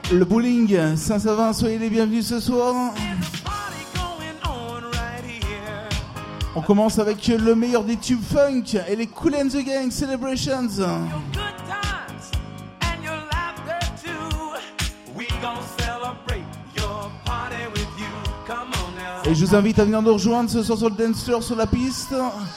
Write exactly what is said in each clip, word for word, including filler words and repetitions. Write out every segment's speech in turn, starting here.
Le bowling Saint-Savin, soyez les bienvenus ce soir. On commence avec le meilleur des tubes funk et les Kool and the Gang Celebrations. Et je vous invite à venir nous rejoindre ce soir sur le dance floor, sur la piste.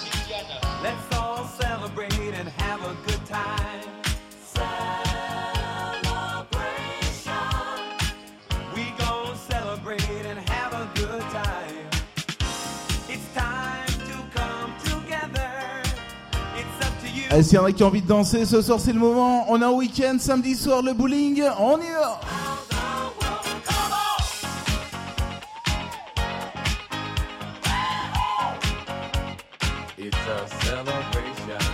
Allez, s'il y en a qui ont envie de danser, ce soir c'est le moment. On a un week-end, samedi soir, le bowling, on y va. It's a celebration.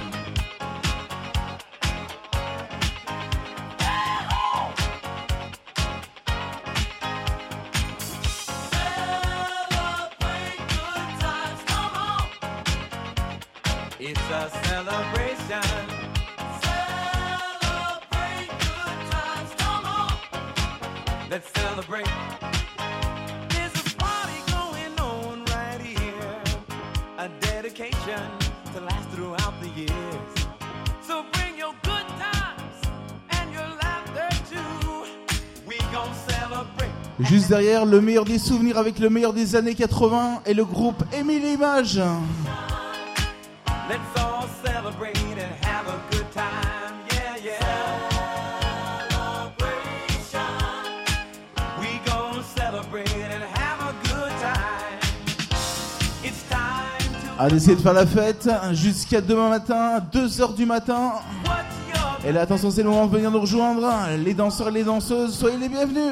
Celebrate good times, come on. It's a celebration. Celebrate good times, come on. Let's celebrate. There's a party going on right here. A dedication to last throughout the years. So bring your good times and your laughter too. We gon' celebrate. Juste derrière, le meilleur des souvenirs avec le meilleur des années quatre-vingts et le groupe Émile Images. Let's all celebrate and have a good time. Yeah, yeah. Celebration. We gon' celebrate and have a good time. It's time to Allez, essayez de faire la fête jusqu'à demain matin, deux heures du matin. Et là, attention, c'est le moment de venir nous rejoindre. Les danseurs et les danseuses, soyez les bienvenus.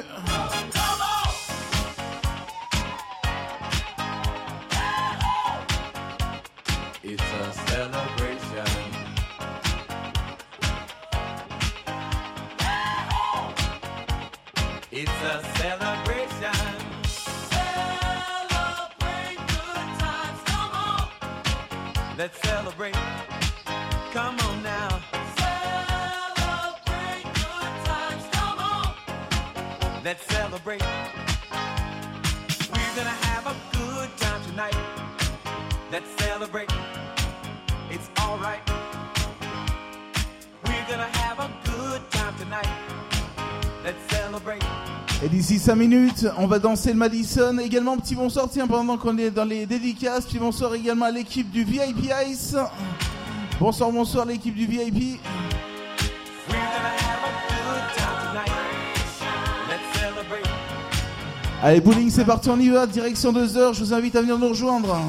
It's a celebration. It's a celebration. Celebrate good times, come on. Let's celebrate. Come on now. Celebrate good times, come on. Let's celebrate. We're gonna have a good time tonight. Let's celebrate. It's all right. We're gonna have a good time tonight. Let's celebrate. Et d'ici cinq minutes, on va danser le Madison. Également, petit bonsoir, tiens, pendant qu'on est dans les dédicaces. Petit bonsoir également à l'équipe du V I P Ice. Bonsoir, bonsoir l'équipe du V I P. We're gonna have a good time tonight. Let's celebrate. Allez, bowling, c'est parti, on y va. Direction deux heures, je vous invite à venir nous rejoindre.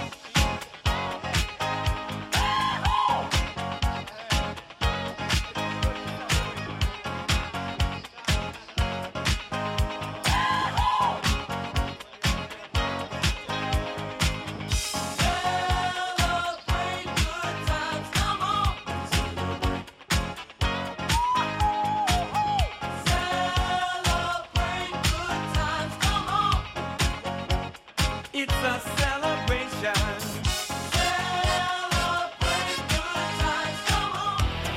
It's a celebration. Celebrate good times, come on.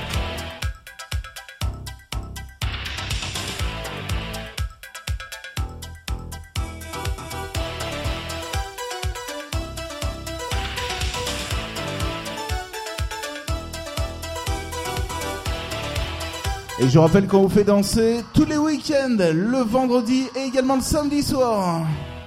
Et je rappelle qu'on vous fait danser tous les week-ends, le vendredi et également le samedi soir.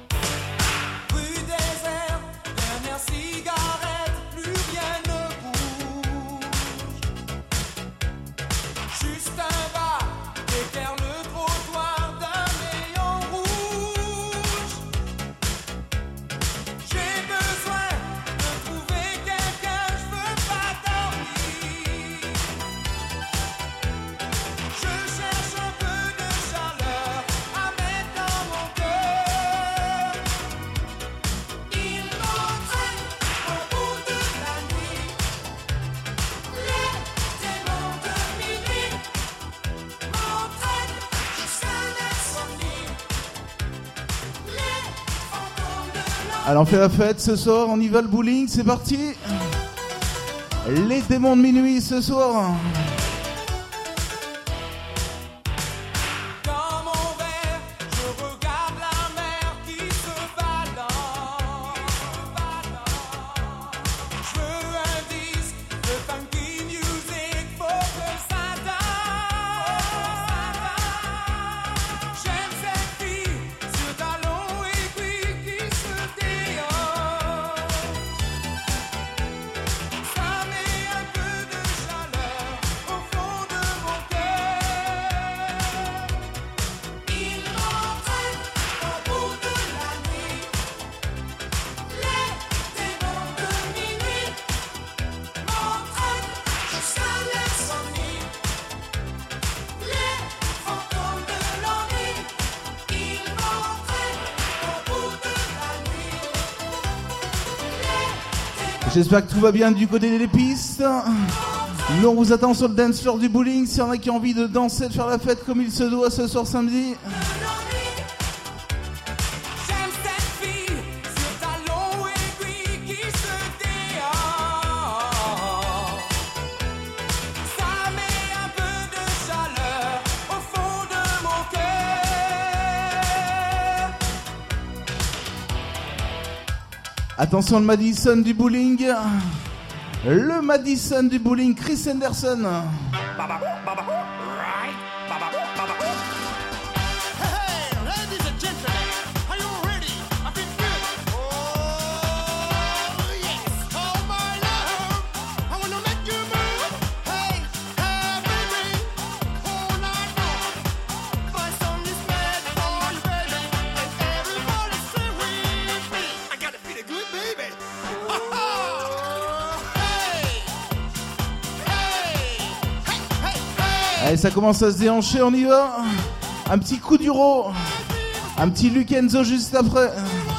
Alors on fait la fête ce soir, on y va le bowling, c'est parti. Les démons de minuit ce soir. Comme on J'espère que tout va bien du côté des pistes. Nous on vous attend sur le dance floor du bowling. S'il y en a qui ont envie de danser, de faire la fête comme il se doit ce soir samedi. Attention le Madison du bowling. Le Madison du bowling, Chris Henderson. Baba, baba, right, baba, baba. Hey, hey, ladies and gentlemen, are you ready? I feel good. Oh, yes. Oh, my love, I wanna make you move. Hey, hey, baby, all night long. Find some respect for you, baby, and everybody stay with me. I gotta feel good, baby. Allez, ça commence à se déhancher, on y va. Un petit coup du ro. Un petit Lucenzo juste après.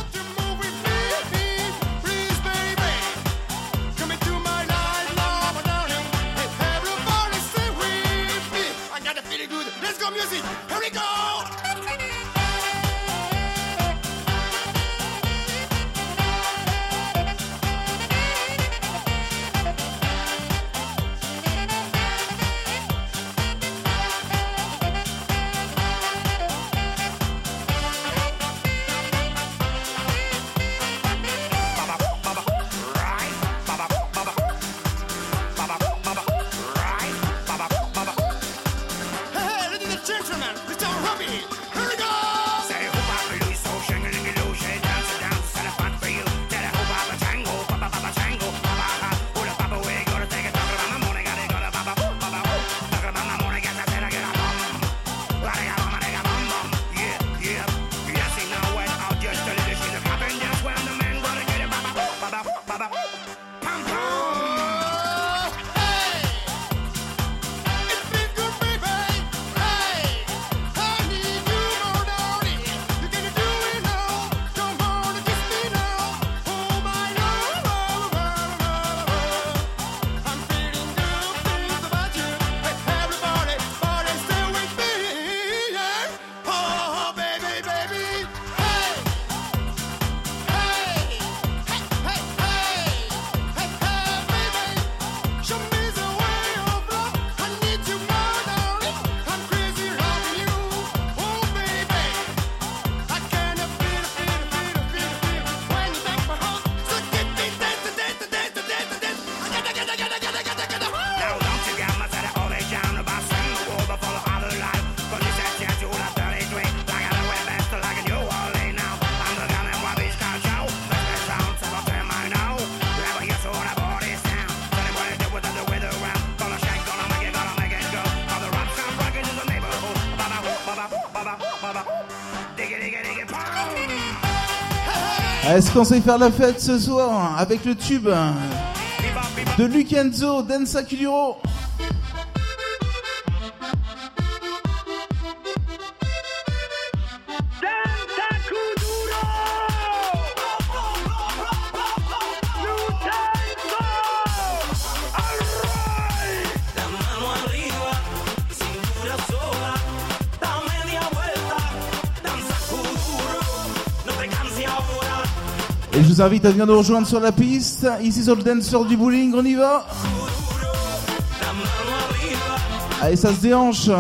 Est-ce qu'on sait faire la fête ce soir avec le tube de Lucenzo, Danza Kuduro? Et je vous invite à venir nous rejoindre sur la piste, ici sur le dance floor du bowling, on y va. Allez, ça se déhanche.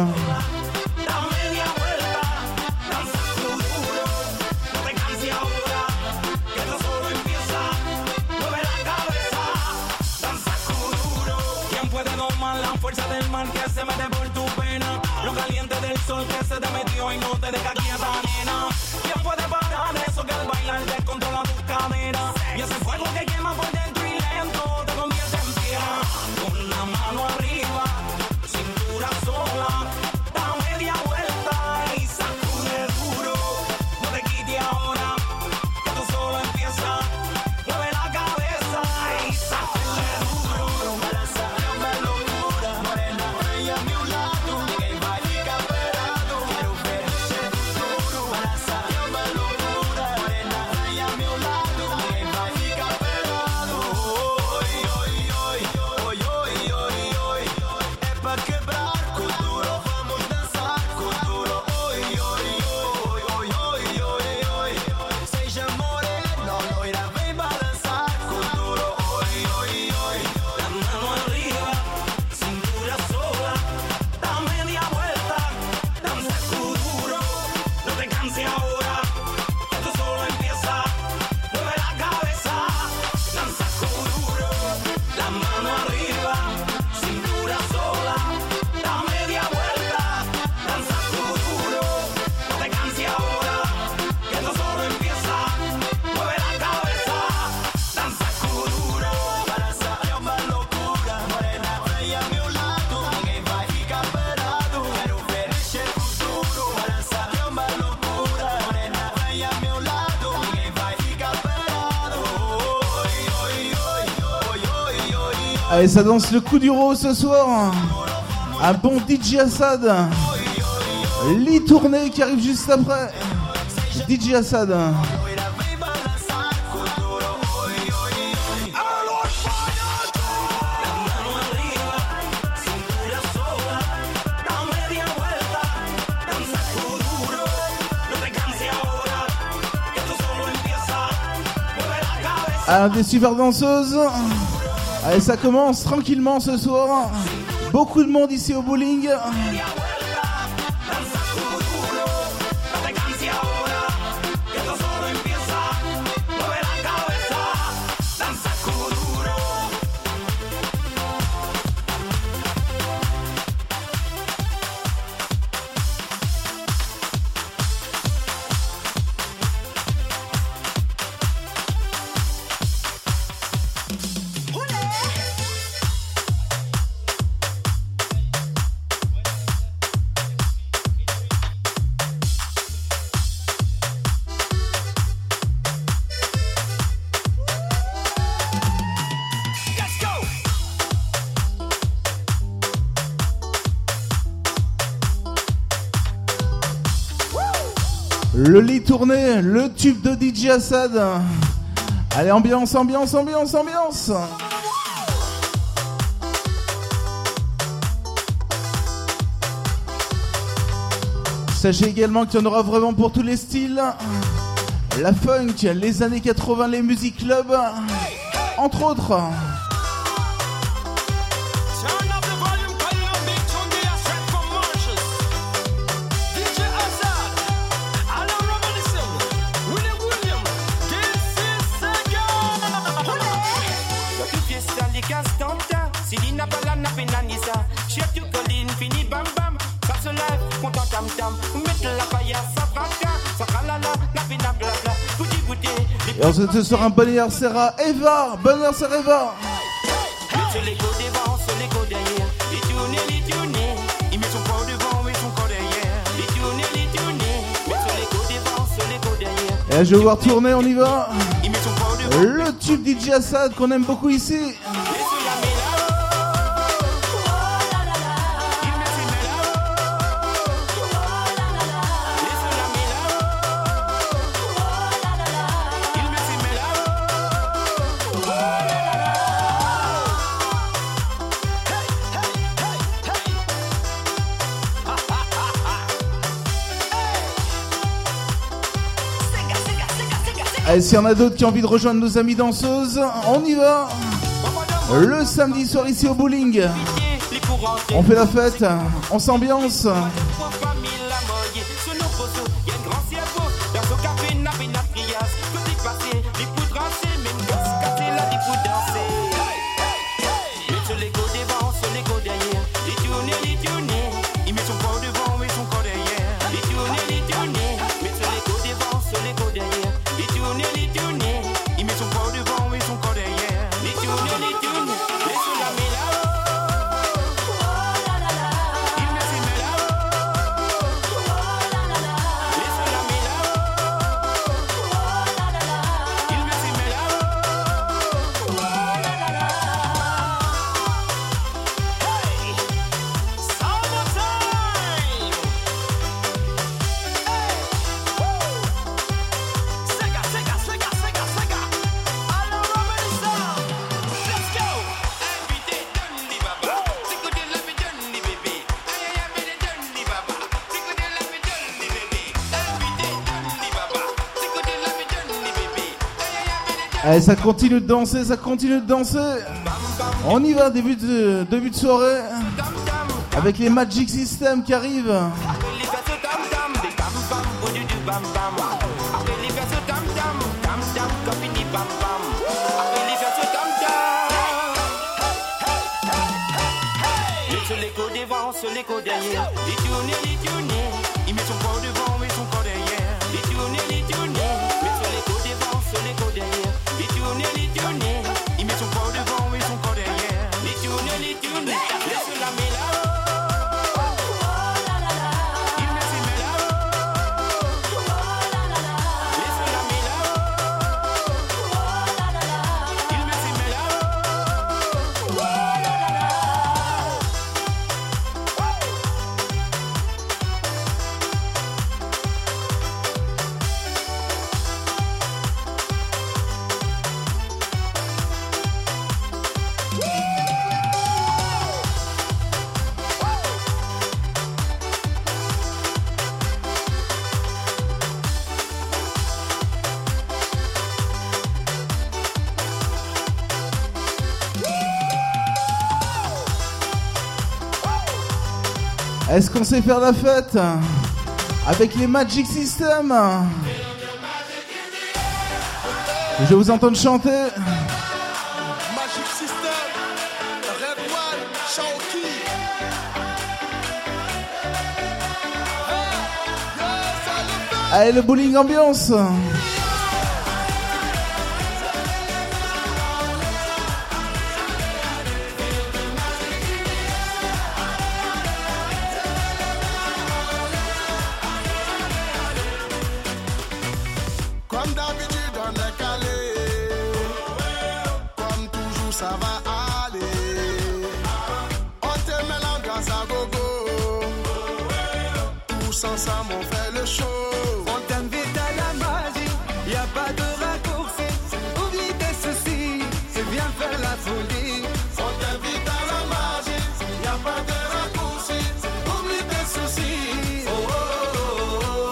Allez, ça danse le coup du rose ce soir. Un bon D J Assad. Lee Tournée qui arrive juste après. D J Assad. Un des super danseuses. Allez, ça commence tranquillement ce soir. Beaucoup de monde ici au bowling. Le lit tourné, le tube de D J Assad. Allez, ambiance, ambiance, ambiance, ambiance. Sachez également qu'il y en aura vraiment pour tous les styles. La funk, les années quatre-vingts, les music clubs, entre autres. Et ensuite ce sera un bon anniversaire à Eva. Bon anniversaire Eva. Et je vais voir tourner, on y va. Le tube D J Assad qu'on aime beaucoup ici. Allez, s'il y en a d'autres qui ont envie de rejoindre nos amis danseuses, on y va. Le samedi soir ici au bowling. On fait la fête, on s'ambiance. Allez, ça continue de danser, ça continue de danser. On y va, début de, début de soirée. Avec les Magic System qui arrivent. L'écho devant, sur l'écho derrière. Les tourner, les tourner. Il met son corps devant et son corps derrière. Les tourner, les tourner. Mais sur l'écho devant, sur l'écho derrière. Les tourner, les tourner. Il met son corps devant et son corps derrière. Les tourner, les tourner. Laisse la méla. Il met ses méla. Laisse la méla. Il met ses méla. Est-ce qu'on sait faire la fête avec les Magic System? Je vous entends chanter. Magic System, Red One, Shaoki. Allez, le bowling ambiance. Comme d'habitude on est calé, comme toujours ça va aller. On te met l'ambiance à gogo, tous ensemble on fait le show. On t'invite à la magie, y a pas de raccourci. Oublie tes soucis et viens faire la folie. On t'invite à la magie, y a pas de raccourci. Oublie tes soucis. Oh, oh, oh, oh.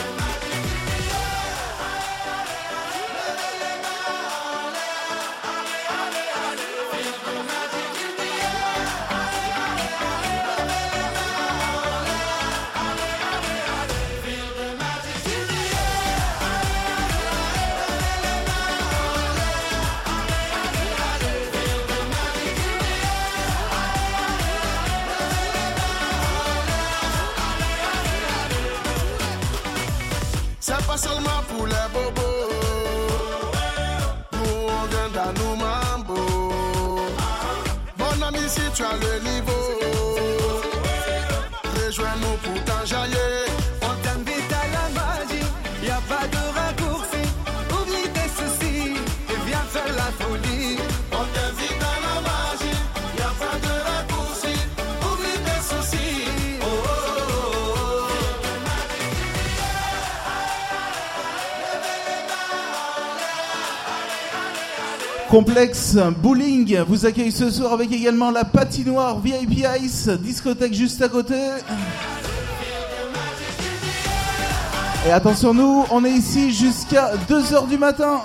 C'est pas seulement pour les bobos. Nous on vient dans nos mambo. Mon ami, si tu as le niveau, rejoins-nous pour t'enjailler. On t'invite à la magie, y a pas de raccourci. Oublie tes soucis et viens faire la folie. On t'invite à la magie, y a pas de raccourci. Oublie tes soucis. Oh, oh, oh, oh. Complexe Bowling vous accueille ce soir avec également la patinoire V I P Ice, discothèque juste à côté. Et attention, nous, on est ici jusqu'à deux heures du matin.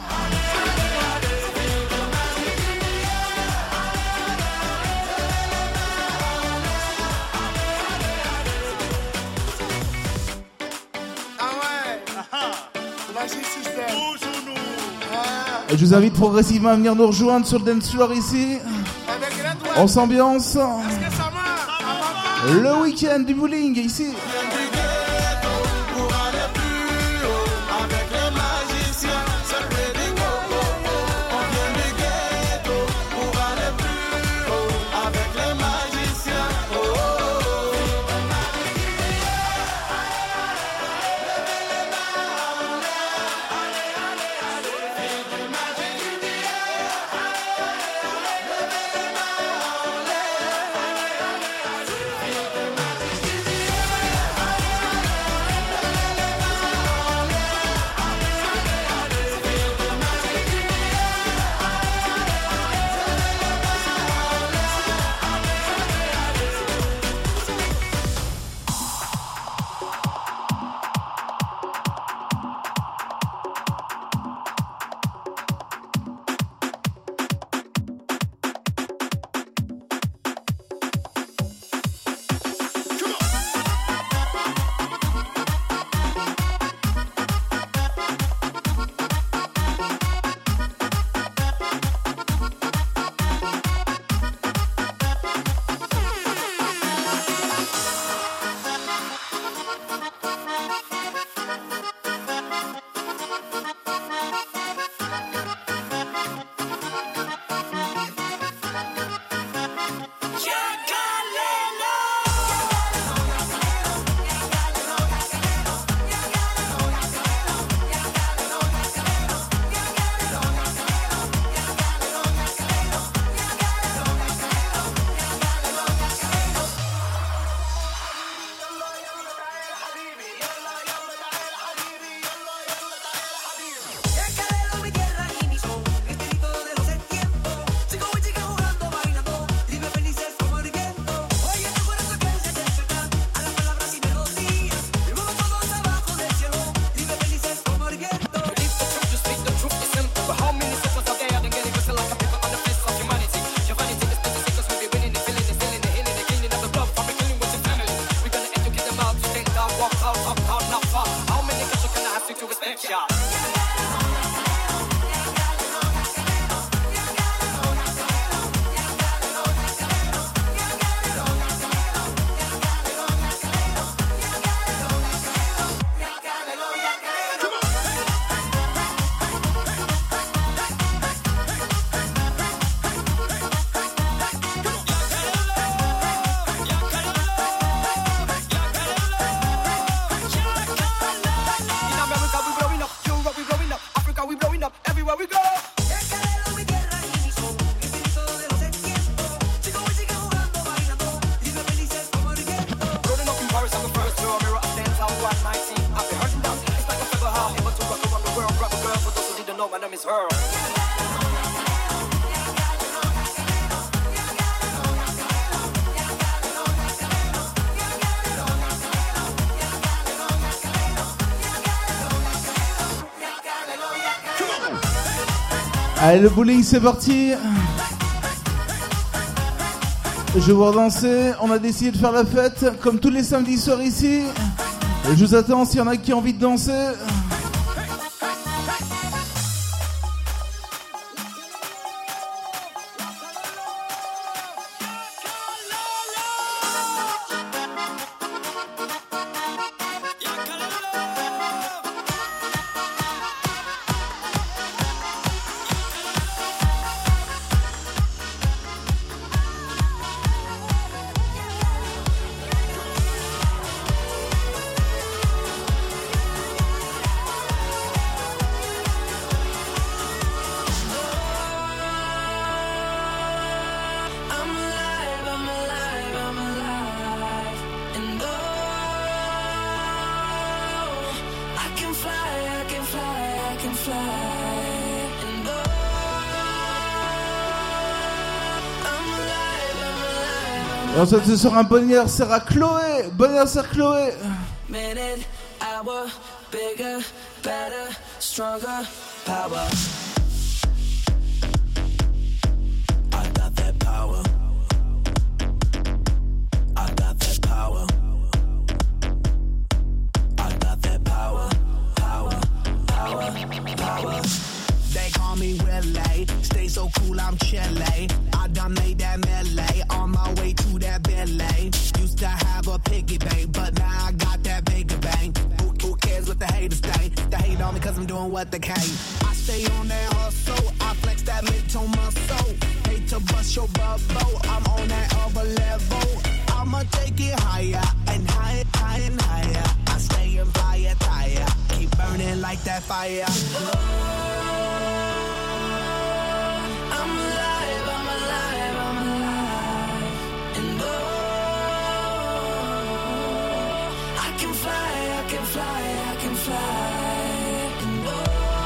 Ah ouais, Magic System. Ah, Et je vous invite progressivement à venir nous rejoindre sur le dance floor ici. avec Red One, On s'ambiance. est-ce que ça marche? Le week-end du bowling ici. Du ghetto pour aller plus haut. Avec les magiciens, c'est près du go-go. On vient du ghetto pour aller plus haut. Avec les magiciens, oh, oh, oh. ya. Allez, le bowling, c'est parti. Je vais vous danser. On a décidé de faire la fête comme tous les samedis soirs ici. Et je vous attends s'il y en a qui ont envie de danser. Et ensuite ce sera un bon anniversaire à Chloé. Bon anniversaire Chloé. Minute, hour, bigger, better, stronger, power. I got that power. I got that power. I got that power. Power, power, power. They call me Willie, stay so cool, I'm chilly. I done made that melee, on my way to that Billy. Used to have a piggy bank, but now I got that bigger bank. Who, who cares what the haters think? They hate on me cause I'm doing what they can. I stay on that hustle, I flex that mental muscle. Hate to bust your bubble, I'm on that other level. I'ma take it higher, and higher, higher, and higher. I stay in fire, tire, keep burning like that fire. I'm alive, I'm alive, I'm alive. And oh, I can fly, I can fly, I can fly. And oh,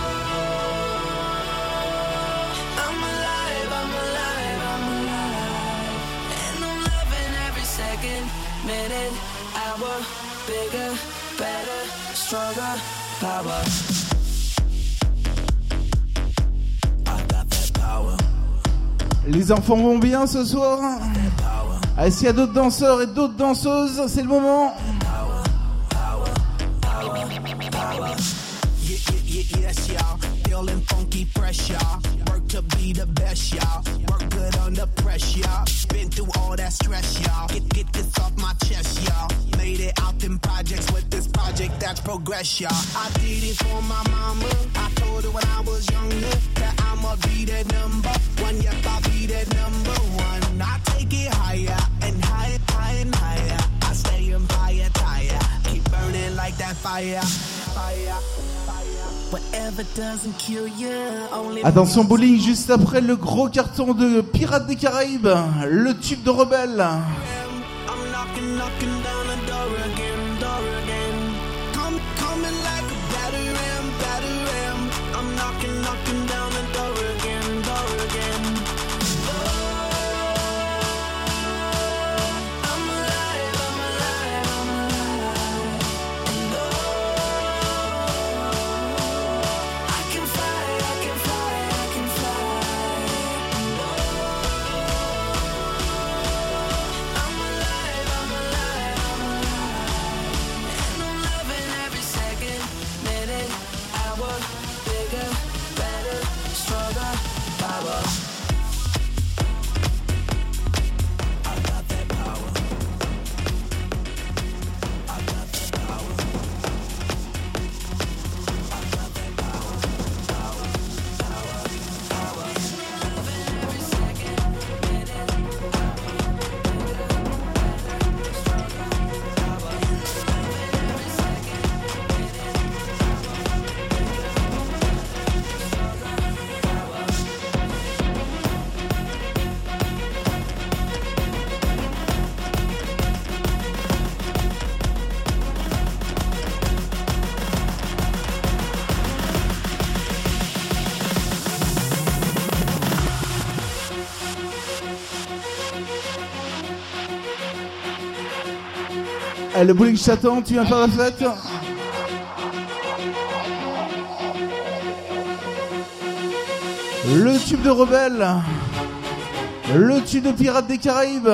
I'm alive, I'm alive, I'm alive. And I'm loving every second, minute, hour, bigger, better, stronger, power. Les enfants vont bien ce soir. Ah, s'il y a d'autres danseurs et d'autres danseuses, c'est le moment. Yeah, yeah, yeah, yes, y'all. Feeling funky, fresh, y'all. Work to be the best, y'all. Work good under pressure, y'all. Been through all that stress, y'all. Get, get this off my chest, y'all. Made it out in projects with this project that's progress, y'all. I did it for my mama. I told her when I was younger that I'ma be that number one. Yep, I'll be that number one. I take it higher and higher, higher and higher. I stay in fire, tire. Keep burning like that fire. Fire. Attention bowling, juste après le gros carton de Pirates des Caraïbes, le tube de Rebelle. I'm knocking, knocking down the door again, door again. Come, coming like a batter ram, batter ram. I'm knocking, knocking down the door again, door again. I'm alive, I'm alive, I'm alive. And oh, I can fly, I can fly, I can fly. And oh, I'm alive, I'm alive, I'm alive. And I'm loving every second, minute, hour, Eh, le bowling chaton, tu viens faire la fête? Le tube de Rebelle. Le tube de Pirates des Caraïbes.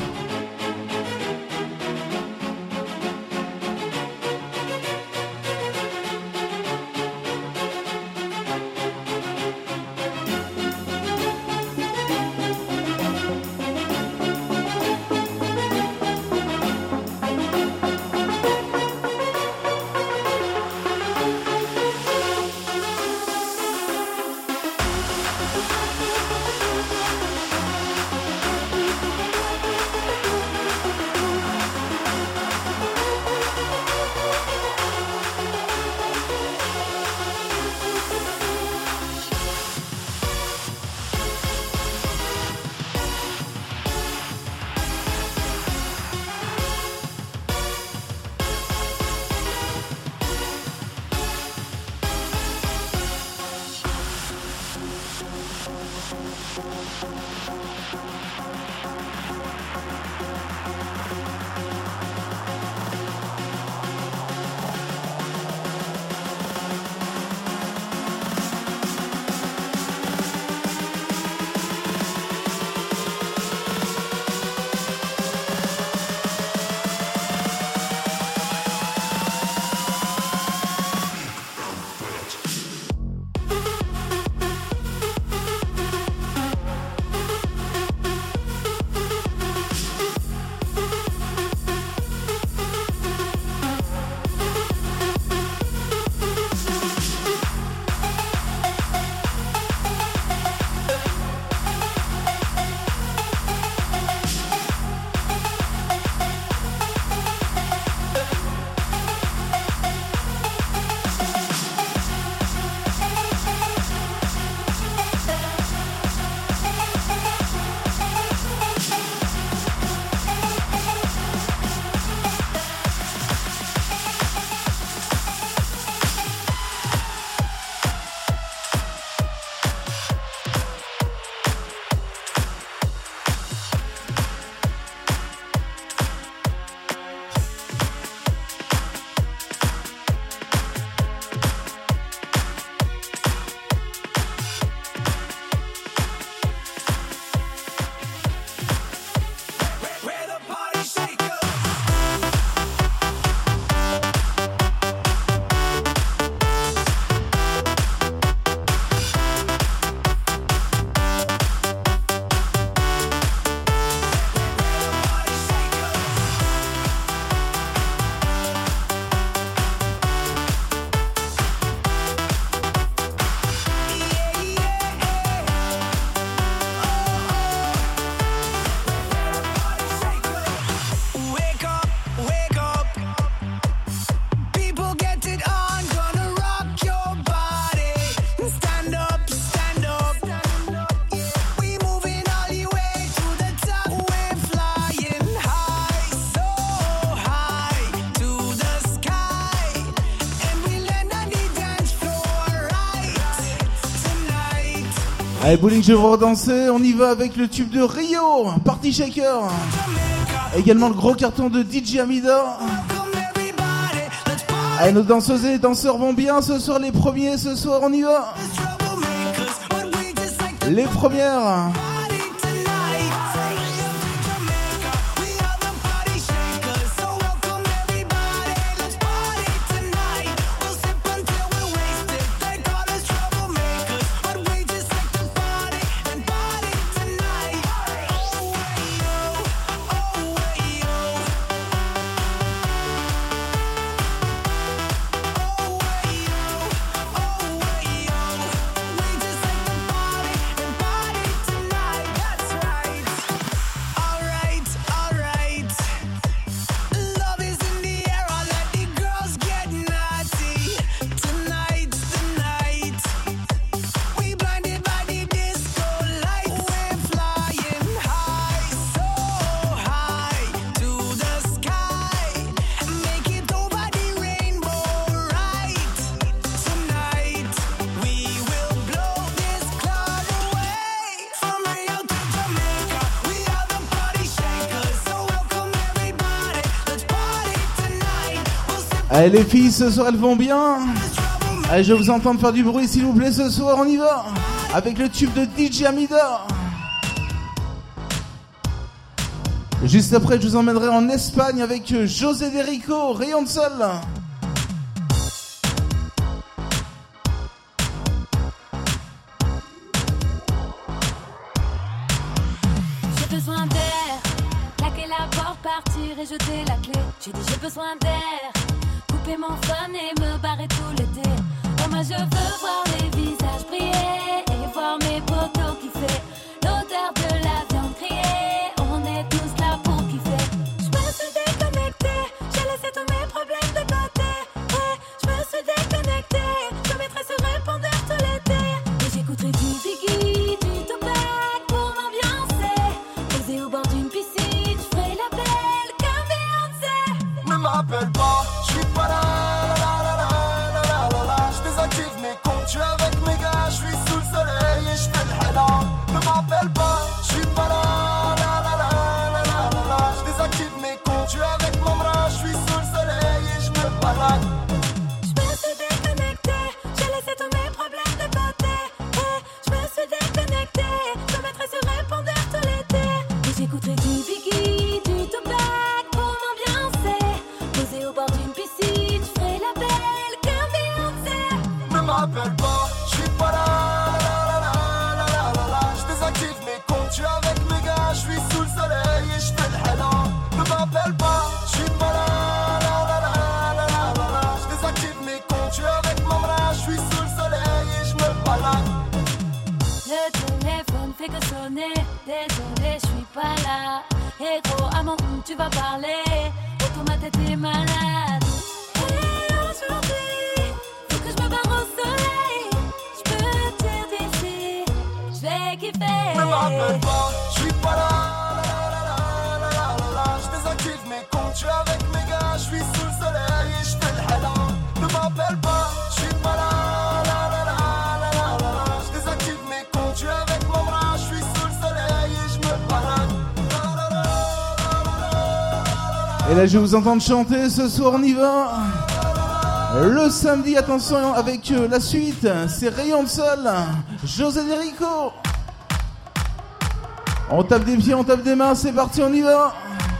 Allez, bowling, je vais vous redanser. On y va avec le tube de Rio, Party Shaker. Également le gros carton de D J Amida. Allez, nos danseuses et les danseurs vont bien ce soir. Les premiers, ce soir, on y va. Les premières. Tonight Allez les filles, ce soir elles vont bien. Allez, je vous entends faire du bruit s'il vous plaît ce soir, on y va. Avec le tube de D J Amida. Juste après, je vous emmènerai en Espagne avec José Derico, Rayon de Sol. J'ai besoin d'air, claquer la porte, partir et jeter la clé. J'ai dit j'ai besoin d'air, couper mon phone et me barrer tout l'été. Oh moi je veux voir les visages briller et voir mes potos kiffer. L'odeur de la viande grillée, on est tous là pour kiffer. Je me suis déconnectée, j'ai laissé tous mes problèmes de côté. Hey, je me suis déconnectée, je mettrai ce répondeur tout l'été. Et j'écouterai du Biggie, du Tupac pour m'ambiancer. Posé au bord d'une piscine, je ferai la belle comme Beyoncé. Ne m'appelle pas, je suis pas là, la la la la la la la. Je désactive mes comptes, je suis avec mes gars, je suis sous le soleil et je fais le héla. Ne m'appelle pas, je suis pas là, la la la la la la la. Je désactive mes comptes, je suis avec mon bras, je suis sous le soleil et je me balade. Je me suis déconnectée, j'ai laissé tous mes problèmes de côté. Hey, je me suis déconnectée, je mettrai ce répondeur tout l'été. Et j'écouterai du Biggie, du Tupac pour m'ambiancer. Posé au bord d'une piscine, je ferai la belle comme Beyoncé. Ne m'appelle pas, je suis pas là, la la la la la la la. Je désactive mes comptes, je suis avec mes gars, je suis sous le soleil et je fais le héla. Ne m'appelle pas, je suis pas là, la la la la la la la. Je désactive mes comptes, je suis avec mon bras, je suis sous le soleil et je me balade. Le téléphone fait que sonner, désolé, je suis pas là. Et gros, à mon hum, tu vas parler, et toi ma tête est malade. Et aujourd'hui, faut que je me barre au soleil. Je peux dire d'ici, je vais kiffer. Ne m'appelle pas, je suis pas là, la la la la la la la. Je désactive mes comptes, je suis avec mes gars, je suis sous le soleil et je fais le héla. Ne m'appelle pas, je suis pas là, la la la la la la la. Je désactive mes comptes, je suis avec mon bras, je suis sous le soleil et je me balade. La la la la la la. Et là je vais vous entendre chanter ce soir, on y va. Le samedi, attention avec euh, la suite, c'est Rayon de Sol, José Derico. On tape des pieds, on tape des mains, c'est parti, on y va.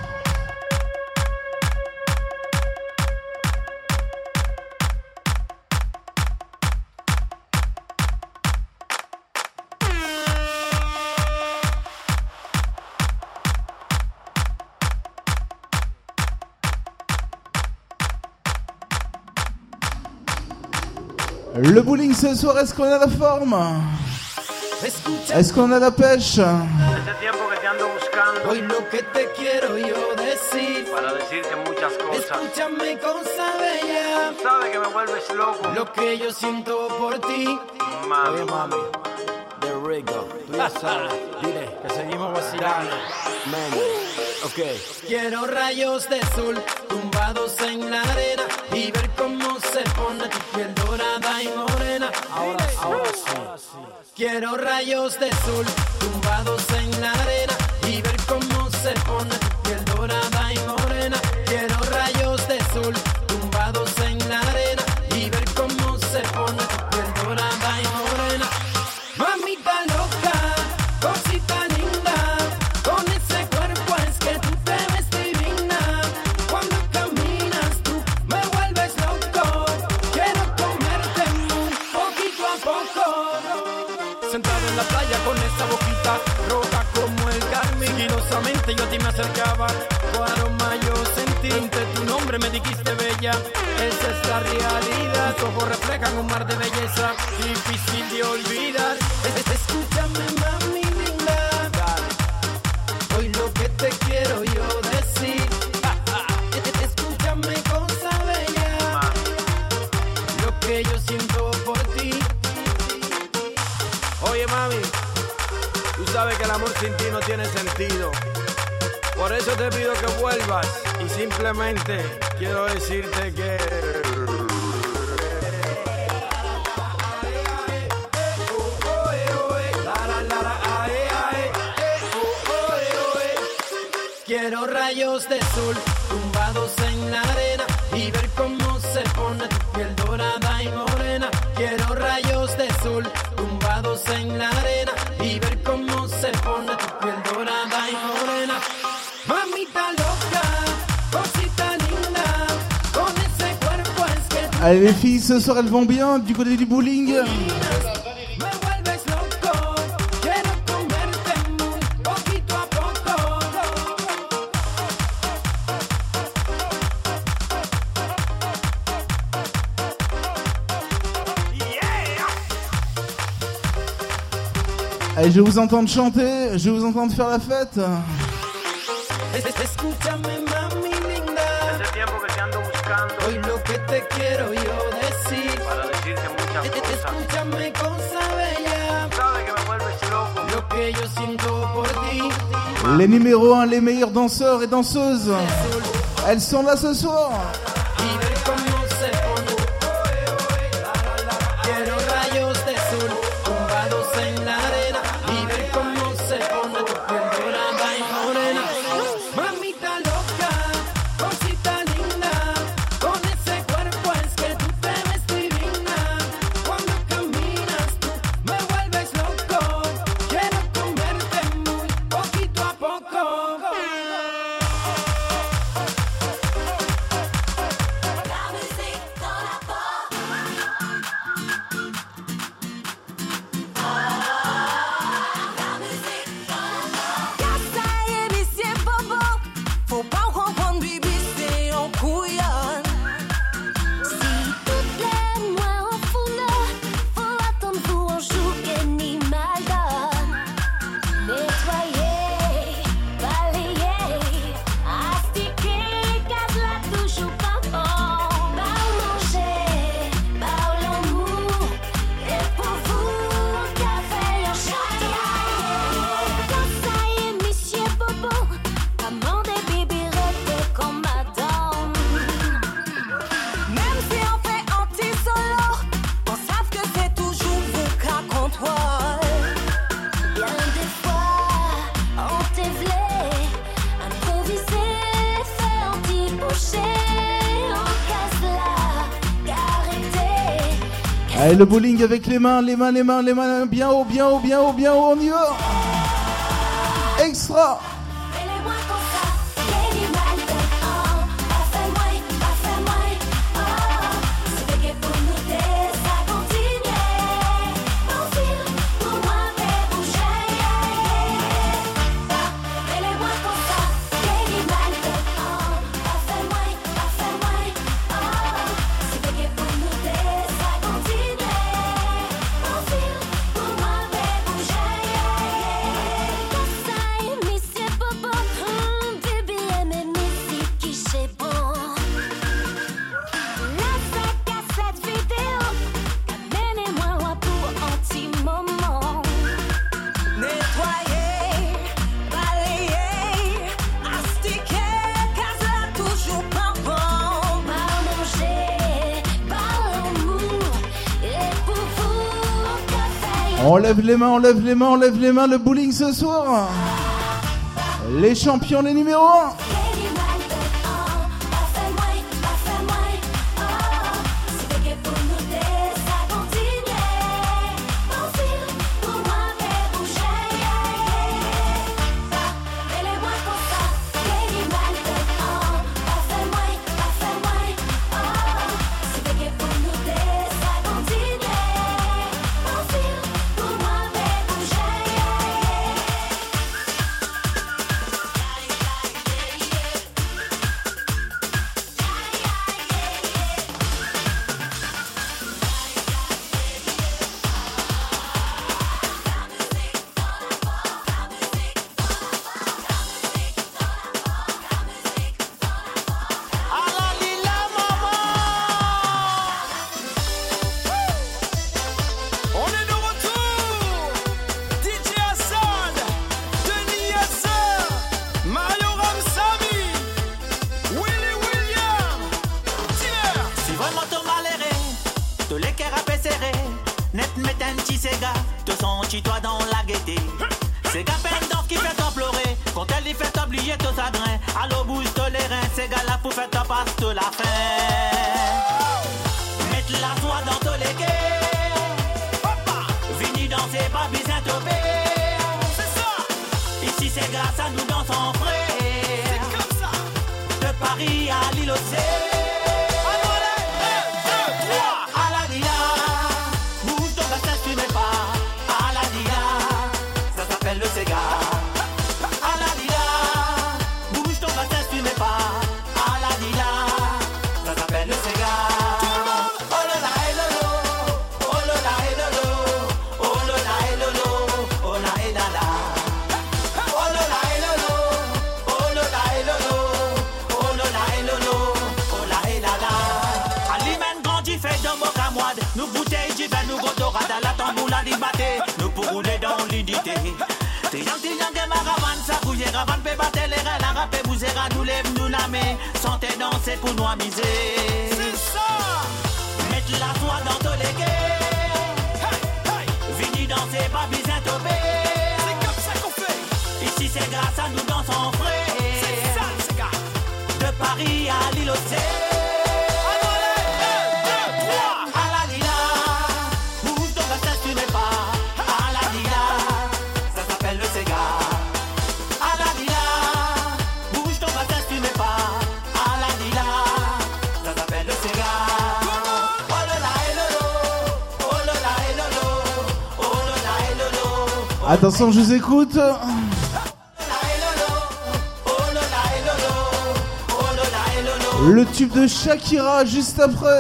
Le bowling ce soir, est-ce qu'on a la forme? Est-ce qu'on a la pêche? Hace tiempo que te ando buscando Hoy lo que te quiero yo decir, para decirte muchas cosas. escúchame cosa bella, Sabes que me vuelves loco, lo que yo siento por ti. mami. Oye mami, de Rico, tú ya sabes, dile que seguimos vacilando. Man, ok. Quiero rayos de sol tumbados en la arena y ver cómo se pone tu piel dorada y morena. Ahora, ahora sí. Quiero rayos de sol tumbados en la arena y ver cómo se pone tu piel dorada y morena. Quiero rayos de sol tumbados en la arena y ver cómo se pone tu piel dorada y morena. Mamita loca, cosita linda, con ese cuerpo es que tú te ves divina. Cuando caminas tú me vuelves loco, quiero comerte muy poquito a poco. Sentado en la playa con esa boquita roja como el carmín, sigilosamente yo a ti me acercaba, tu aroma yo sentí, ante tu nombre me dijiste bella, esa es la realidad, tus ojos reflejan un mar de belleza, difícil de olvidar. Es- es- Escúchame mami linda, hoy lo que te quiero yo decir, Es- escúchame cosa bella, lo que yo siento por ti. Oye, mami, tú sabes que el amor sin ti no tiene sentido. Por eso te pido que vuelvas y simplemente quiero decirte que... Quiero Quiero rayos de sol tumbados en la arena y ver cómo se pone tu piel dorada y morena. Quiero rayos de sol tumbados en la arena y ver cómo se pone tu piel dorada y morena. Mamita loca, cosita linda, con ese cuerpo es que tú Allez les filles, ce soir elles vont bien du côté du bowling. me vuelves loco. Quiero comerte muy poquito a poco. Allez, je vais vous entendre chanter, je vais vous entendre faire la fête. Es- es- Escúchame, mami linda. Hace tiempo que te ando buscando Hoy lo que te quiero yo decir. para decirte muchas Es- es- cosas. Escúchame, cosa bella. Sabes que me vuelves loco. Lo que yo siento por ti. Les numéros un, les meilleurs danseurs et danseuses. Elles sont là ce soir. Y ver cómo se pone. Quiero rayos de sol tumbados en la arena y ver cómo se pone tu piel dorada y morena. Mamita loca, cosita linda, con ese cuerpo es que tú te ves divina. Cuando caminas tú me vuelves loco. Quiero comerte muy poquito a poco. Faut pas comprendre, bibi, c'est en couillonne. Si toutes les mois en foule, faut attendre pour un jour qu'elle n'y mal donne. Nettoyer, balayer, astiquer, casse-la toujours pas bon. Pas manger, pas l'amour, et pour vous, un café, un château. Quand ça y est, monsieur Bobo, comment des bébés restent comme madame. Même si on fait anti-solo, on savent que c'est toujours vous qu'à contrôle. Bien des fois, on t'est vlé, improvisé, fait anti-boucher, on casse la carité. Allez, le bowling avec les mains, les mains, les mains, les mains, bien haut, bien haut, bien haut, bien haut, on y va. Extra. Fais-les-moi comme ça, les mal de oh. Pas fait moins, pas fait moins, oh. C'est que pour nous deux, ça continue. Mon fil, pour moi, fais bouger. Fais-les-moi comme ça, les mal de oh. Pas fait moins, pas fait moins, oh. C'est que pour nous deux, ça continue. Mon fil, pour moi, fais bouger. Comme ça, et monsieur Bobo, hum, bébé, aime musique qui c'est bon. La sac à cette vidéo, amenez-moi loin pour un petit moment. Nettoyer, balayer, astiquer, casse-la toujours pas bon. Pas manger, pas l'amour, et pour vous, un café. On lève les mains, on lève les mains, on lève les mains, le bowling ce soir. Les champions, les numéros un. Les mal de oh. Pas fait moins, pas fait moins, oh. C'est que pour nous deux, ça continue. Mon fil, pour moi, fait bouger. Fais-les-moi comme ça, les mal de oh. Pas fait moins, pas fait moins, oh. C'est que pour nous deux, ça continue. Mon fil, pour moi, fait bouger. On est de retour. D J Hassan, Denis Hassan, Mario Ramsamy, Willy William, Tiller. Si vraiment t'as maléré, te les cœurs à serré, net met un petit séga, te sens toi dans la gaieté. C'est qu'à peine d'or qui fait toi pleurer, quand elle y fait oublier tout chagrin. fait ta passe de la fin. Mettre la joie dans tous les cœurs. Vini danser, pas besoin de tomber. C'est ça. Ici c'est grâce à nous dansons frais. C'est comme ça. De Paris à l'île Océan. Nous pour rouler dans l'unité. T'es gentil, y'en a maravan, ça bouge, ravan, peut battre les reins, la rap, bouger, nous lève, nous la met. Santé danser pour nous amuser. C'est ça! Mettre la joie dans tous les cœurs. Hey, hey! Vini danser, pas besoin de tomber. C'est comme ça qu'on fait. Ici c'est grâce à nous dansons frais. C'est ça, c'est grâce. De Paris à l'île Océan. Attention, je vous écoute. Le tube de Shakira juste après.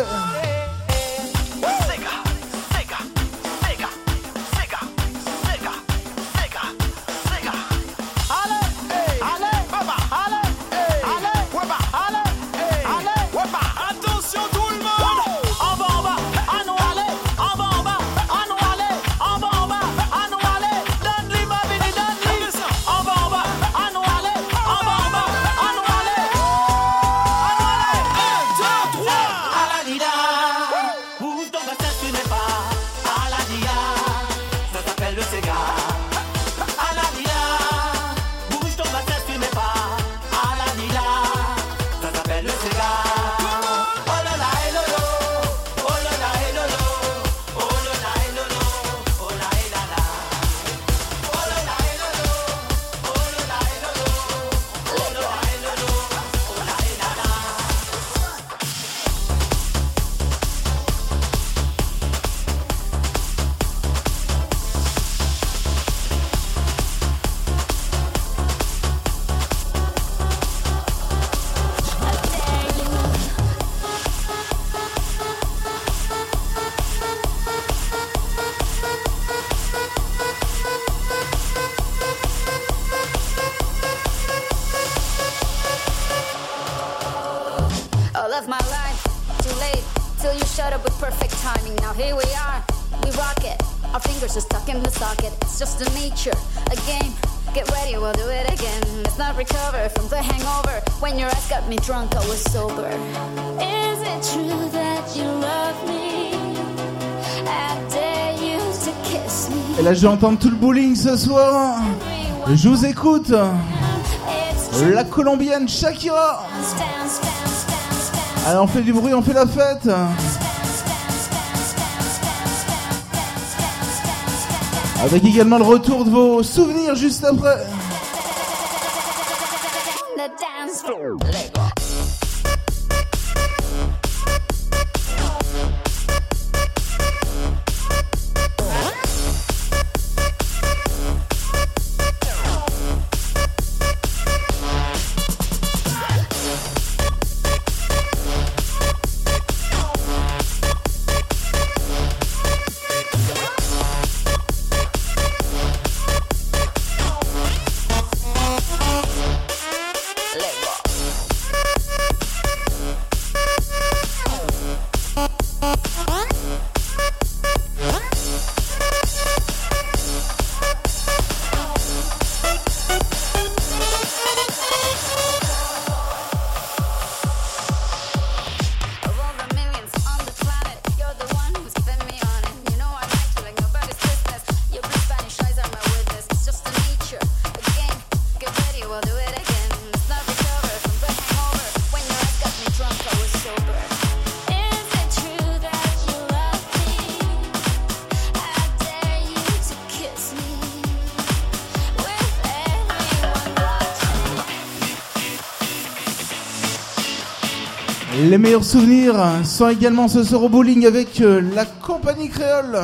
Drunk, I was sober. Is it true that you love me? I dare you to kiss me. Et là, je vais entendre tout le bowling ce soir. Je vous écoute. La colombienne Shakira. Allez, on fait du bruit, on fait la fête. Avec également le retour de vos souvenirs juste après. Les meilleurs souvenirs sont également ce soir au bowling avec euh, la compagnie créole.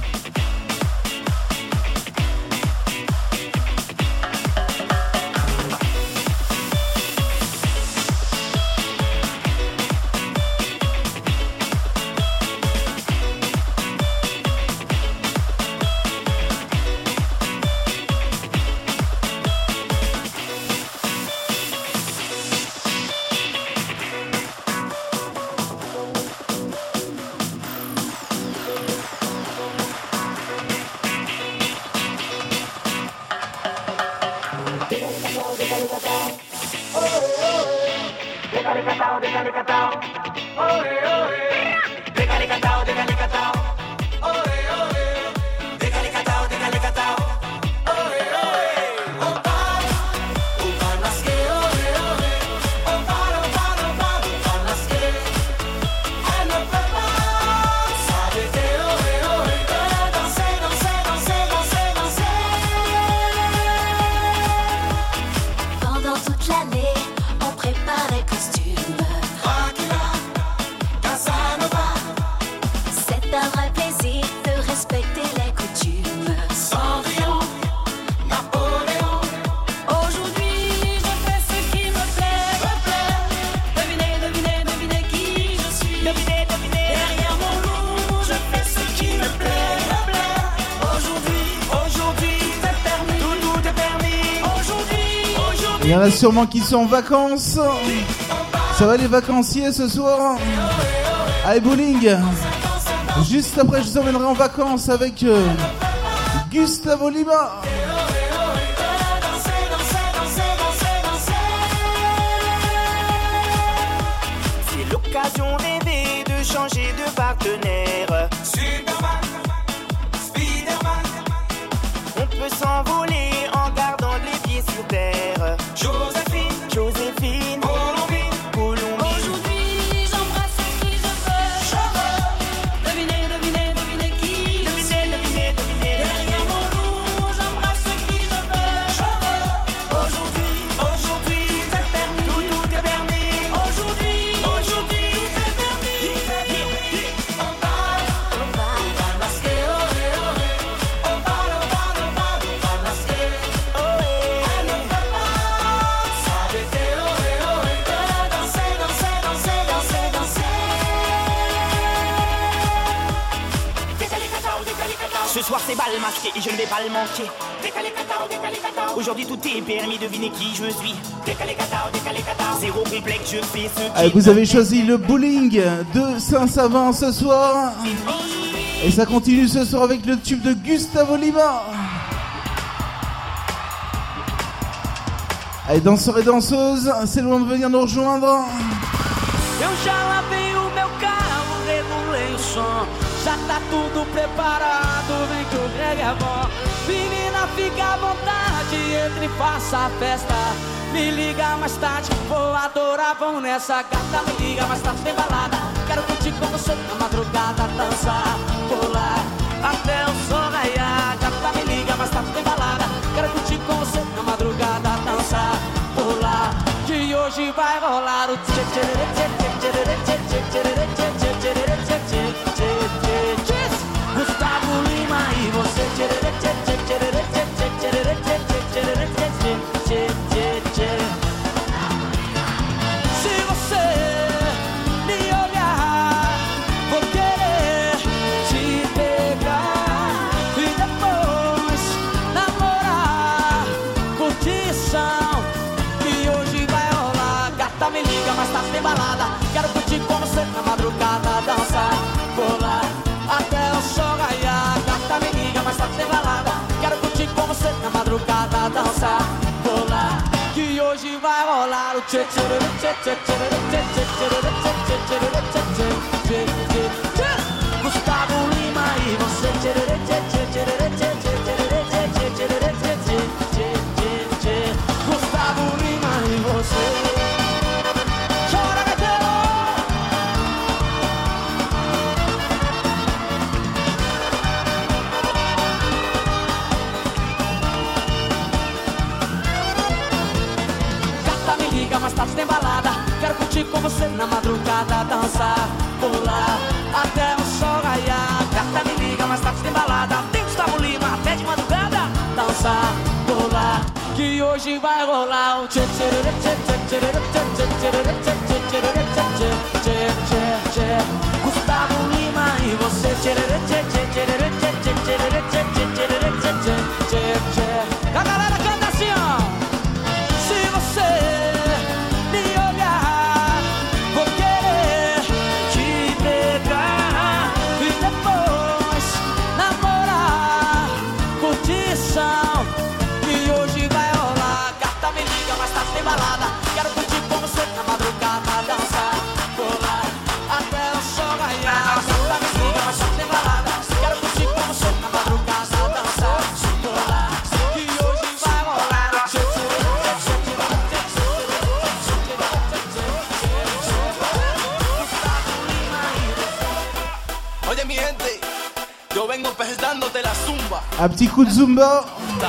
Pendant toute l'année, on prépare les costumes. C'est un vrai plaisir de respecter les coutumes. Cendrillon, Napoléon. Aujourd'hui, je fais ce qui me plaît, me plaît. Devinez, devinez, devinez qui je suis. Devinez, devinez. Derrière mon loup, je fais ce qui me plaît, me plaît. Aujourd'hui, aujourd'hui, c'est permis. Tout, tout est permis. Aujourd'hui, aujourd'hui. Il y en a sûrement qui sont en vacances. Ça va les vacanciers ce soir? Allez bowling. Juste après je vous emmènerai en vacances avec euh, Gustavo Lima. C'est l'occasion rêvée de changer de partenaire. Superman, Spiderman. On peut s'envoler en gardant les pieds sur terre. Joséphine, Joséphine, Colombine, Colombine. Aujourd'hui, j'embrasse qui je veux. Je veux. Devinez, devinez, devinez qui je suis. Devinez, devinez, devinez. Derrière mon loup, j'embrasse qui je veux. Je veux. Aujourd'hui, aujourd'hui, c'est permis. Tout, tout est permis. Aujourd'hui, aujourd'hui, c'est permis. On parle, On va, on va masquer, oh, eh, oh, eh. On parle, on parle, on parle, on va masquer, oh, eh. Elle ne peut pas s'arrêter, oh, eh, oh, eh. De danser, danser, danser, danser, danser. Décalé cacao, décalé cacao. Ce soir c'est bal masqué et je ne vais pas le manquer. Décalé cacao, décalé cacao. Aujourd'hui tout est permis, devinez qui je suis. Décalé cacao, décalé cacao. Zéro complexe, je fais ce qui Allez, vous me avez plaît. choisi le bowling de Saint-Savin ce soir. Et ça continue ce soir avec le tube de Gustavo Lima. Allez, danseurs et danseuses, c'est le moment de venir nous rejoindre. Eu já lavei o meu carro, regulei o som. Já tá tudo preparado, vem que o reggae é bom. Menina, fica à vontade, entre e faça a festa. Me liga mais tarde, vou adorar, vamos nessa. Gata, me liga mais tarde, tem balada. Quero curtir com você na madrugada, dançar, pular, até o sol raiar. Gata, me liga mais tarde, tem balada. Quero curtir com você na madrugada, dançar, pular. Que hoje vai rolar o tchê tchê tchê tchê tchê tchê tchê tchê tchê tchê tchê tchê tchê tchê tchê. Gustavo Lima e você tchê tchê tchê tchê tchê tchê tchê tchê tchê tchê tchê tchê. Se você me olhar, vou querer te pegar e depois namorar. Curtição que hoje vai rolar. Gata, me liga, mas tá sem balada. Quero curtir com você na madrugada, dançar, pular, até o sol raiar. Gata, me liga, mas tá sem balada. Quero curtir com você na madrugada, dançar, pular. Que hoje vai rolar o tchê tchê tchê tchê tchê tchê tchê tchê tchê tchê tchê tchê tchê. Gustavo Lima e você tchê tchê tchê tchê tchê tchê tchê tchê tchê tchê tchê. Gustavo Lima e você. Chora, gaiteiro! Gata, me liga, mas tarde tem balada. Quero curtir com você na madrugada dançar, pular até o sol raiar. Gata, me liga, mais tarde tem balada. Tem Gustavo Lima até de madrugada. Dançar, pular, que hoje vai rolar um tchê tchê tchê tchê tchê tchê tchê tchê tchê tchê tchê tchê. Gustavo Lima e você tchê tchê tchê tchê tchê tchê tchê tchê tchê tchê tchê tchê. A galera canta assim, ó. Se você me olhar, vou querer te pegar e depois namorar. Curtição que hoje vai rolar. Gata, me liga, mais tarde tem balada. Quero curtir com você na madrugada, dançar, pular até o sol raiar. Gata, me liga, mais tarde tem balada. Quero curtir com você na madrugada, dançar, pular, que hoje vai rolar. Oye mi gente, yo vengo presentándote la zumba. Un petit coup de zumba.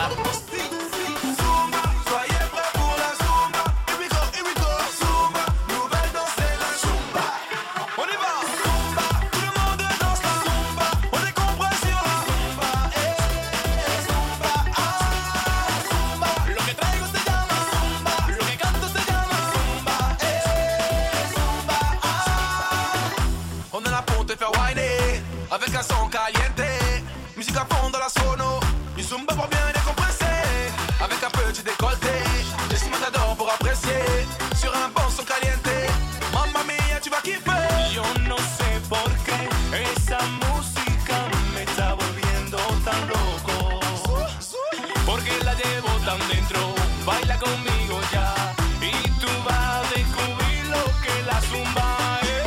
Soyez prêts pour la zumba. Here we go, here we go. Zumba, nouvelle danse, c'est la zumba. On y va. Zumba, tout le monde danse la zumba. On est compris sur la zumba. Eh, zumba, ah, zumba. Lo que traigo se llama zumba. Lo que canto se llama zumba. Eh, zumba, ah. On est là pour te faire whiner avec un son caliente. Musique à fond dans la sono. Du zumba pour bien décompresser. Avec un petit décolleté. Des matadors pour apprécier. Sur un bon son caliente. Mamma mia, tu vas kiffer. Yo no sé por qué esa música me está volviendo tan loco. Porque la llevo tan dentro. Baila conmigo ya. Y tú vas a descubrir lo que la zumba es.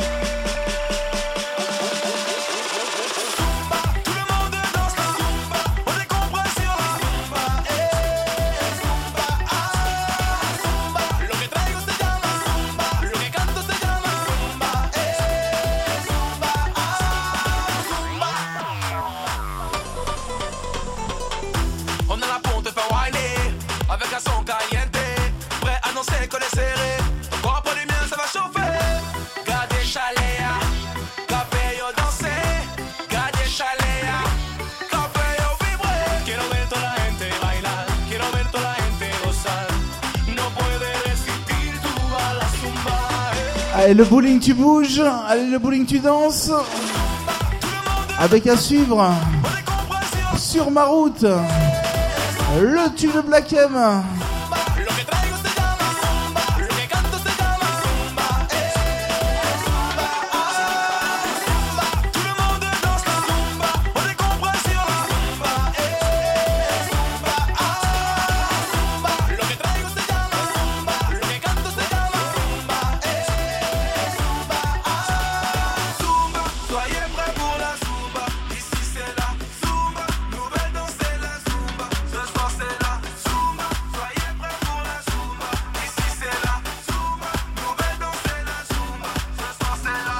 Zumba, tout le monde danse la zumba. On est compris sur la zumba. Eh, zumba, ah, zumba. Lo que traigo se llama zumba. Lo que canto se llama zumba. Eh, zumba, ah, zumba. On est là pour te faire whiner avec un son caliente. Prêt à annoncer qu'on est serré. Encore après les miens, ça va chauffer. Gade chalea, cabello danser. Gade chalea, cabello vibrer. Quiero ver toda la gente bailar. Quiero ver toda la gente gozar. No puede resistir tú a la zumba. Eh. Allez, le bowling, tu bouges. Allez, le bowling, tu danses. Avec à suivre, sur ma route, le tube de Black M. Lo que traigo se llama zumba. Lo que canto se llama zumba. Eh, zumba, ah, zumba. Tout le monde danse la zumba. On est compris sur la zumba. Eh, zumba, ah, zumba. Lo que traigo se llama zumba. Lo que canto se llama zumba. Eh, zumba, ah, zumba. Soyez prêts pour la zumba. Ici c'est la zumba. Nouvelle danse c'est la zumba. Ce soir c'est la zumba. Soyez prêts pour la zumba. Ici c'est la zumba. Nouvelle danse c'est la zumba. Ce soir c'est la.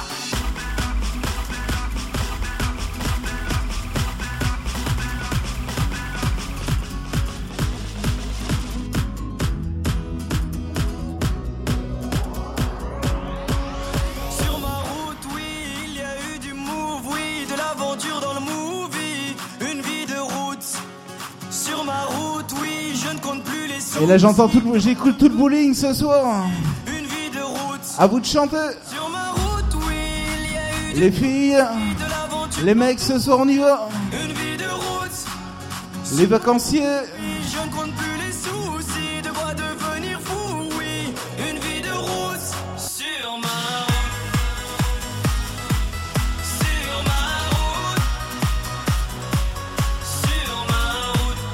Sur ma route, oui, il y a eu du move, oui, de l'aventure dans le movie, une vie de route. Sur ma route, oui, je ne compte plus les sous. Et là, j'entends tout le, j'écoute tout le bowling ce soir. Une vie de route. À vous de chanter. Sur ma route, oui, il y a eu du Les filles, de l'aventure. les mecs, ce soir on y va. Une vie de route. Les vacanciers. Oui, je ne compte plus les soucis, de quoi devenir fou, oui, une vie de route. Sur ma route. Sur ma route. Sur ma route.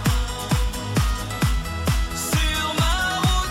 Sur ma route.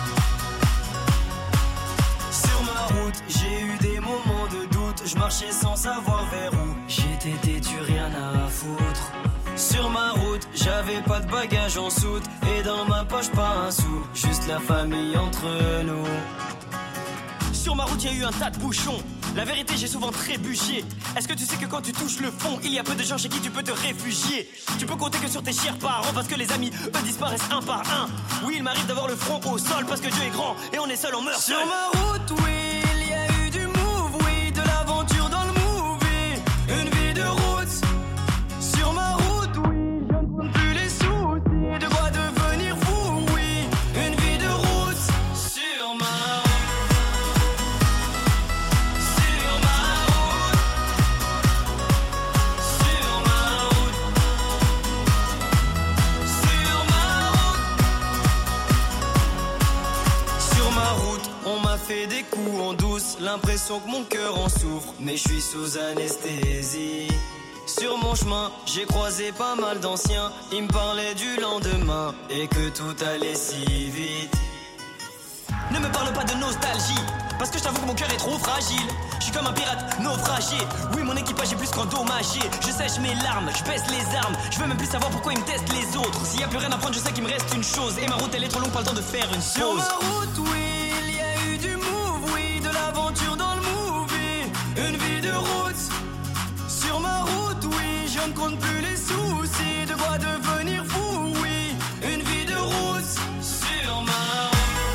Sur ma route, j'ai eu des moments de doute. Je marchais sans savoir vers où. J'étais têtu, rien à foutre. Sur ma route, j'avais pas de bagages en soute. Et dans ma poche, pas un sou. Juste la famille entre nous. Sur ma route, il y a eu un tas de bouchons. La vérité, j'ai souvent trébuché. Est-ce que tu sais que quand tu touches le fond, il y a peu de gens chez qui tu peux te réfugier? Tu peux compter que sur tes chers parents, parce que les amis, eux, disparaissent un par un. Oui, il m'arrive d'avoir le front au sol, parce que Dieu est grand et on est seul, on meurt Sur seul. ma route, oui, il y a en douce, l'impression que mon cœur en souffre, mais je suis sous anesthésie. Sur mon chemin, j'ai croisé pas mal d'anciens, ils me parlaient du lendemain et que tout allait si vite. Ne me parle pas de nostalgie, parce que je t'avoue que mon cœur est trop fragile. Je suis comme un pirate naufragé. Oui, mon équipage est plus qu'endommagé. Je sèche mes larmes, je baisse les armes. Je veux même plus savoir pourquoi ils me testent les autres. S'il y a plus rien à prendre, je sais qu'il me reste une chose. Et ma route elle est trop longue, pas le temps de faire une pause. Sur ma route, oui, il y a eu du move, oui, de l'aventure dans le movie. Une vie de route. Sur ma route, oui, je ne compte plus les soucis. De quoi devenir fou, oui. Une vie de route. Sur ma route.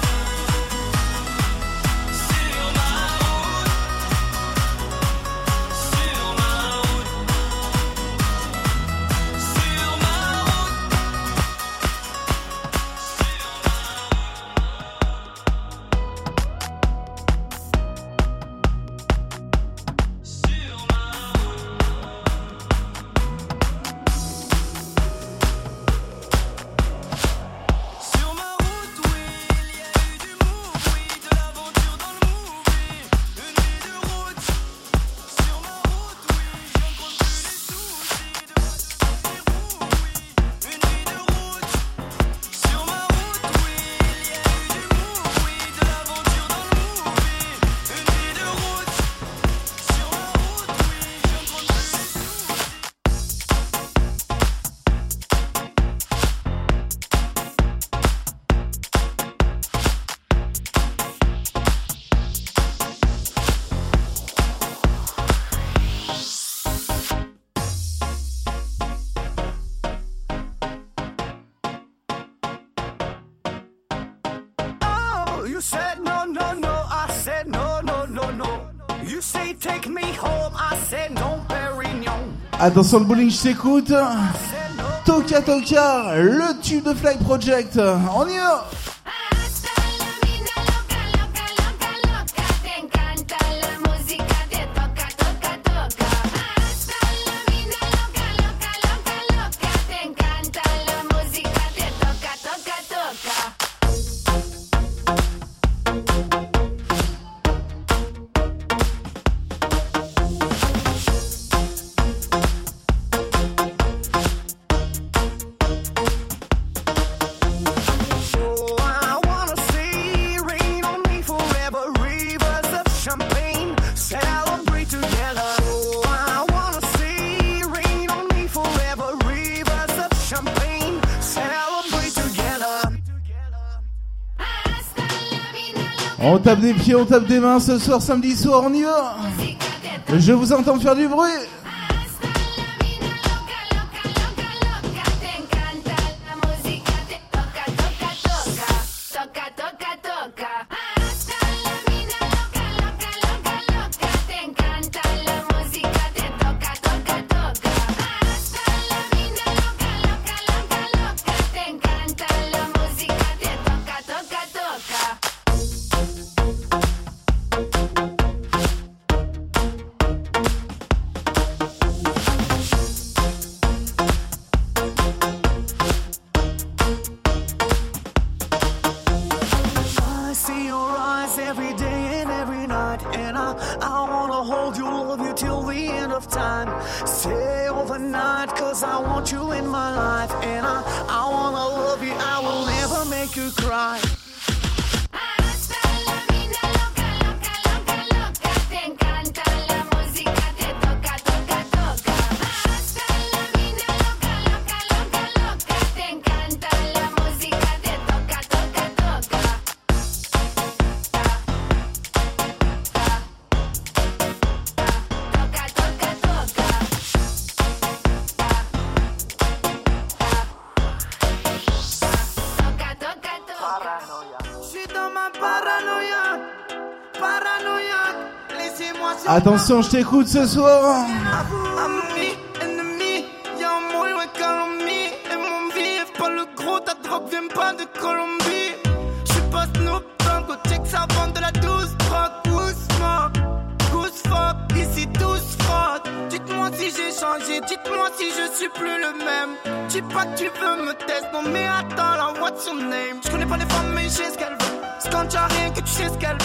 You said no, no, no, I said no, no, no, no. You say take me home, I said no, Perignon. Attention, le bowling, je t'écoute. Toka Toka, le tube de Fly Project. On y va. On tape des pieds, on tape des mains ce soir, samedi soir, on y va. Je vous entends faire du bruit. Attention, je t'écoute ce soir. Ami, ennemi, y'a un moyen calomnie. Et mon vif, pas le gros, ta drogue vient pas de Colombie. J'suis pas Snoop Dogg, au check ça vend de la douce drogue. Doucement, goose fuck, ici tous fraud. Dites-moi si j'ai changé, dites-moi si je suis plus le même. Dis pas que tu veux me tester, non mais attends là, what's your name? J'connais pas les femmes mais je sais ce qu'elles veulent. C'est quand y'a rien que tu sais ce qu'elles valent.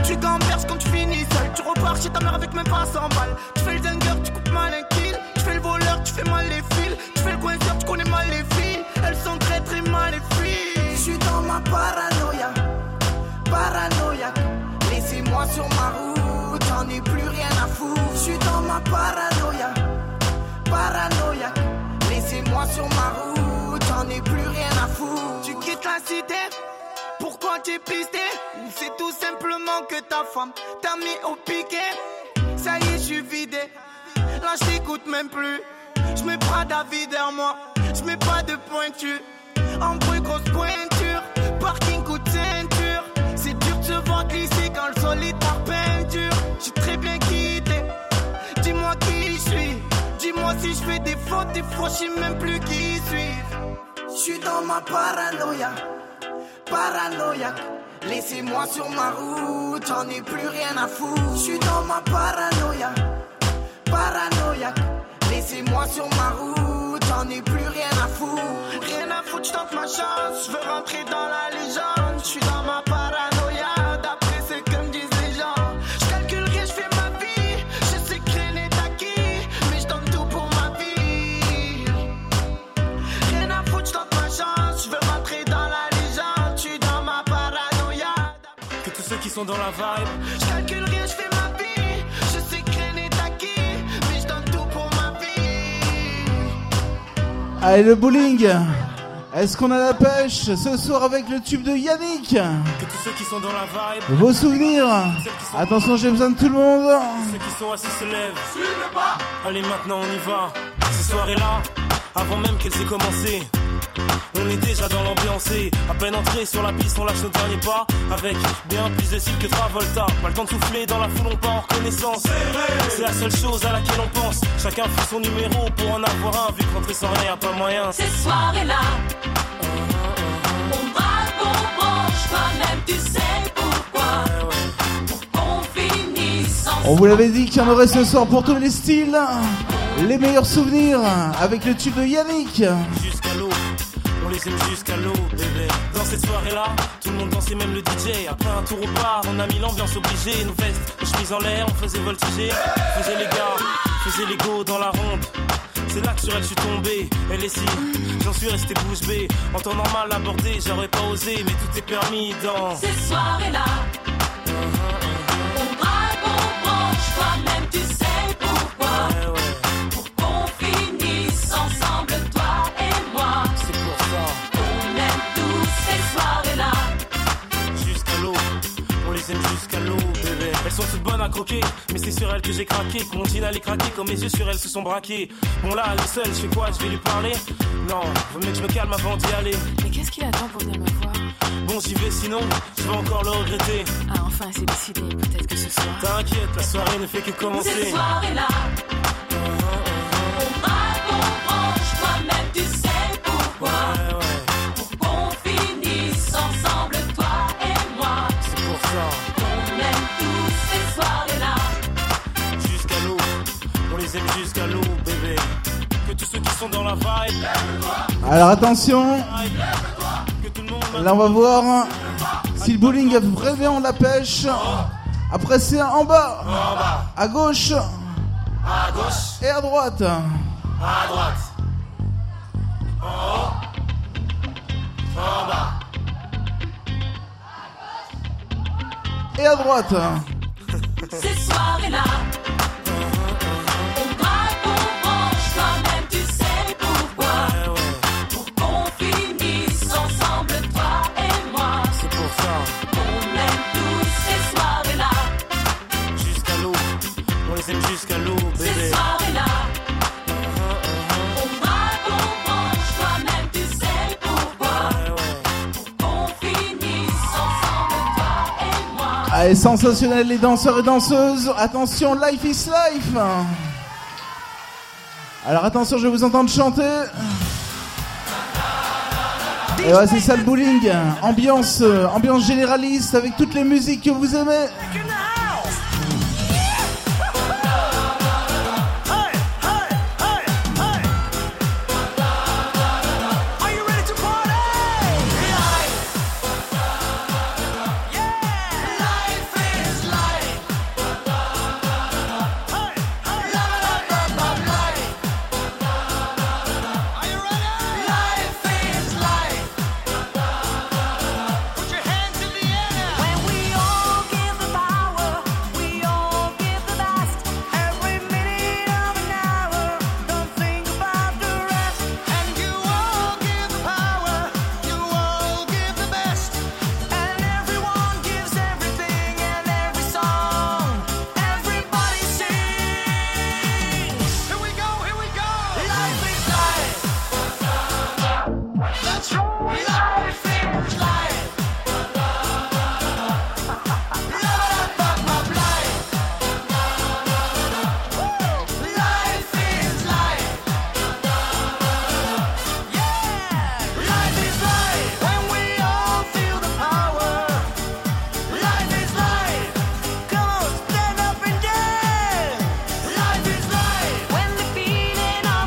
Tu gamberges quand tu finis seul. Tu repars chez ta mère avec même pas cent balles. Tu fais le dingueur, tu coupes mal un kill. Tu fais le voleur, tu fais mal les fils. Tu fais le coinceur, tu connais mal les filles. Elles sont très très mal les filles. Je suis dans ma paranoïa, paranoïaque. Laissez-moi sur ma route, j'en ai plus rien à foutre. Je suis dans ma paranoïa, paranoïaque. Laissez-moi sur ma route, j'en ai plus rien à foutre. Tu quittes la cité, pourquoi t'es pisté? Ou c'est tout simplement que ta femme t'a mis au piquet? Ça y est, je suis vidé, là je t'écoute même plus. Je mets pas David derrière moi, je mets pas de pointure. En bruit, grosse pointure, parking coup de ceinture. C'est dur de se voir glisser quand le sol est en peinture. J'suis très bien quitté, dis-moi qui je suis. Dis-moi si je fais des fautes, des fois j'sais même plus qui suis. J'suis dans ma paranoïa, paranoïaque. Laissez-moi sur ma route, j'en ai plus rien à foutre. J'suis dans ma paranoïa, paranoïaque. Laissez-moi sur ma route, j'en ai plus rien à foutre. Rien à foutre, j'tente ma chance, j'veux rentrer dans la légende. J'suis dans ma paranoïa, d'après ce que me disent les gens. J'calcule rien, j'fais ma vie, je sais que rien n'est acquis, mais j'donne tout pour ma vie. Rien à foutre, j'tente ma chance, j'veux rentrer dans la légende. J'suis dans ma paranoïa. Que tous ceux qui sont dans la vibe. J'calcule rien, j'fais ma vie, je sais que rien n'est acquis, mais j'donne tout pour ma vie. Allez, le bowling. Est-ce qu'on a la pêche ce soir avec le tube de Yannick? Que tous ceux qui sont dans la vibe. Vos souvenirs. Attention, j'ai besoin de tout le monde. Ceux qui sont assis se lèvent. Allez, maintenant on y va. Ces soirées-là, avant même qu'elles aient commencé, on est déjà dans l'ambiance et à peine entré sur la piste, on lâche nos derniers pas avec bien plus de style que Travolta. Pas le temps de souffler, dans la foule on part en reconnaissance. C'est la seule chose à laquelle on pense. Chacun fait son numéro pour en avoir un. Vu que rentrer sans rien, y'a pas moyen. Ces soirées-là, on braque, on branche, toi-même tu sais pourquoi. Pour qu'on finisse ensemble. On vous l'avait dit qu'il y en aurait ce soir pour tous les styles. Les meilleurs souvenirs avec le tube de Yannick. Jusqu'à l'eau, on les aime jusqu'à l'eau, bébé. Dans cette soirée-là, tout le monde dansait, même le D J. Après un tour au bar, on a mis l'ambiance obligée. Nos vestes, nos chemises en l'air, on faisait voltiger. Faisait les gars, faisait les go dans la ronde. C'est là que sur elle je suis tombé. Elle est si, j'en suis resté bouche bée. En temps normal abordé, j'aurais pas osé, mais tout est permis dans ces soirées-là. On braque, on branche, toi-même tu sais pourquoi. Ouais, ouais. Pour qu'on finisse ensemble, toi et moi. C'est pour ça. On aime tous ces soirées-là. Jusqu'à l'eau, on les aime jusqu'à l'eau, bébé. Elles sont toutes bonnes à croquer, mais c'est sur elles que j'ai craqué. Que mon jean allait craquer, comme mes yeux sur elles se sont braqués. Bon là, elle est seule, je fais quoi? Je vais lui parler? Non, vaut mieux que je me calme avant d'y aller. Mais qu'est-ce qu'il attend pour venir me voir? Bon, j'y vais, sinon, je vais encore le regretter. Ah, enfin, c'est décidé, peut-être que ce soir. T'inquiète, la soirée ne fait que commencer. Ces soirées-là, on braque, on branche, toi-même tu sais pourquoi. Ouais, ouais. Pour qu'on finisse ensemble, toi et moi. C'est pour ça. On aime tous ces soirées-là. Jusqu'à l'eau, on les aime jusqu'à l'eau, bébé. Que tous ceux qui sont dans la vibe. Alors attention. Là on va voir si le bowling a vraiment la pêche. Après c'est en bas, à gauche, à gauche et à droite. À droite. En haut. En bas. Et à droite. Ces soirées-là, on braque, on branche, toi-même tu sais pourquoi. Ouais, ouais. Pour qu'on finisse ensemble, toi et moi. C'est pour ça. On aime tous ces soirées-là. Jusqu'à l'eau, on les aime jusqu'à l'eau, bébé. Ces soirées-là, on braque, on branche, toi-même tu sais pourquoi. Ouais, ouais. Pour qu'on finisse ensemble, toi et moi. Allez, sensationnel les danseurs et danseuses. Attention, life is life. Alors attention, je vais vous entendre chanter. Et ouais, c'est ça le bowling. Ambiance, euh, ambiance généraliste avec toutes les musiques que vous aimez. Life is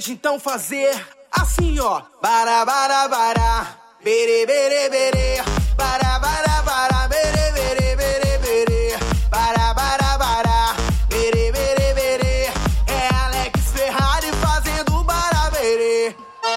gente então fazer assim, ó. Bara, bara, bara, bere, bere, bere. Bara, bara, bara, bere, bere, bere, bere. Bara, bara, bara, bere, bere, bere. É Alex Ferrari fazendo barabere.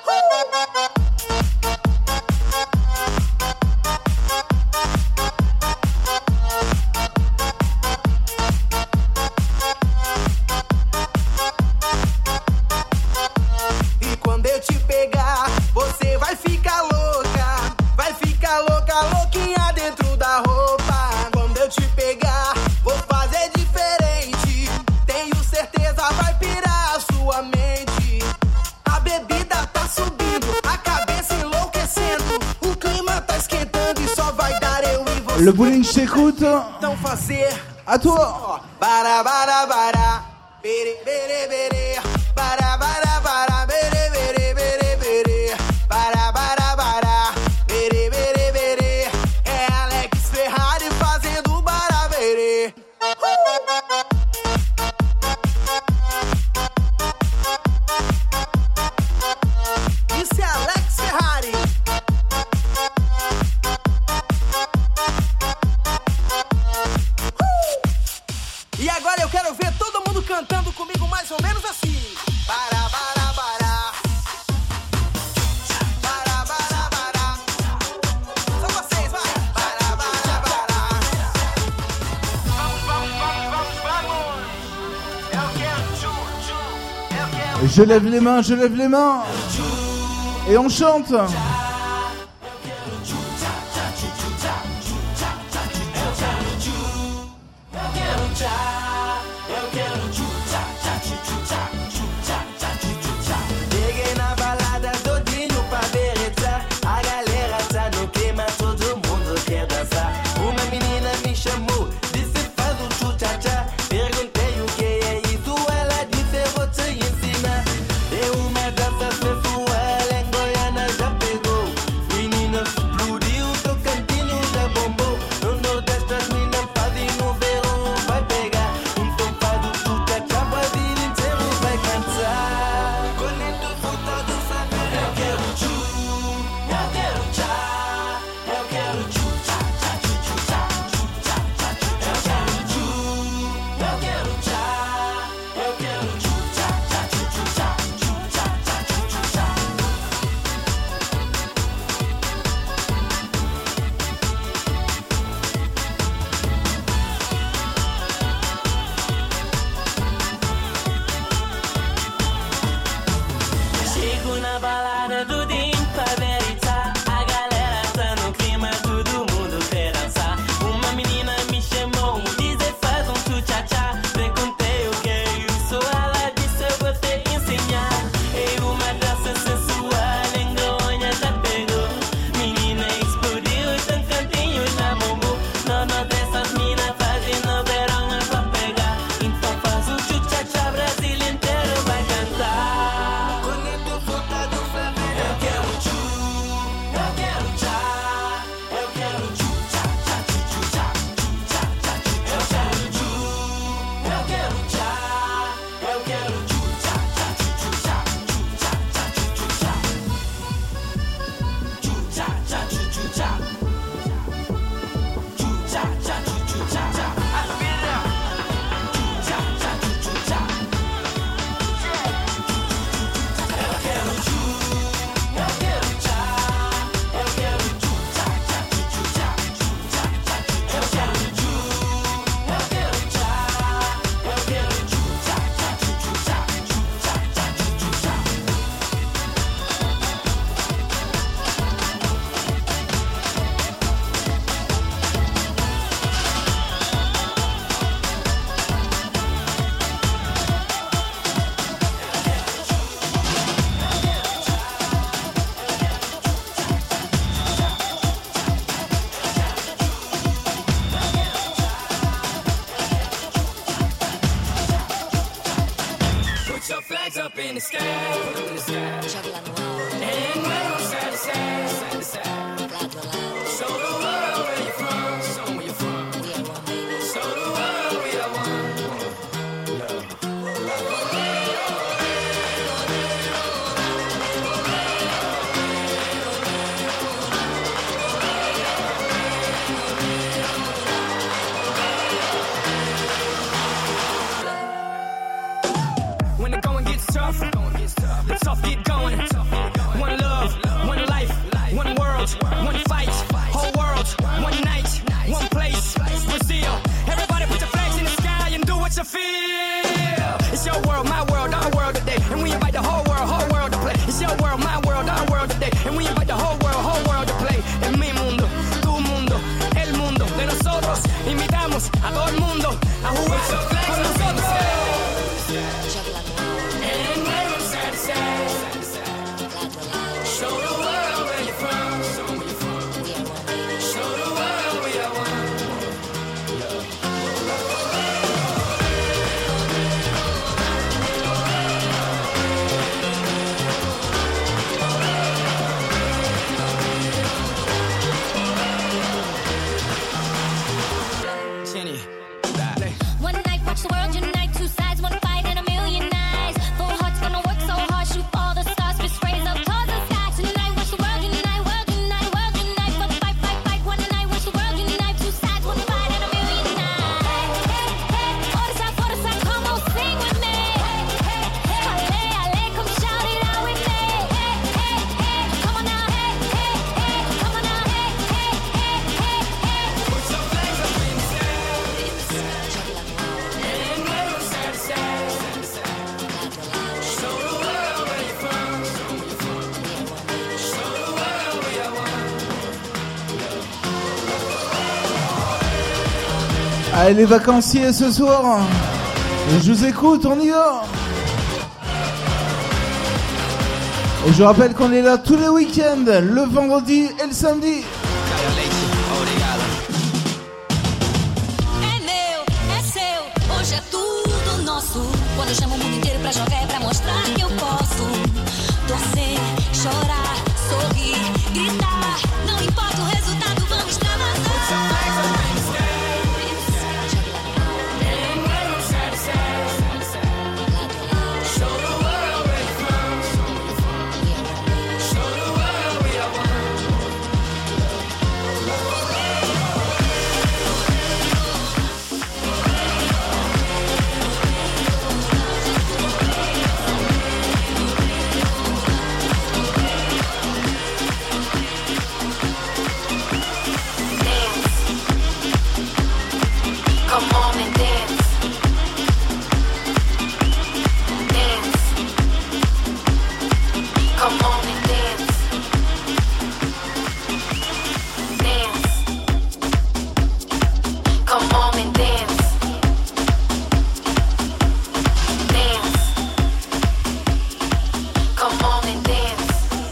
E quando eu te pegar, você vai ficar louca. Vai ficar louca, louquinha dentro da roupa. Quando eu te pegar, vou fazer diferente. Tenho certeza vai pirar a sua mente. A bebida tá subindo, a cabeça enlouquecendo. O clima tá esquentando e só vai dar eu e você. Le bowling s'écoute. Então fazer À toi. bara, bara, bara, bere, bere, bere. Bara, bara, bara, bere, bere, bere, bere. Bara, bara, bara, bere, bere, bere. É Alex Ferrari fazendo barabere. Isso é Alex Ferrari. E agora eu quero ver todo mundo cantando comigo mais ou menos assim. Bara, bara, bara. Bara, bara, bara. Só vocês, vai. Bara, bara, bara. Vamos, vamos, vamos, vamos, vamos. Eu quero tchu, tchu. Eu quero Je lève les mains, je lève les mains. Et on chante. Cheguei na balada todinho pra beretar. A galera tá no clima, todo mundo quer dançar. Uma menina me chamou, disse faz um tchu-tcha-tcha. Perguntei o que é isso, ela disse eu vou te ensinar. É uma dança sensual, em Goiânia já pegou. Menina explodiu, Tocantins já bombou. No Nordeste as meninas fazem, no verão vai pegar. Então faz o tchu-tcha-tcha, o Brasil inteiro vai cantar. Conecto voltado, sabe? Eu quero tchu, eu quero tchá. Eu quero tchu, tchá, tchá, tchu, tchu, tchá, tchu, tchá, tchá, tchu, tchá. Eu quero tchu, eu quero tchá. Eu quero tchu, tchá, tchá, tchu, tchu, tchá, tchu, tchá, tchá, tchu, tchu, tchá. Chego na balada do Dinho pra veritar. A galera tá no clima, todo mundo quer dançar. Uma menina me chamou, dizer faz um tchu-tcha-tcha. Perguntei o que é isso, ela disse eu vou te ensinar. É uma dança sensual, em Goiânia já pegou. Menina explodiu, Tocantins já bombou. No Nordeste as minas fazem, no verão é pra pegar. Então faz o tchu-tcha-tcha, Brasil inteiro vai cantar. Conecto voltado pra ver. Eu quero tchu, eu quero tchá. Eu quero tchu, tchá, tchá, tchu, tchu, tchá, tchu, tchá, tchá, tchu, tchu. Eu quero tchu, eu quero tchá. Eu quero tchu, tchá, tchá, tchu, tchu, tchá, tchu, tchá, tchá, tchu, tchu, tchá. Tchu, tchá, tchá, tchu, tchu, tchá. Tchu, tchá, tchá, tchu, tchu, tchá. Aspira. Tchu, tchá, tchá, tchu, tchu, tchá. Eu quero tchu, eu quero tchá. Eu quero tchu, tchá, tchá, tchu, tchu, tchá, tchu, tchá, tchá, tchu, tchu. Eu quero tchu, eu quero tchá. Eu quero tchu, tchá, tchá, tchu, tchu, tchá, tchu, tchá, tchá, tchu, tchu, tchá. Put your flags up in the sky, put 'em in the sky. And wave 'em side to side, side to side. Show the world where you're from, show 'em where you're from. Show the world we are one. invitamos a todo el mundo a jugar con nosotros. And we're on Sunset. Show the world where you're from. Show the world we are one. Jenny. One night, watch the world unite. Two sides, one fight, and a million eyes. Full hearts gonna work so hard, shoot all the stars, fist raise up towards the sky. Tonight, watch the world unite, world unite, world unite. Fuck, fight, fight, fight. One night, watch the world unite. Two sides, one fight, and a million eyes. Hey, hey, hey, forza, forza, come on, sing with me. Hey, hey, hey, ale, ale, come shout it out with me. Hey, hey, hey, come on now. Hey, hey, hey, come on now. Hey, hey, hey, hey, hey. Put some flags up in the sky. And we're on Sunset. Show the world where you're from. Show the world we are one. Allez les vacanciers ce soir, je vous écoute, on y va. Et je rappelle qu'on est là tous les week-ends, le vendredi et le samedi. É meu, é seu, hoje é tudo nosso. Quando eu chamo o mundo inteiro pra jogar é pra mostrar que eu posso. Torcer, chorar, sorrir, gritar. Não importa o resultado, vamos extravasar. And we're on Sunset. Show the world where you're from. Show the world we are one. Come on and dance. Dance. Come on and dance. Dance. Come on and dance. Dance. Come on and dance.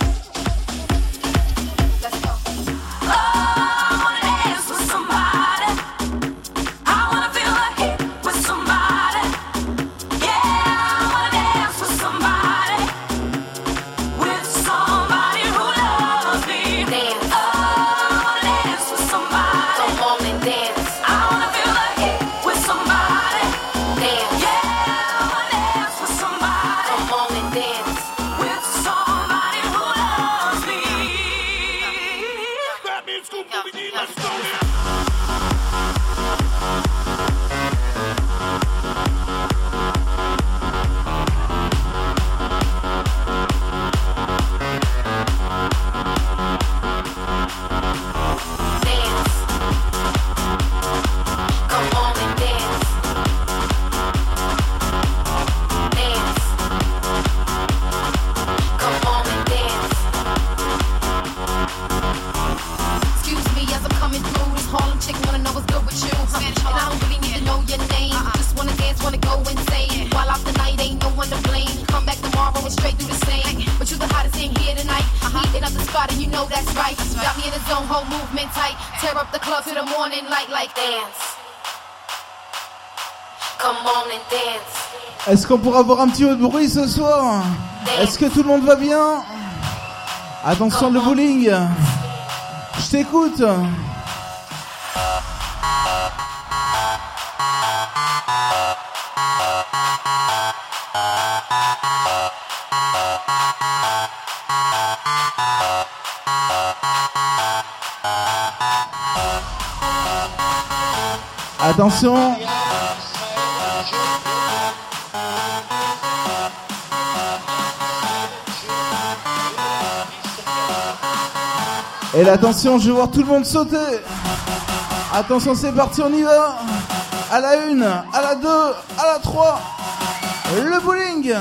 Let's go. Oh, I wanna dance with somebody. I wanna feel a hit with somebody. Yeah, I wanna dance with somebody. With somebody who loves me. Dance. Oh, I wanna dance with somebody. Come on and dance. I wanna feel a hit with somebody. Dance. Yeah, I wanna dance with somebody. Come on and dance. With somebody who loves me. Grab me and scoop, Booby D, let's go now. Dance. Come on and dance. Dance. Come on and dance. Excuse me as I'm coming through. This Harlem chick wanna know what's good with you. Huh? And I don't really need to know your name. Just wanna dance, wanna go insane. While out the night, ain't no one to blame. Come back tomorrow and straight through the same. But you the hottest thing here tonight. Heating up the spot and you know that's right. Got me in the zone, whole movement tight. Tear up the club to the morning light like dance. Come on and dance. Est-ce qu'on pourra avoir un petit peu de bruit ce soir? Est-ce que tout le monde va bien? Attention le bowling. Je t'écoute. Attention. Et l'attention, je vais voir tout le monde sauter. Attention, c'est parti, on y va. À la une, à la deux, à la trois. Le bowling.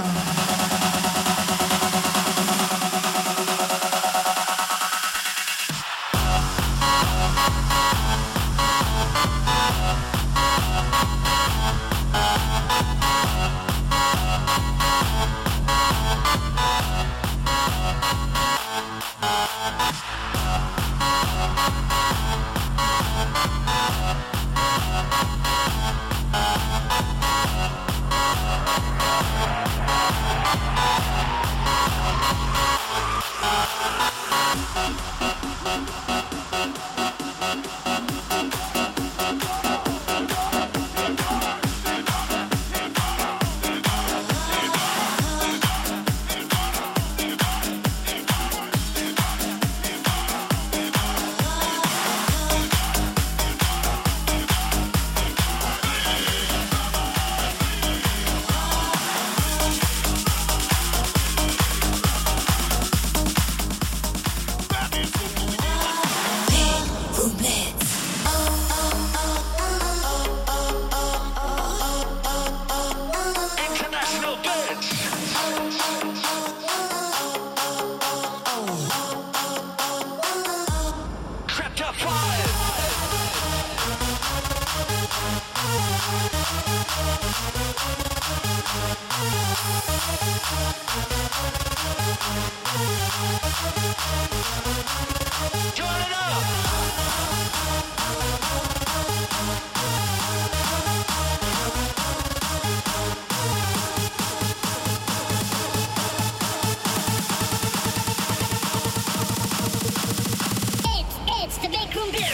It's the big room beer.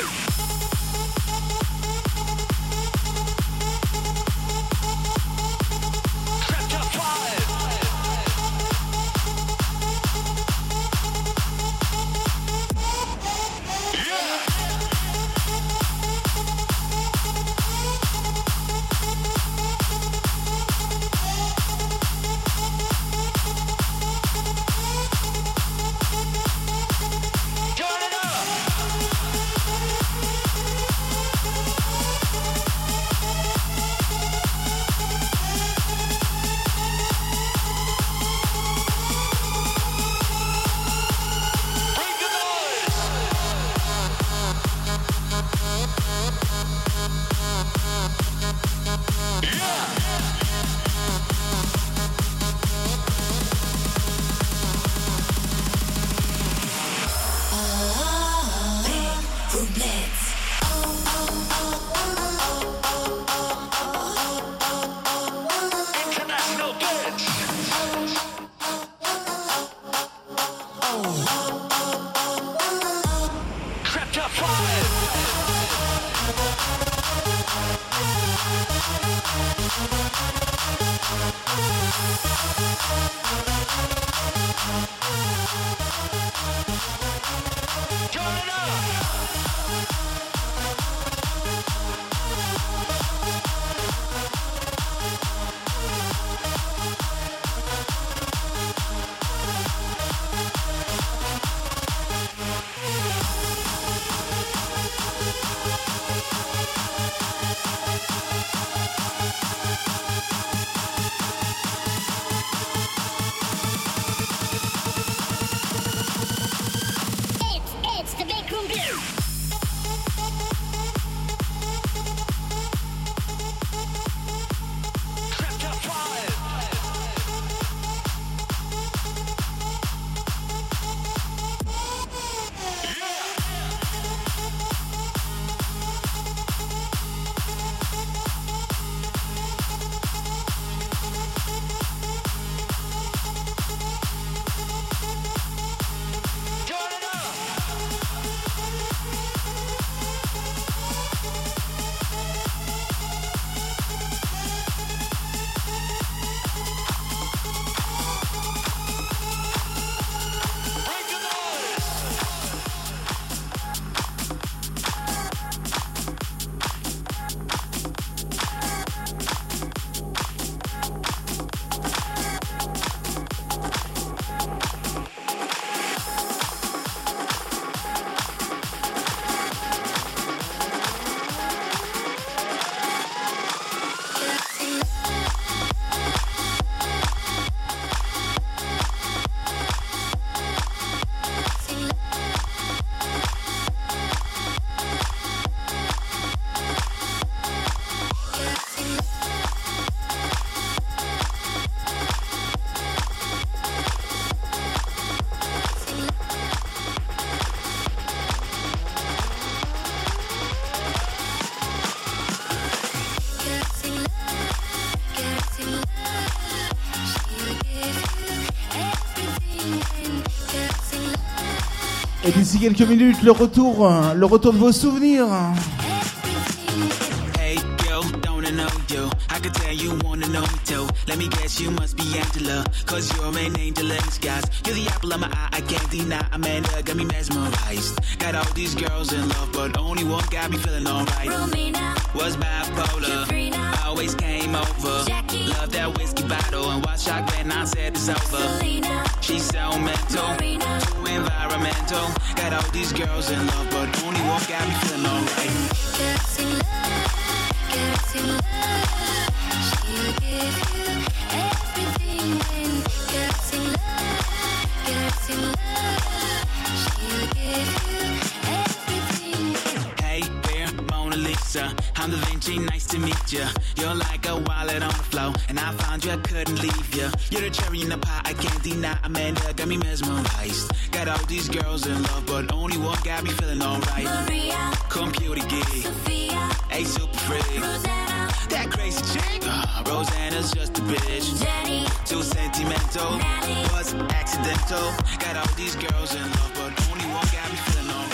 Et d'ici quelques minutes, le retour, le retour de vos souvenirs. Hey, girl, don't I know you? I could tell you wanna know me too. Let me guess, you must be Angela, cause you're an angel in disguise. You're the apple of my eye, I can't deny. Amanda got me mesmerized. Got all these girls in love, but only one got me feeling alright. Romina was bipolar, Katrina, always came over. Jackie, loved that whiskey bottle and watched shock when I said it's over. Selena, she's so mental, Marina, too environmental. Got all these girls in love, but only one got me feeling alright. Girls in love, girls in love. She'll give you everything when girls in love, girls in love. She'll give you everything. Hey, we're Mona Lisa. I'm the Vinci Archie, nice to meet ya. You're like a wallet on the floor, and I found you, I couldn't leave ya. You're the cherry in the pie, I can't deny. Amanda got me mesmerized. Got all these girls in love, but only one got me feeling alright. Maria, computer geek, Sophia, a super freak, Rosanna, that crazy chick. Uh, Rosanna's just a bitch. Jenny, too sentimental, Natalie, was accidental. Got all these girls in love, but only one got me feeling alright.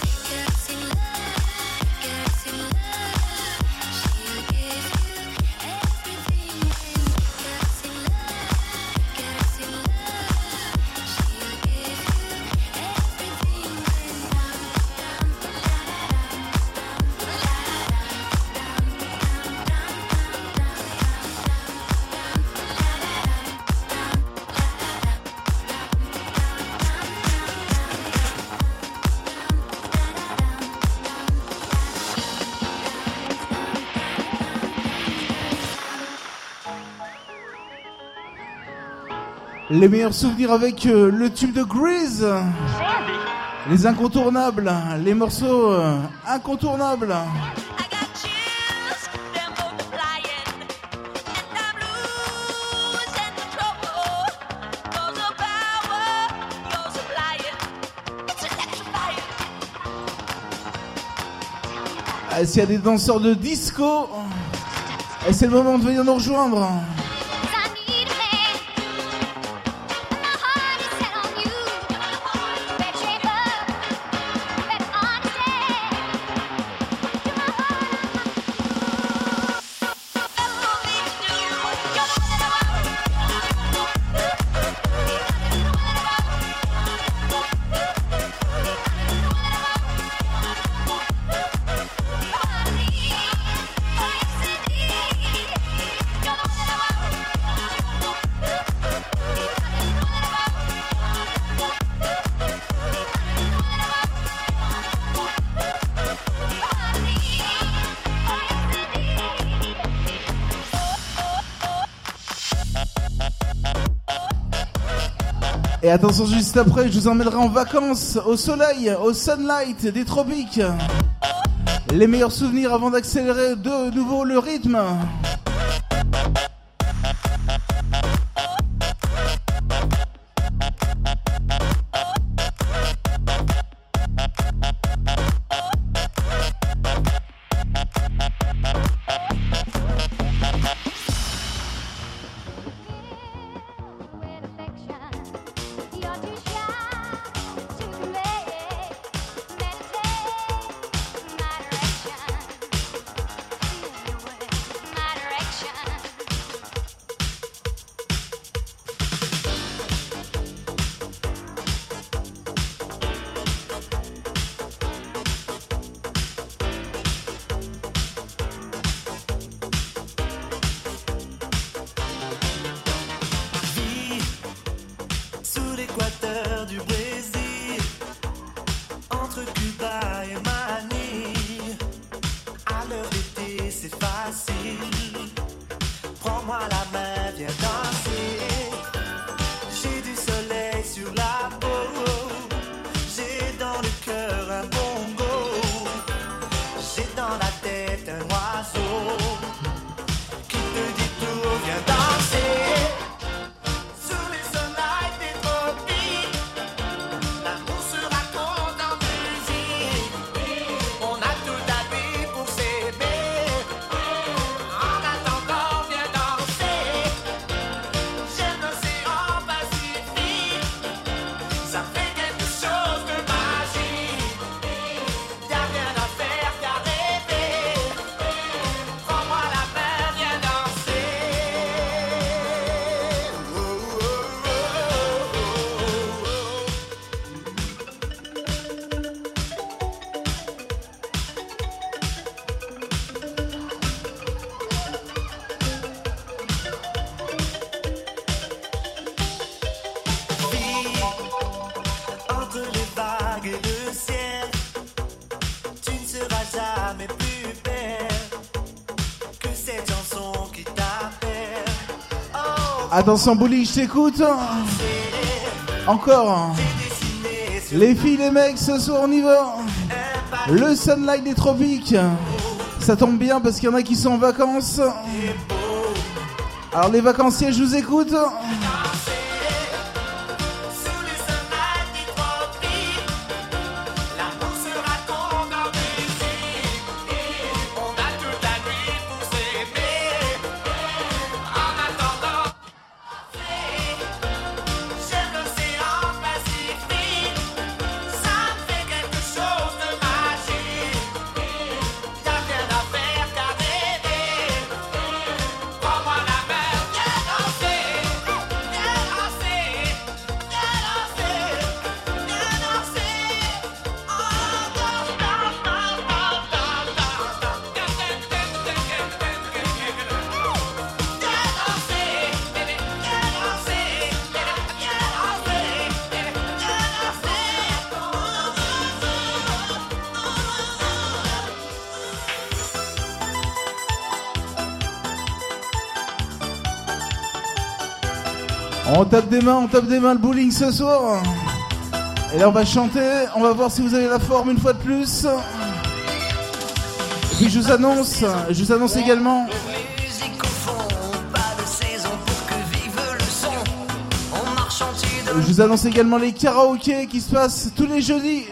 Les meilleurs souvenirs avec euh, le tube de Grease. Les incontournables, les morceaux euh, incontournables. Ah, s'il y a des danseurs de disco, et c'est le moment de venir nous rejoindre. Et attention, juste après, je vous emmènerai en vacances au soleil, au sunlight des tropiques. Les meilleurs souvenirs avant d'accélérer de nouveau le rythme. Attention Bouli, je t'écoute. Encore. Les filles, les mecs, ce soir on y va. Le sunlight des tropiques. Ça tombe bien parce qu'il y en a qui sont en vacances. Alors les vacanciers, je vous écoute. On tape des mains, on tape des mains le bowling ce soir. Et là on va chanter, on va voir si vous avez la forme une fois de plus. Et puis je vous annonce, je vous annonce également. Je vous annonce également les karaokés qui se passent tous les jeudis.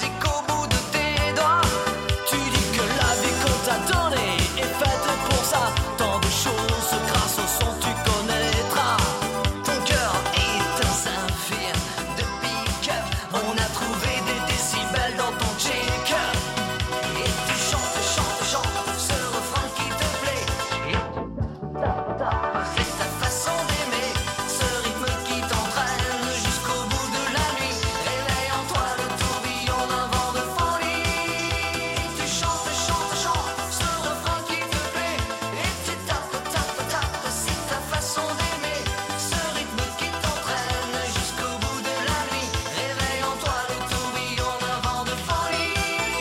Tu dis que la vie qu'on t'a donnée est faite pour ça. Tant de choses grâce au son tu connaîtras. Ton cœur est un saphir de pick-up. On a trouvé des décibels dans ton check-up. Et tu chantes, chantes, chantes ce refrain qui te plaît. Et c'est ta façon d'aimer, ce rythme qui t'entraîne jusqu'au bout de la nuit. Réveille en toi le tourbillon d'un vent de folie. Tu chantes, chantes, chantes ce refrain qui te plaît. Et tu tapes, tapes, tapes, c'est ta façon d'aimer, ce rythme qui t'entraîne jusqu'au bout de la nuit. Réveille en toi le tourbillon d'un vent de folie.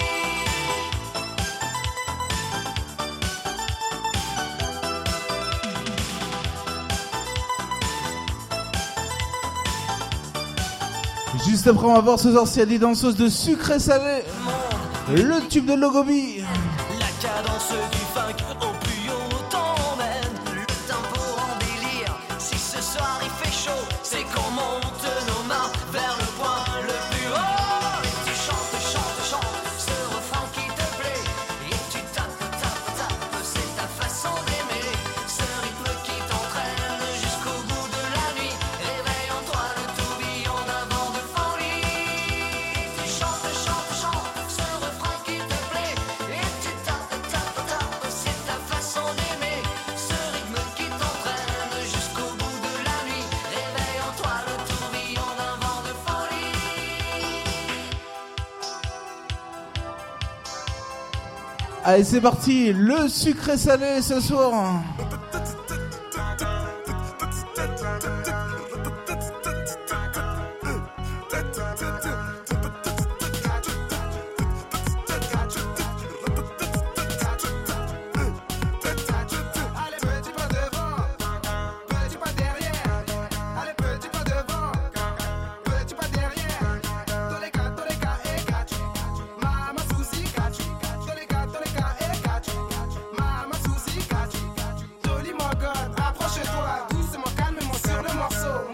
Juste après on va voir ce soir s'il y a des danseuses de sucré salé. Le tube de Logobi. La cadence du funk au plus haut t'emmène. Le tempo en délire. Si ce soir il fait chaud, c'est qu'on monte nos mains vers le point le plus haut. Et tu chantes, chantes, chantes ce refrain qui te plaît. Et tu tapes, tapes, tapes, c'est ta façon d'aimer, ce rythme qui t'entraîne jusqu'au bout de la nuit. Réveille en toi le tourbillon d'un vent de folie. Tu chantes, chantes, chantes ce refrain qui te plaît. Et tu tapes, tapes, tapes, c'est ta façon d'aimer, ce rythme qui t'entraîne jusqu'au bout de la nuit. Réveille en toi le tourbillon d'un vent de folie. Allez c'est parti, le sucré salé ce soir. Allez petit pas devant, petit pas derrière. Allez petit pas devant, petit pas derrière. Toleka, toleka, et gachi. Mama susi gachi. Toleka, toleka, et gachi. Mama susi gachi. Joli mon god, approche-toi doucement, calme-moi sur le morceau.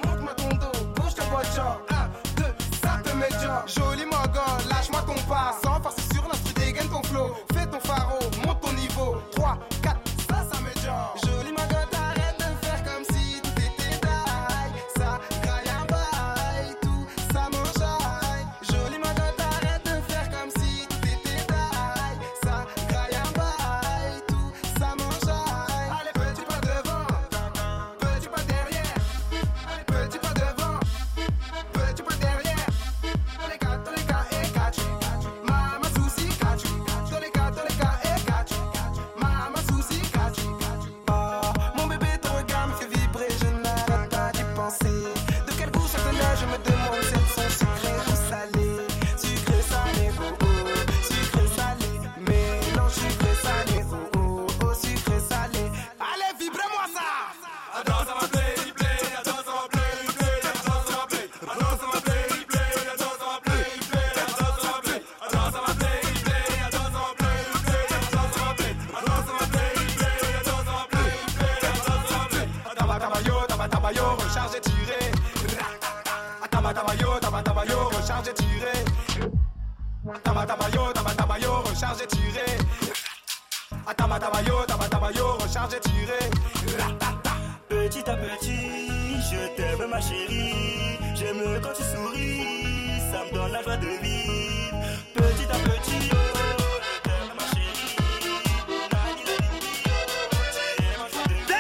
recharge et tiré. Taba taba yo, taba taba yo, recharge et tiré. Ah, taba taba yo, taba taba yo, recharge et tiré. Petit à petit, je t'aime ma chérie. J'aime quand tu souris, ça me donne la joie de vivre. Petit à petit, oh, je t'aime ma chérie. Nani, nani, oh, tu es ma joie de vivre.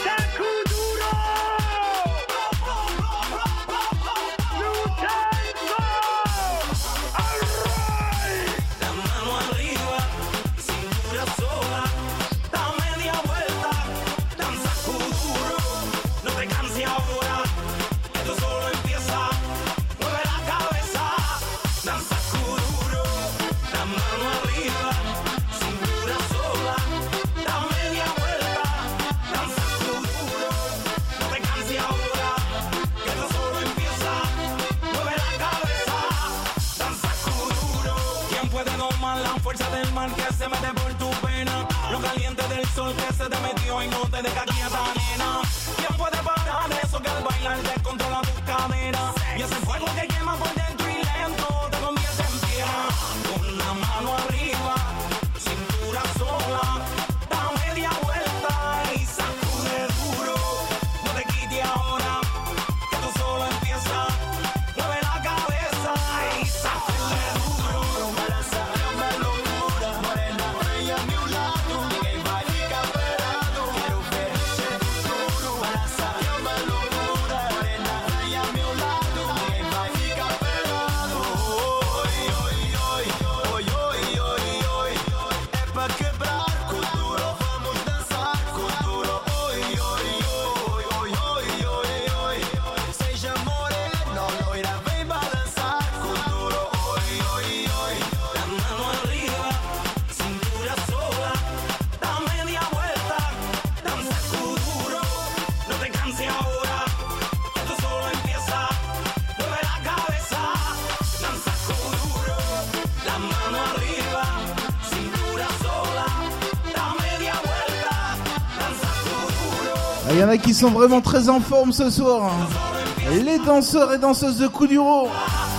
La mano arriba, cintura sola, da media vuelta, danza duro, no te canses ahora, esto solo empieza, mueve la cabeza, danza duro, la mano arriba, cintura sola, da media vuelta, danza duro, no te canses ahora, esto solo empieza, mueve la cabeza, danza duro. ¿Quién puede domar la fuerza del mar que se mete por tu pena? Lo caliente del sol que se te metió y no te deja quieta, nena. ¿Quién puede parar eso que al bailar te controla tus caderas? Y ese fuego que quema por dentro y lento te convierte en piedra. Con la mano arriba, cintura sola, da media vuelta y sacude duro. No te quites ahora, que esto solo empieza. Mueve la cabeza y sacude duro. Balanza, una locura, morena, rey a mi lado. Ninguém vai ficar parado. Quero ver esse futuro. Balanza, uma loucura, morena, rey a mi lado. Ninguém vai ficar parado. Oi, oi, oi, oi, oi, oi, oi. É pra quebrar com duro, vamos dançar com duro. Oi, oi, oi, oi, oi, oi, oi. Seja morena, loira, vem balançar com duro. Oi, oi, oi. La mano arriba, cintura sola, da media vuelta, danza duro. No te canses ahora, esto solo empieza. Mueve la cabeza, danza duro. La mano arriba, cintura sola, da media vuelta, danza duro. Il y en a qui sont vraiment très en forme ce soir. Les danseurs et danseuses de Kuduro.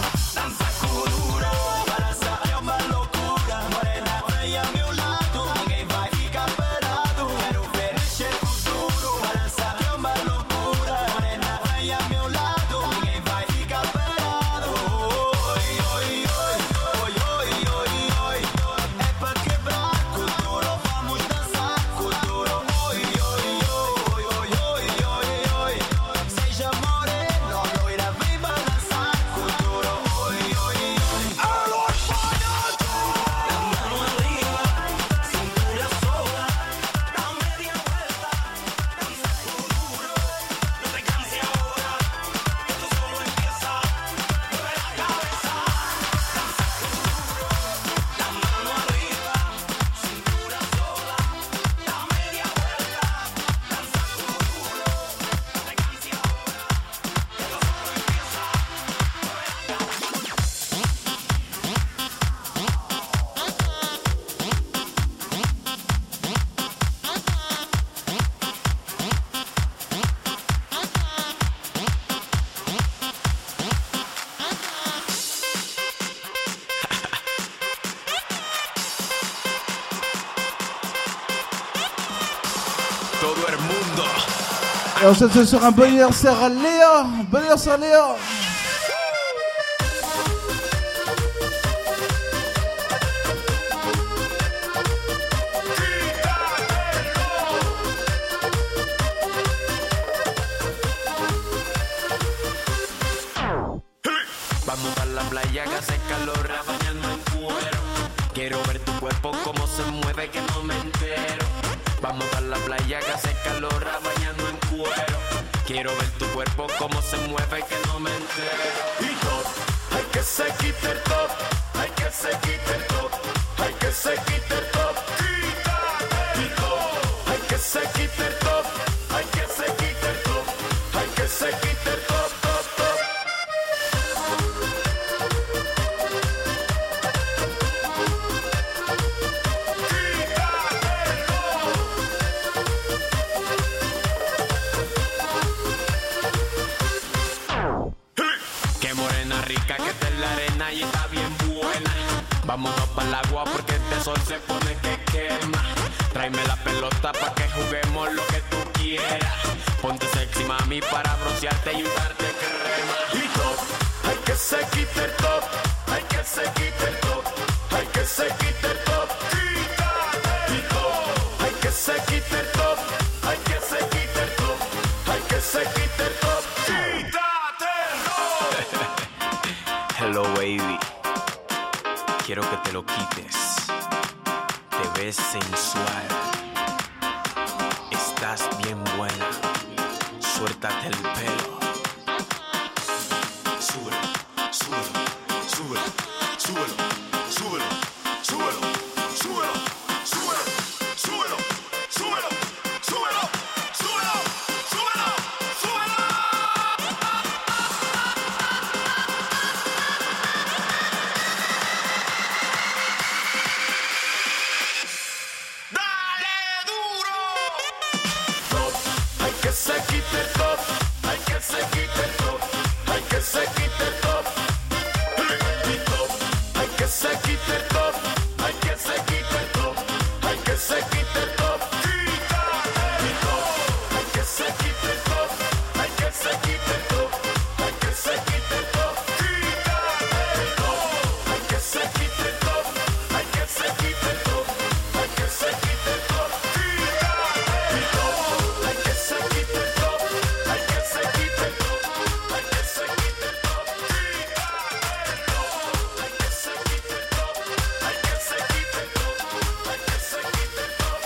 Rey a mi lado, ninguém vai ficar parado. Quero ver esse futuro. Balança, é uma loucura. Morena, rei a meu lado, ninguém vai ficar parado. Oi, oi, oi, oi, oi, oi, oi. É pra quebrar com duro, vamos dançar com duro. Oi, oi, oi, oi, oi, oi, oi. Seja morena, loira, vem balançar com duro. Oi, oi, oi. Alô, La mano arriba, cintura sola, da media vuelta, danza duro. No te canses ahora, esto solo empieza. Mueve la cabeza, danza duro. La mano arriba, cintura sola, da media vuelta, danza duro. No te canses ahora, esto solo empieza. Todo el mundo. Et on souhaite ce soir un bon anniversaire à Léa. Bon anniversaire à Léa. Vamos a la playa que hace calor, bañando en cuero. Quiero ver tu cuerpo como se mueve, que no me entero. Vamos a la playa que hace calor, bañando en cuero. Quiero ver tu cuerpo como se mueve, que no me entero. Y top, hay que se quite el top, hay que se quite el top, hay que se quite el top. Y top, hay que se quite el top, hay que se quite el top, hay que se quite el top, top, top. Qué morena rica que está en la arena agua porque este sol se pone que quema. Tráeme la pelota pa' que juguemos lo que tú quieras. Ponte sexy mami para broncearte y usarte crema. Y top, hay que se quite el top, hay que se quite el top, hay que se quite el top. Y top, hay que se quite el top, hay que se quite el top, hay que se quite el top. Hello baby, quiero que te lo quites. Te ves sensual, estás bien buena. Suéltate el pelo. Súbelo, súbelo, súbelo, súbelo, súbelo, súbelo, súbelo, súbelo, súbelo, súbelo, súbelo, súbelo, súbelo, súbelo. Hay que se quite el top, hay que se quite el top, hay que se quite el top. Y top, hay que se quite el top, hay que se quite el top, hay que se quite el top. Y top, hay que se quite el top, hay que se quite el top, hay que se quite el top. Y top, hay que se quite el top, hay que se quite el top, hay que se quite el top. Y top, hay que se quite el top, hay que se quite el top, hay que se quite el top. Hay que se quite el top, hay que se quite el top, hay que se quite el top.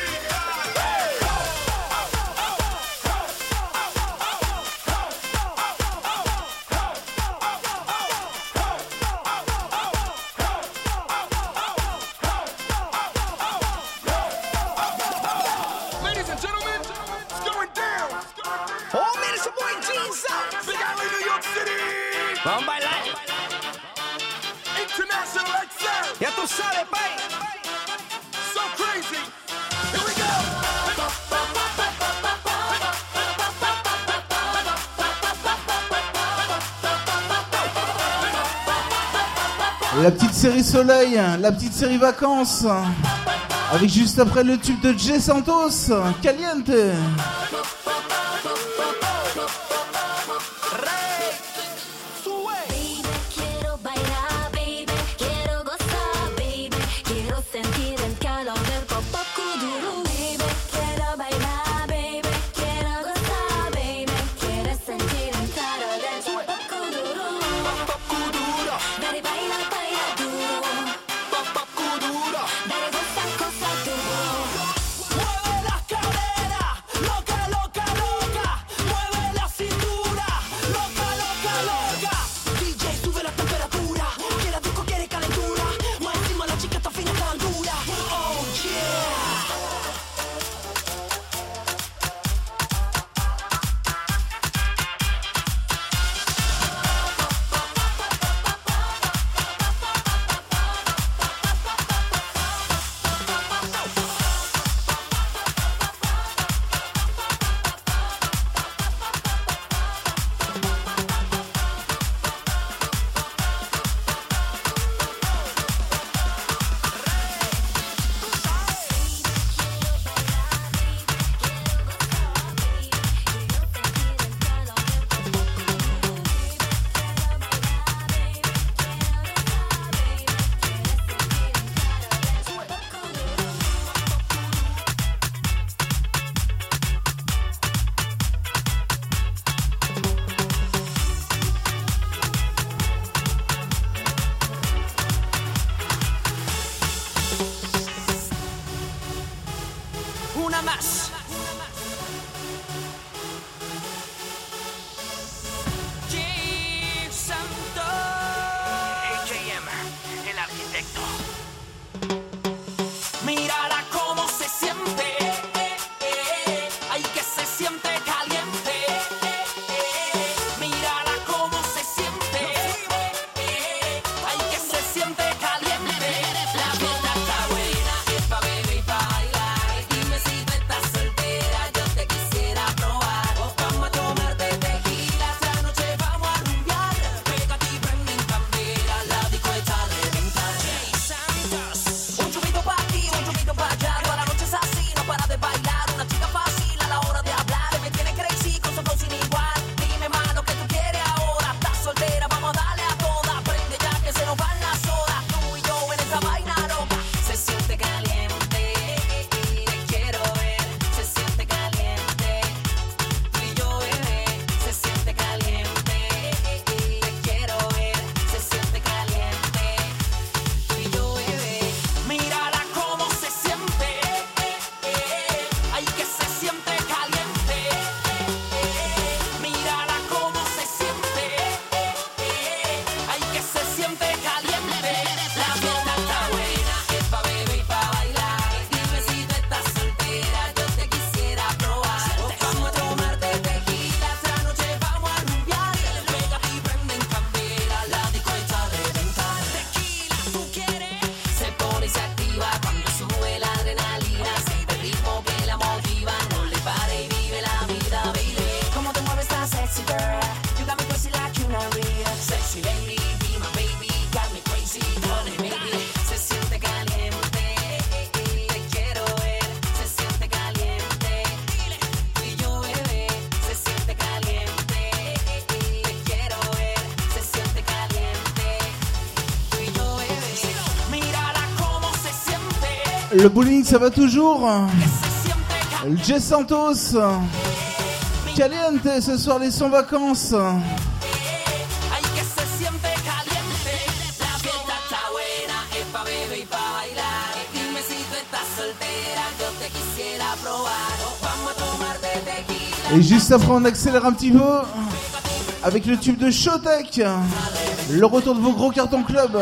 Ladies and gentlemen, it's going down. Oh man, it's your boy Jesus. Big Alley, New York City. Vamos a bailar. International X L. Ya tú sabes, bye. So crazy. Here we go. La petite série Soleil, la petite série Vacances, avec juste après le tube de Jay Santos, Caliente. Quiero bailar, baby, quiero gozar, baby, quiero sentir el calor del popo kuduro, baby, quiero bailar, baby, quiero gozar, baby, quiero sentir el calor del popo kuduro, dale baila, baila duro, dale goza, goza duro. Mueve las caderas, loca, loca, loca. Le bowling, ça va toujours. Le Jay Santos. Caliente, ce soir, les sons vacances. Ay, que se siente caliente. La fiesta está buena, es pa' beber y pa' bailar. Dime si tú estás soltera, yo te quisiera probar. Vamos a tomar de tequila. Et juste après, on accélère un petit peu avec le tube de Showtek. Le retour de vos gros cartons club.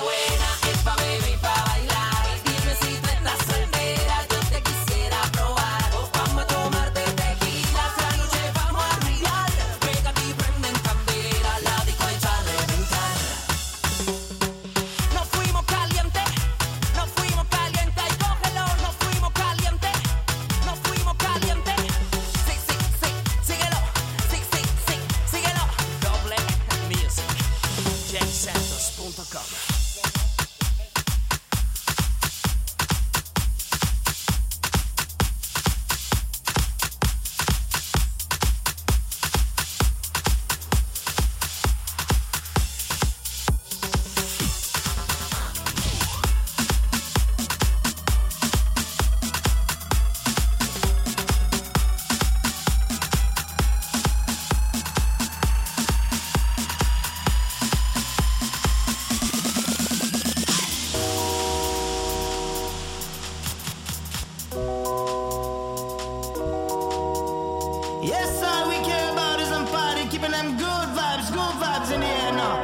Yes, all we care about is them party, keeping them good vibes, good vibes in the air now.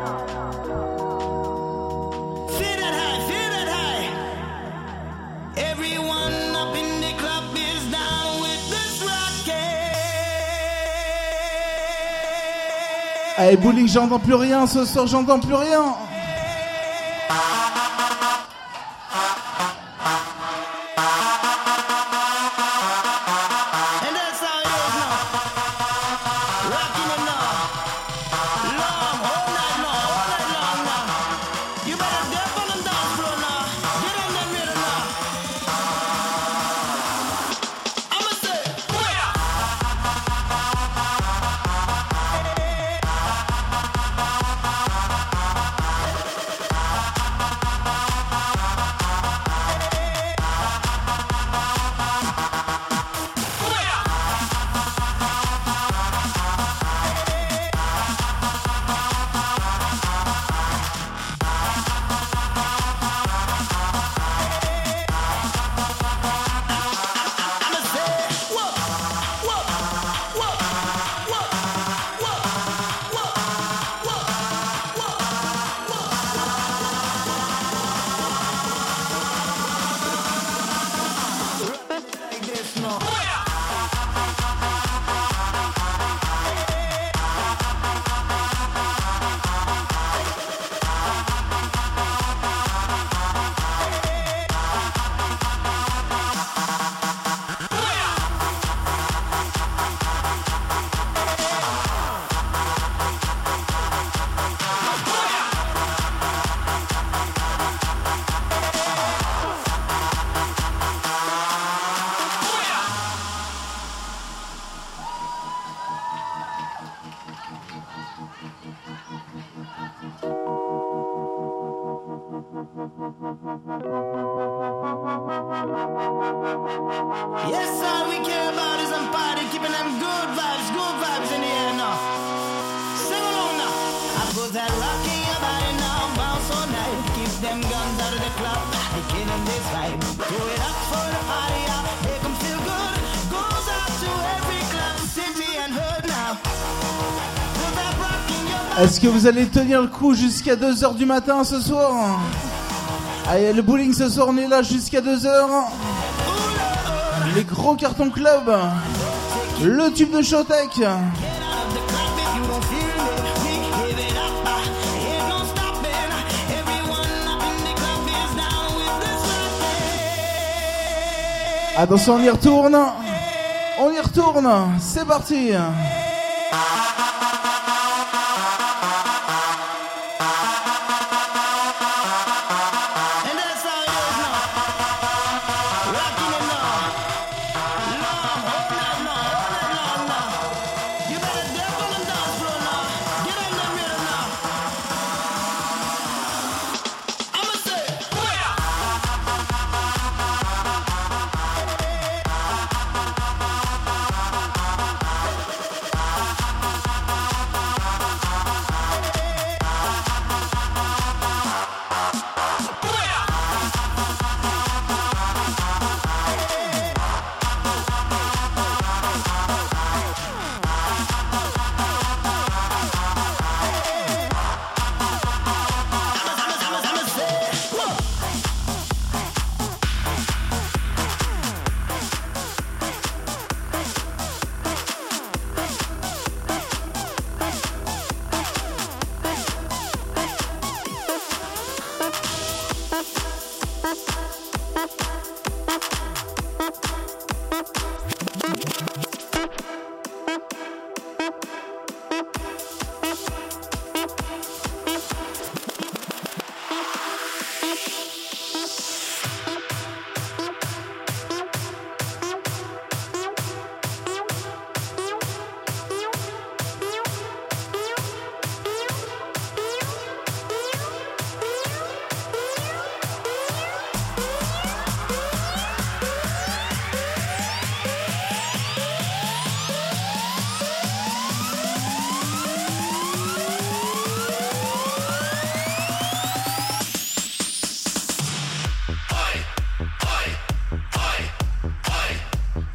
Feel that high, feel that high. Everyone up in the club is down with this rocket. Allez, bowling, j'entends plus rien. Ce soir, j'entends plus rien. And that's how it is now. Rocking it now. Long, all night long, all night long now. You better dip on the dance floor now. Get on that rhythm now. I'ma say, like this now. Yes, all we care about is them party, keeping them good vibes, good vibes in the air now. Sing along now. I put that rock in your body now, bounce all night. Keep them guns out of the club, they killing this vibe. Do it up for the party, out, make them feel good. Goes out to every club, city and hood now. Put that rock in your body. Est-ce que vous allez tenir le coup jusqu'à deux heures du matin ce soir? Allez, le bowling ce soir, on est là jusqu'à deux heures. Les gros cartons club. Le tube de Showtek. If you don't feel it, give it up. Ain't no stopping. Everyone up in the club is down with this rocket. Attention, on y retourne. On y retourne. C'est parti. And that's how it is now. Rocking it now. Long, all night long, all night long now. You better dip on the dance floor now. Get on that rhythm now. I'ma say,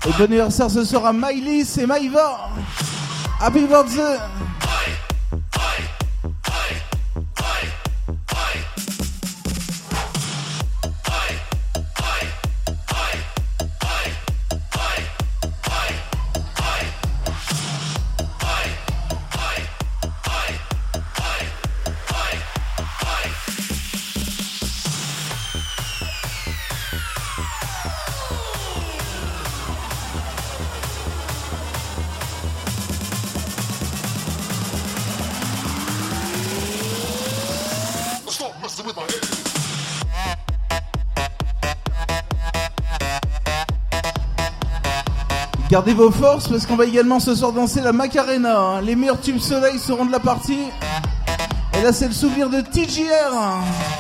Et bon anniversaire ce soir à Miley et Maïva. Happy birthday. Gardez vos forces parce qu'on va également ce soir danser la Macarena. Les meilleurs tubes soleil seront de la partie. Et là c'est le souvenir de T J R.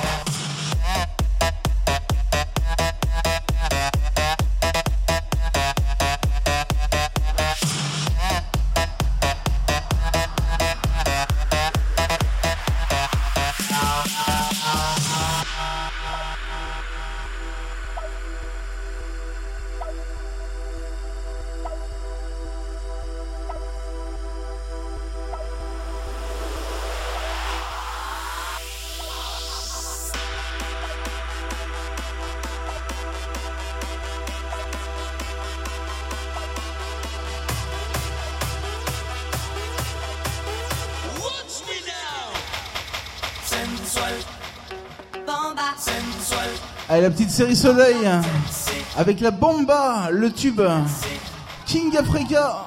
Allez, la petite série soleil avec la bomba, le tube King Africa.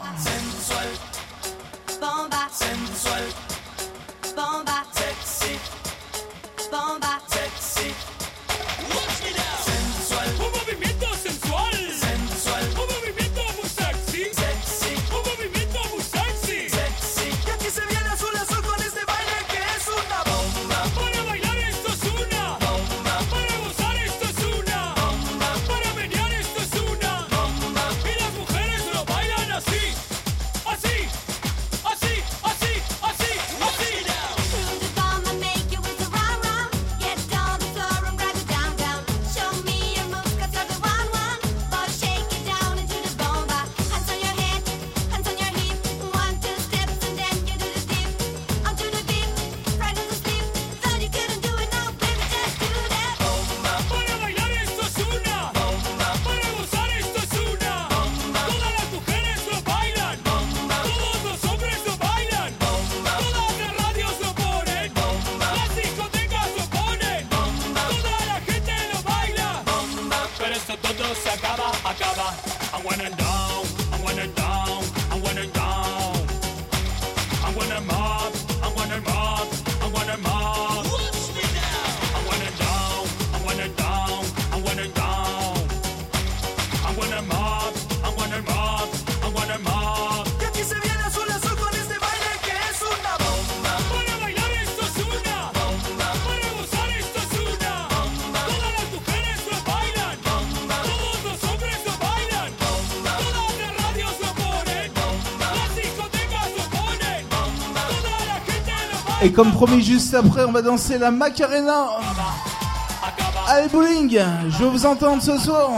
Et comme promis, juste après, on va danser la Macarena. Allez, bowling, je veux vous entendre ce soir.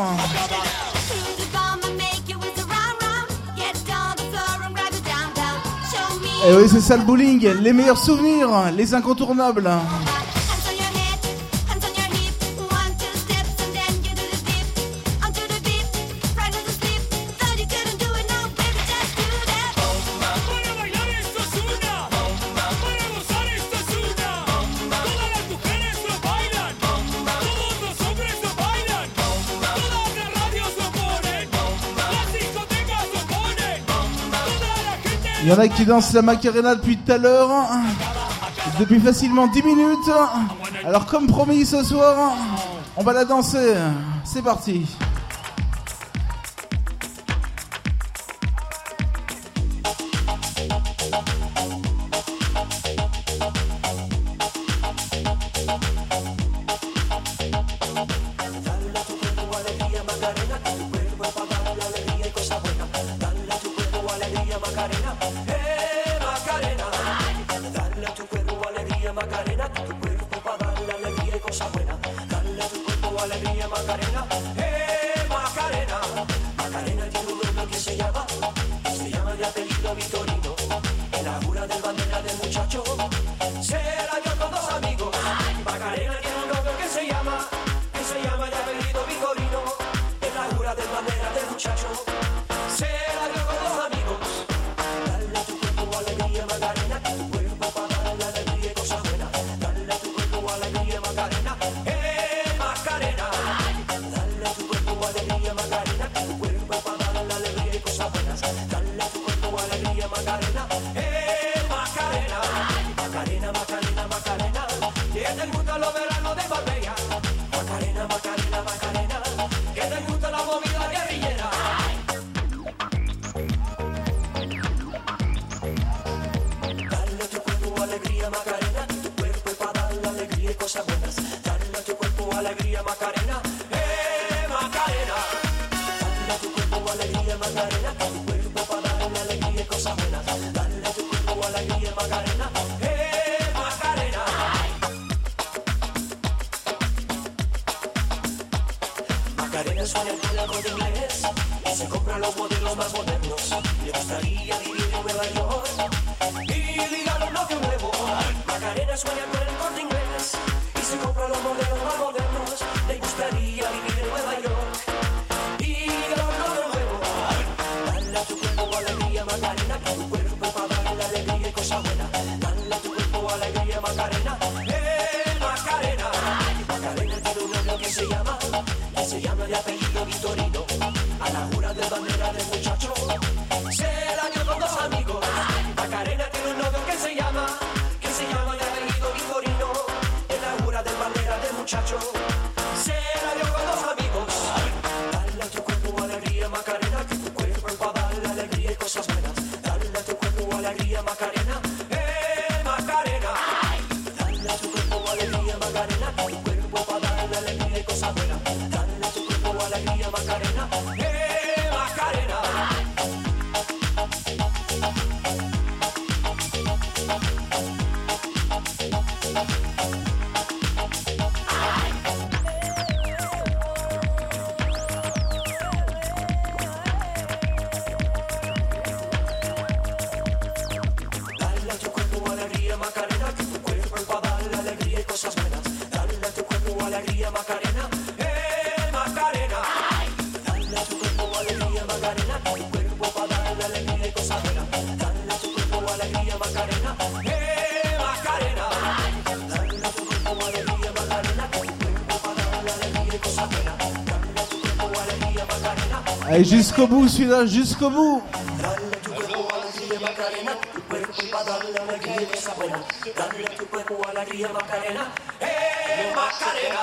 Et oui, c'est ça le bowling, les meilleurs souvenirs, les incontournables. Il y en a qui dansent la Macarena depuis tout à l'heure, depuis facilement dix minutes. Alors comme promis ce soir, on va la danser. C'est parti. Macarena, eh Macarena, Macarena, you de apellido Vitorino. En la jura del bandera del muchacho se la dio con dos amigos. Macarena tiene un novio que se llama, que se llama de apellido Vitorino. En la jura del bandera del muchacho se la dio con dos amigos. Dale a tu cuerpo alegría Macarena, que tu cuerpo para dar la alegría y cosas buenas. Dale a tu cuerpo alegría Macarena, eh Macarena. Dale a tu cuerpo alegría Macarena, que tu cuerpo para dar la alegría y cosas buenas. Dale a tu cuerpo alegría Macarena, eh Macarena. Macarena, Macarena, Macarena, que te gusta los veranos de Marbella. Macarena, Macarena, Macarena, que te gusta la movida guerrillera. Dale a tu cuerpo alegría Macarena, tu cuerpo es para dar la alegría y cosas buenas. Dale a tu cuerpo alegría Macarena, eh Macarena. Dale a tu cuerpo alegría Macarena, tu cuerpo para dar la alegría y cosas buenas. Dale a tu cuerpo alegría Macarena, eh Macarena. Macarena sueña con la moda inglés y se compra los modelos más modernos. Le gustaría vivir en Nueva York y ligar un novio nuevo. Macarena sueña con el Corte Inglés y se compra los modelos más modernos. Le gustaría vivir en Nueva York y ligar un novio nuevo. Dale a tu cuerpo alegría Macarena, que tu cuerpo es para dar la alegría y cosas buenas. Dale a tu cuerpo alegría Macarena, eh Macarena. Macarena tiene un novio que se llama, que se llama de apellido Vitorino. A la jura del bandera del muchacho se la dio con dos amigos. Macarena tiene un novio que se llama, que se llama de apellido Vitorino. En la jura del bandera del muchacho se la dio con dos amigos. Dale a tu cuerpo alegría Macarena, que tu cuerpo es para dar la alegría y cosas buenas. Dale a tu cuerpo alegría Macarena, eh Macarena. Dale a tu cuerpo alegría Macarena, que tu cuerpo para dar la alegría y cosas buenas. Dale a tu cuerpo alegría Macarena, eh Macarena. Dale a tu cuerpo alegría Macarena, que tu cuerpo es para dar la alegría y cosas buenas. Dale a tu cuerpo alegría Macarena, eh Macarena. Dale a tu cuerpo alegría Macarena, que tu cuerpo para dar la alegría y cosas buenas. Dale a tu cuerpo alegría Macarena, eh Macarena. Dale a tu cuerpo alegría Macarena, que tu cuerpo para dar la alegría y cosas buenas. Dale a tu cuerpo alegría Macarena. Allez, jusqu'au bout, celui-là, jusqu'au bout. Dale a tu cuerpo alegría Macarena, tu cuerpo para dar la alegría y cosas buenas. Dale a tu cuerpo alegría Macarena, eh Macarena.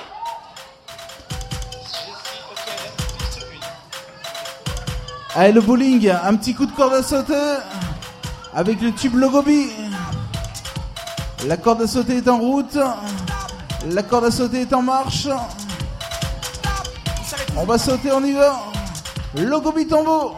Allez, le bowling, un petit coup de corde à sauter avec le tube Logobi. La corde à sauter est en route. La corde à sauter est en marche. On va sauter, on y va. Logobi Tambo.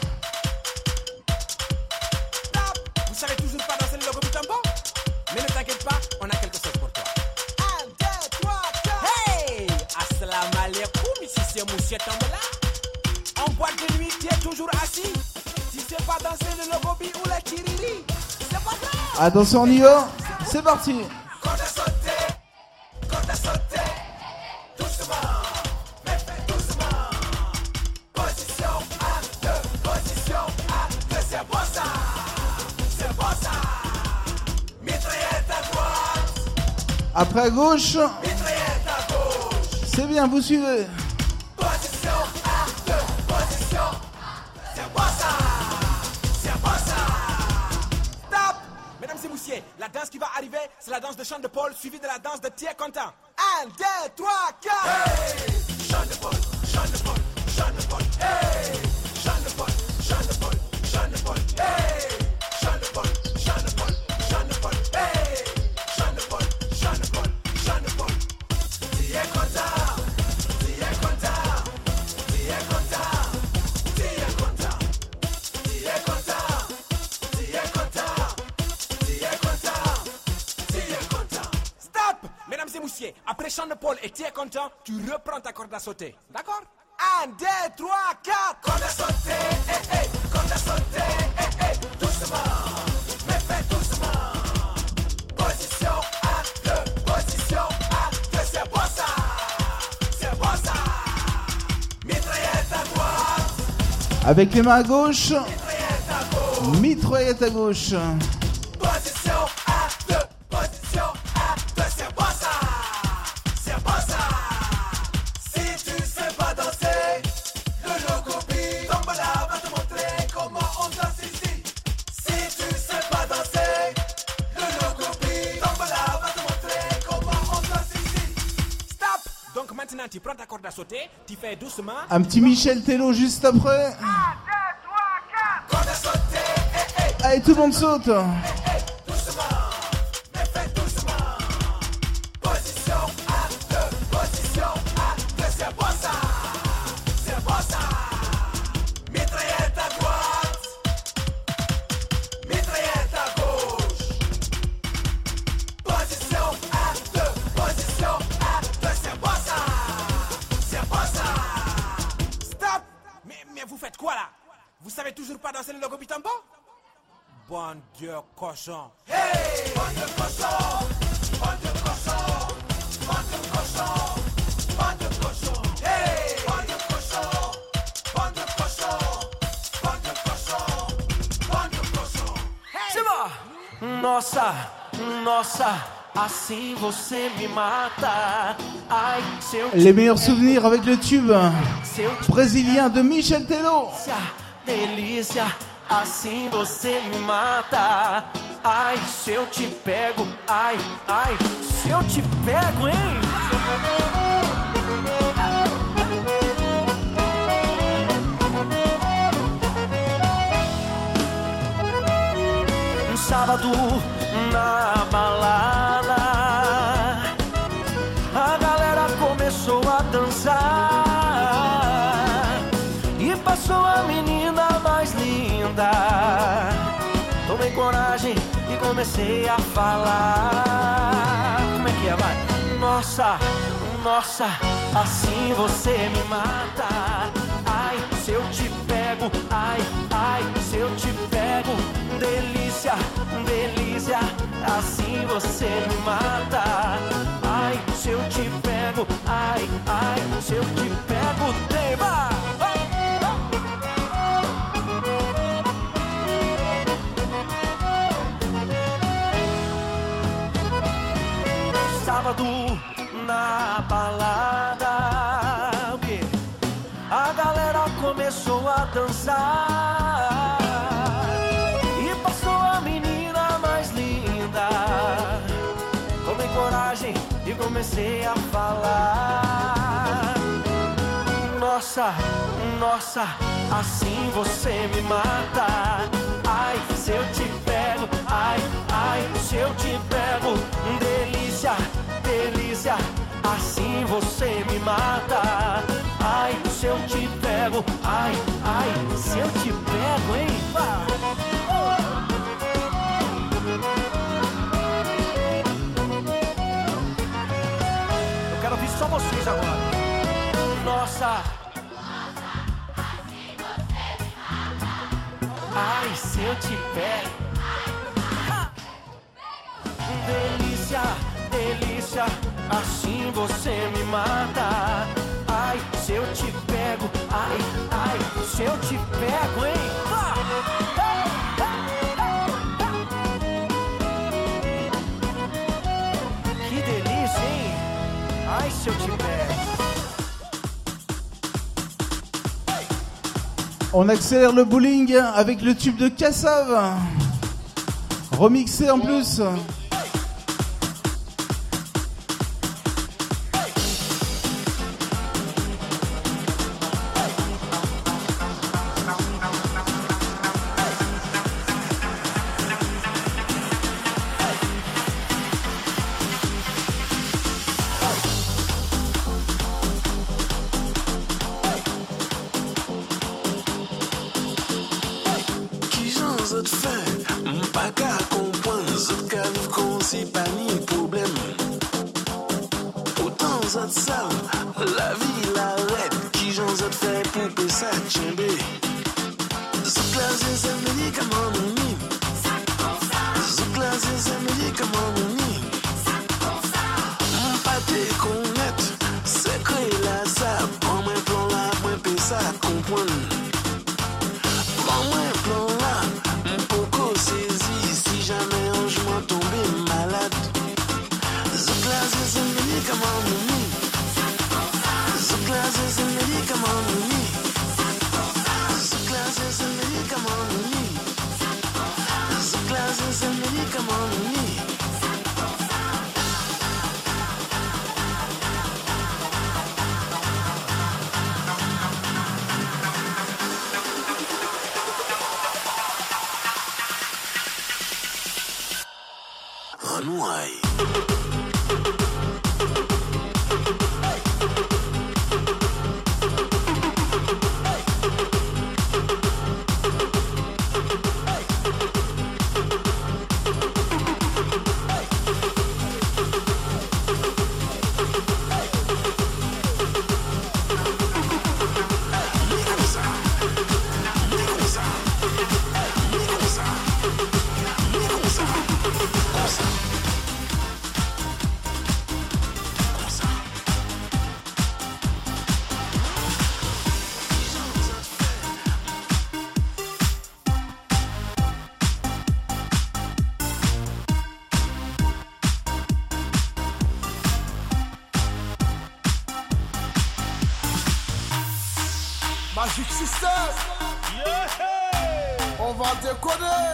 Vous savez toujours pas danser le logo Tambo? Mais ne t'inquiète pas, on a quelque chose pour toi. un, deux, trois, quatre. Hey! Assalamu alaikum, ici c'est Monsieur Tambola. En boîte de nuit, tu es toujours assis. Si c'est pas danser le logo ou la kiriri, c'est pas grave. Attention, on y va. C'est parti. Corde à sauter, corde à sauter. Doucement, mais fais doucement. Position un, deux, position un, deux, c'est bon ça. C'est bon ça. Mitraillette à droite, Après à gauche. mitraillette à gauche. C'est bien, vous suivez. Position un, deux, position. C'est bon ça. C'est bon ça. Stop. Mesdames et messieurs, la danse qui va arriver, c'est la danse de chant de Paul suivie de la danse de Thierry Contant. un, deux, trois, quatre. Hey! Chant de Paul, chant de Paul, chant de Paul. Hey! Chant de Paul, chant de Paul, chant de Paul. Hey! Chant de Paul, chant de Paul, chant de Paul. Hey! Chant de Paul, chant de Paul, chant de Paul. Thierry Contant, Thierry Contant, Thierry Contant, Thierry Contant, Thierry Contant, Thierry Contant, Thierry Contant, Thierry Contant. Stop! Mesdames et messieurs, après chant de Paul et Thierry Contant, tu reprends ta corde à sauter. D'accord? un, deux, trois, quatre. Corde à sauter, eh, eh, corde à sauter. Avec les mains à gauche, mitraillette à gauche. Position à deux, position à deux, c'est bon ça, c'est bon ça. Si tu sais pas danser, le logobi Tombola va te montrer comment on danse ici. Si tu sais pas danser, le logobi Tombola va te montrer comment on danse ici. Stop. Donc maintenant tu prends ta corde à sauter, tu fais doucement. Un petit Michel Tello juste après. Corde à sauter, eh, eh. Allez, tout le monde saute. Position à deux, position à deux, c'est bon ça, c'est bon ça. Mitraillette à droite, mitraillette à gauche. Position à deux, position à deux, c'est bon ça, c'est bon ça. Stop. Mais, mais vous faites quoi là? Vous savez toujours pas danser le logo Bitambo? Bon Dieu cochon. Hey, bon Dieu cochon, bon Dieu cochon, bon Dieu cochon, bon Dieu cochon. Hey, bon Dieu cochon, bon Dieu cochon, bon Dieu cochon, bon Dieu cochon. C'est bon. Nossa, nossa, assim você me mata. Ai, seu Les meilleurs souvenirs avec le tube brésilien de Michel Tello. delícia, assim você me mata. Ai, se eu te pego, ai, ai, se eu te pego, hein? Um sábado na balada, a galera começou a dançar. E passou a menina mais linda. Tomei coragem e comecei a falar. Como é que é, vai? Nossa, nossa, assim você me mata. Ai, se eu te pego, ai, ai, se eu te pego. Delícia, delícia, assim você me mata. Ai, se eu te pego, ai, ai, se eu te pego, tema. Sábado na balada, a galera começou a dançar. E passou a menina mais linda. Tomei coragem e comecei a falar. Nossa, nossa, assim você me mata. Ai, se eu te pego, ai, ai, se eu te pego. Delícia, delícia, assim você me mata. Ai, se eu te pego, ai, ai, se eu te pego, hein? Eu quero ouvir só vocês agora. Nossa. Ai, se eu te pego. Delícia, delícia, assim você me mata. Ai, se eu te pego, ai, ai, se eu te pego, hein? Que delícia, hein? Ai, se eu te pego. On accélère le bowling avec le tube de Kassav. Remixé en plus. Anouaï. Magic System. On va déconner.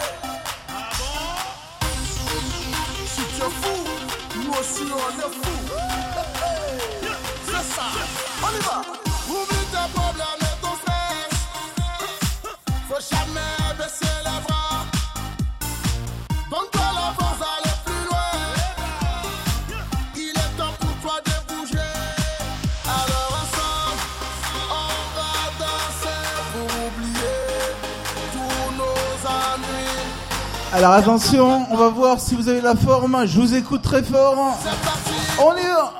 Si tu es fou, nous aussi on est fou. C'est ça. On y va. Oublie tes problèmes et ton stress. Faut jamais baisser les bras. Donne-toi la force d'aller plus loin. Il est temps pour toi de bouger. Alors ensemble, on va danser pour oublier tous nos ennuis. Alors attention, on va voir si vous avez la forme. Je vous écoute très fort. On y va.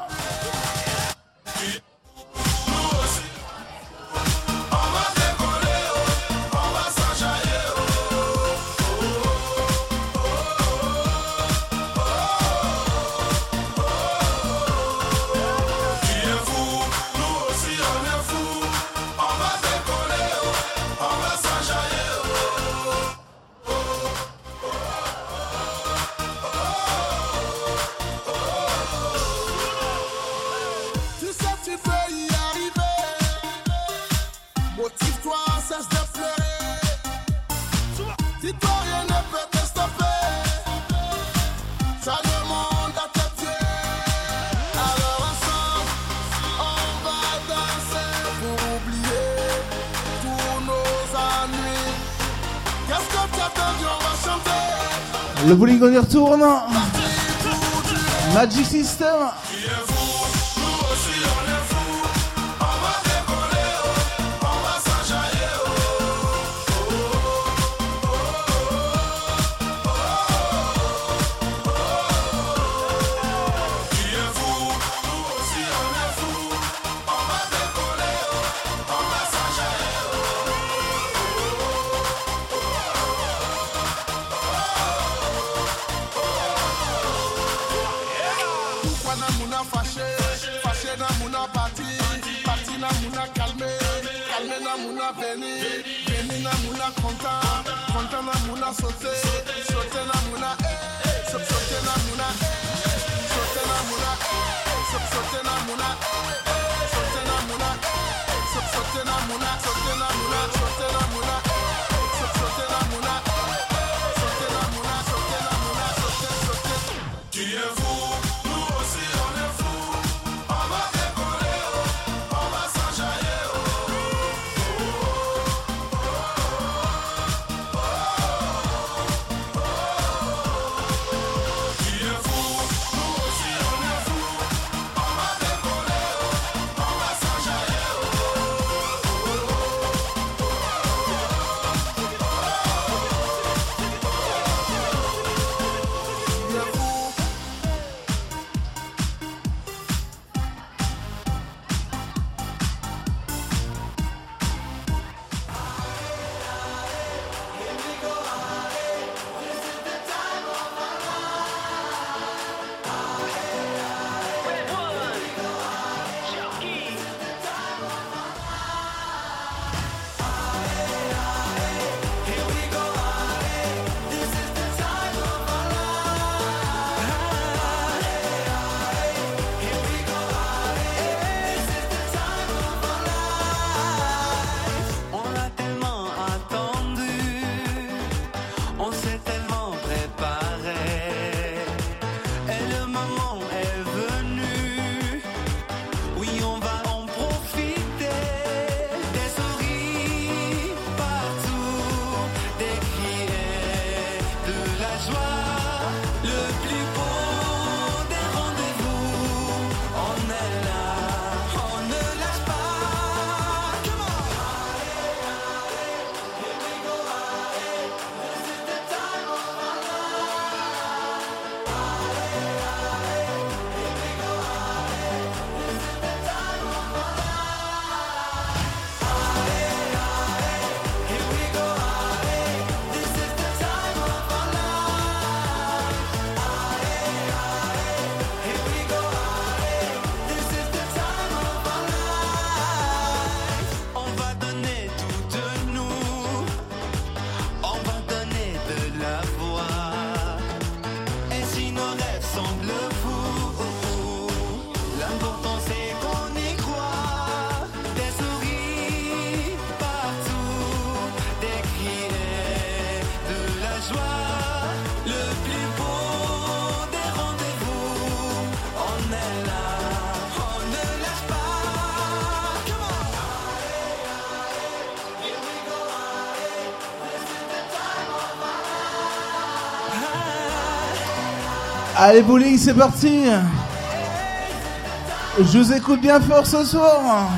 Tu sais, tu peux y arriver. Motive-toi, cesse de pleurer. Dis-toi, rien ne peut te stopper. Ça demande à te tuer. Alors ensemble, on va danser pour oublier tous nos ennuis. Qu'est-ce que tu as attendu, on va chanter. Le bowling on y retourne. Magic System. Pourquoi na mouna fâché, fâché na mouna parti, parti na mouna calmé, calmé na mouna béni, béni na mouna content, content na mouna sauté, sauté na mouna eh, sauté sauté na mouna eh, sauté na mouna eh, sauté sauté na mouna eh, sauté na mouna eh, sauté sauté na mouna, sauté na mouna, sauté na mouna eh, sauté sauté na mouna eh, sauté na mouna, sauté na mouna, sauté sauté. Tu es fou. Nous aussi on est fou, on va décoller, on va s'enjailler. joie, le plus beau des rendez-vous. On est là, on ne lâche pas. Come Allez, bowling, c'est parti. Je vous écoute bien fort ce soir.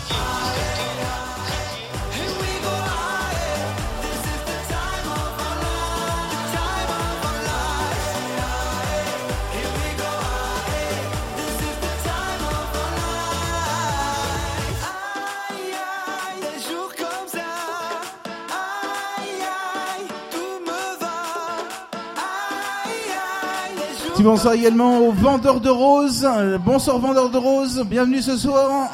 Des jours comme ça, aïe aïe, tout me va. Aïe aïe, des jours Petit bonsoir également aux vendeurs de roses. Bonsoir vendeurs de roses, bienvenue ce soir.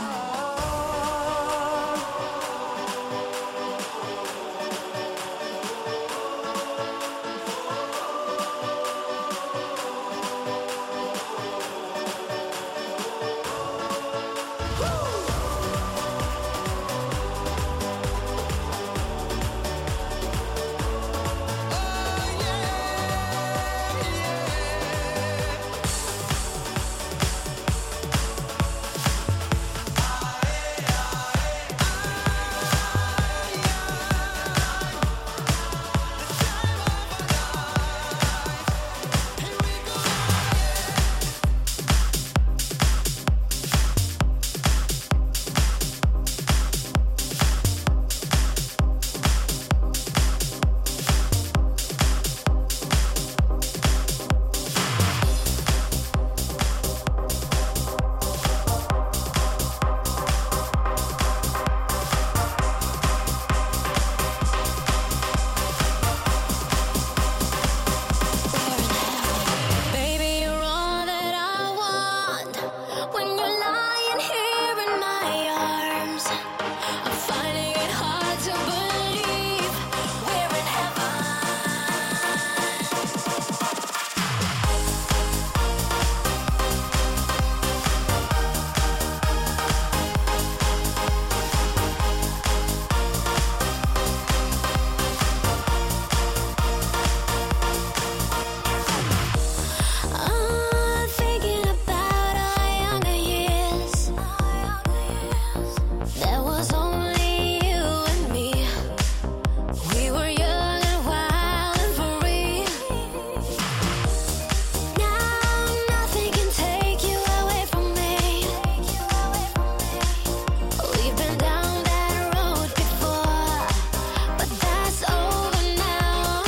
Baby, you're all that I want. When you're lying here in my arms, I'm finding it hard to believe we're in I'm thinking about our younger years. There was only you and me. We were young and wild and free. Now nothing can take you away from me. We've been down that road before, but that's over now.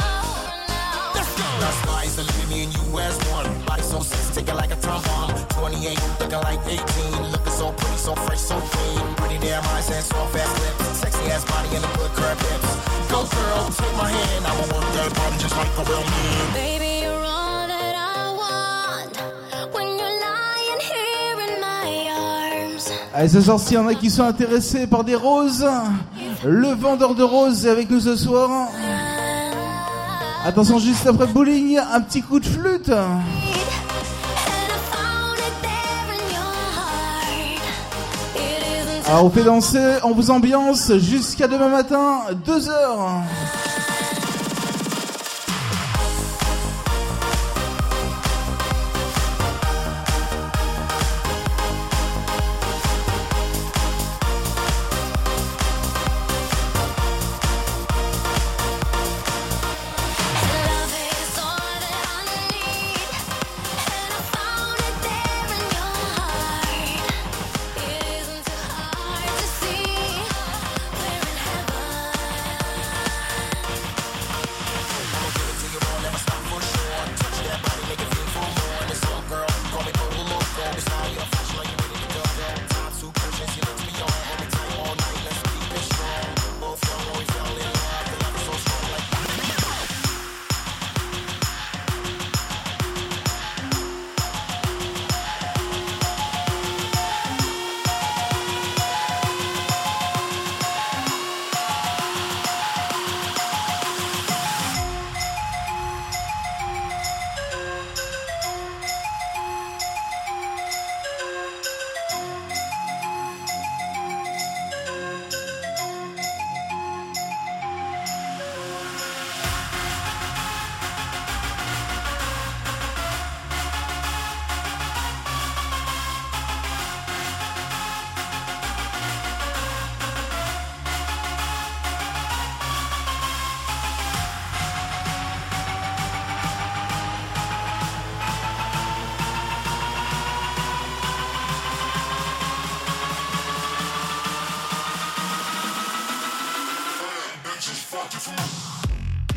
Last night, so leaving me and you as one. Body so sexy, take it like a tampon. twenty-eight, looking like eighteen. Looking so pretty, so fresh, so clean. Pretty damn eyes and soft ass lips. Sexy ass body and a good curved hips. Go girl, take my hand. I'ma work that body just like a real man. Baby, you're all that I want. When you're lying here in my arms. Allez, ce soir, s'il y en a qui sont intéressés par des roses, le vendeur de roses est avec nous ce soir. Attention, juste après bowling, un petit coup de flûte. Alors, on fait danser, on vous ambiance jusqu'à demain matin, deux heures.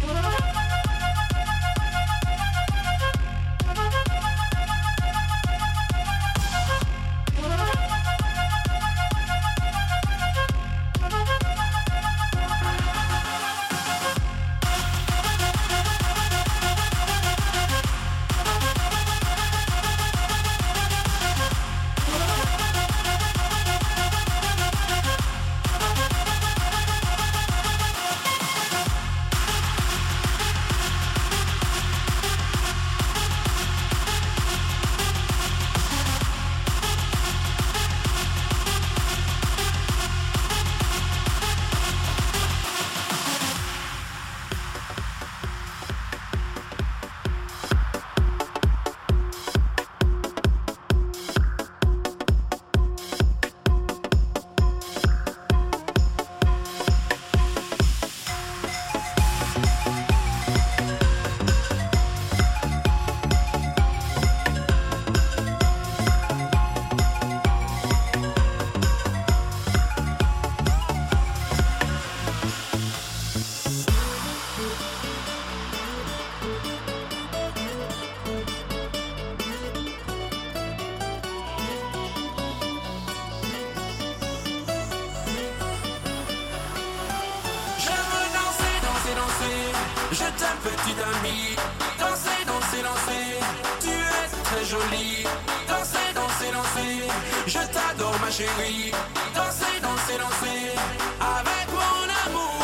Je t'aime petite amie, danser, danser, danser, tu es très jolie. Danser, danser, danser, je t'adore ma chérie. Danser, danser, danser, avec mon amour.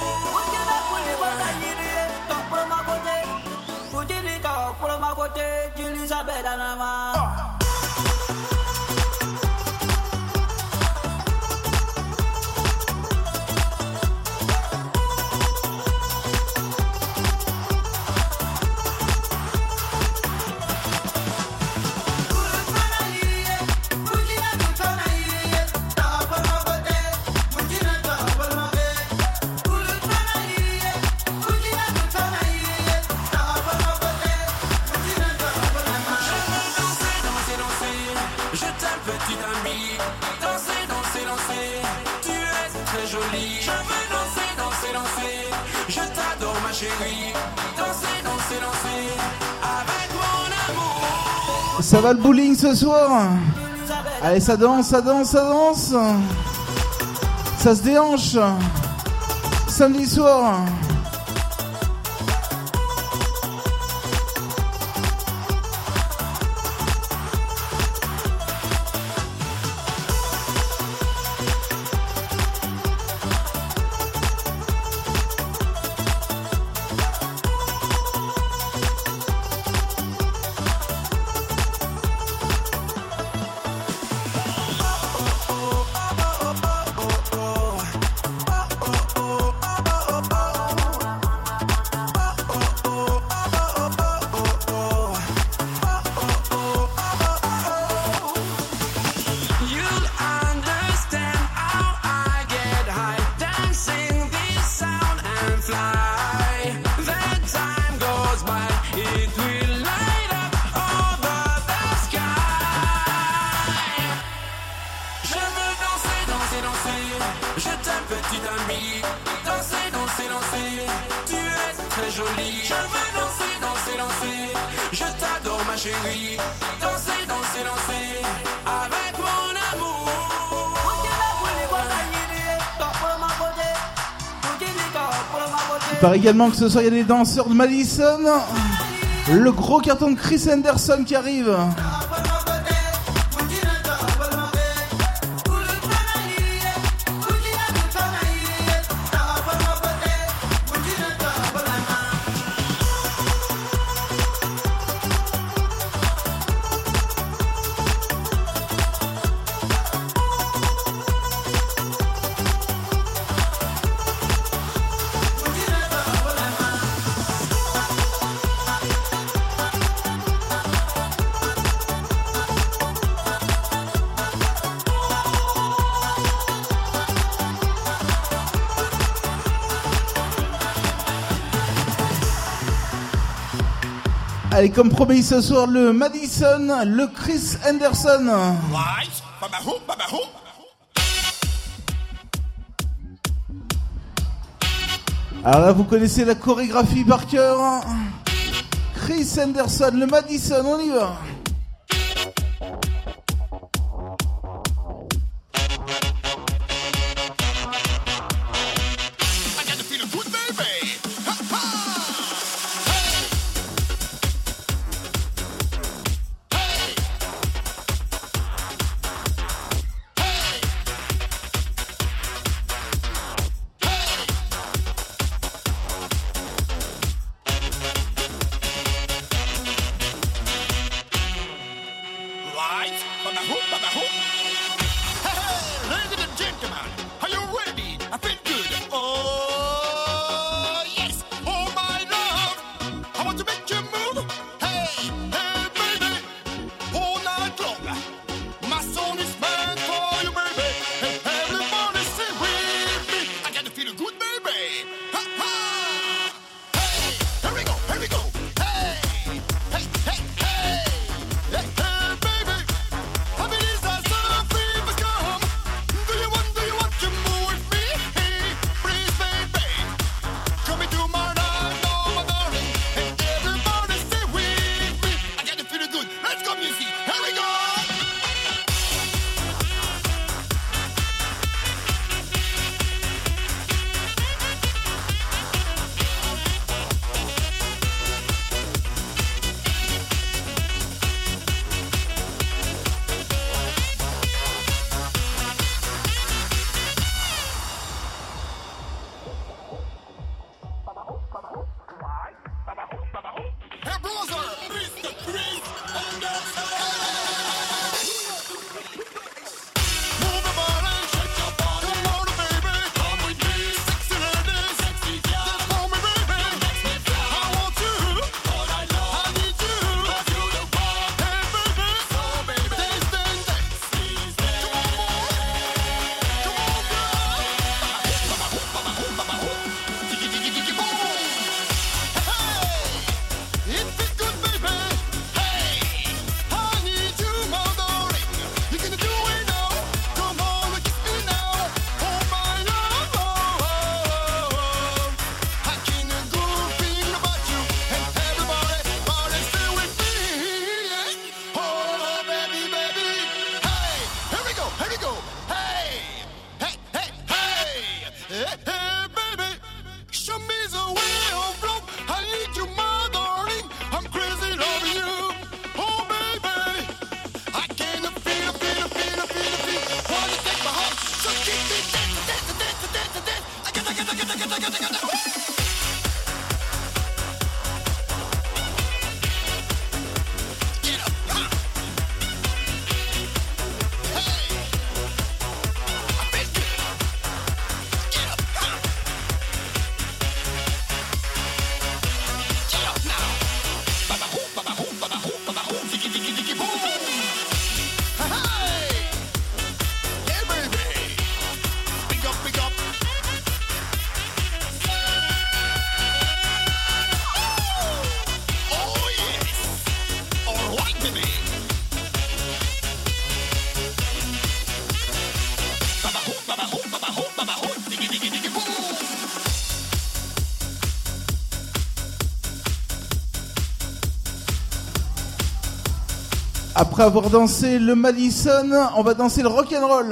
Ça va le bowling ce soir? Allez, ça danse, ça danse, ça danse. Ça se déhanche. Samedi soir. Il paraît également que ce soir il y a des danseurs de Madison. Le gros carton de Chris Henderson qui arrive. Allez, comme promis ce soir, le Madison, le Chris Henderson. Right, babahou, babahou. Alors là, vous connaissez la chorégraphie par cœur. Chris Anderson, le Madison, on y va. Après avoir dansé le Madison, on va danser le rock'n'roll.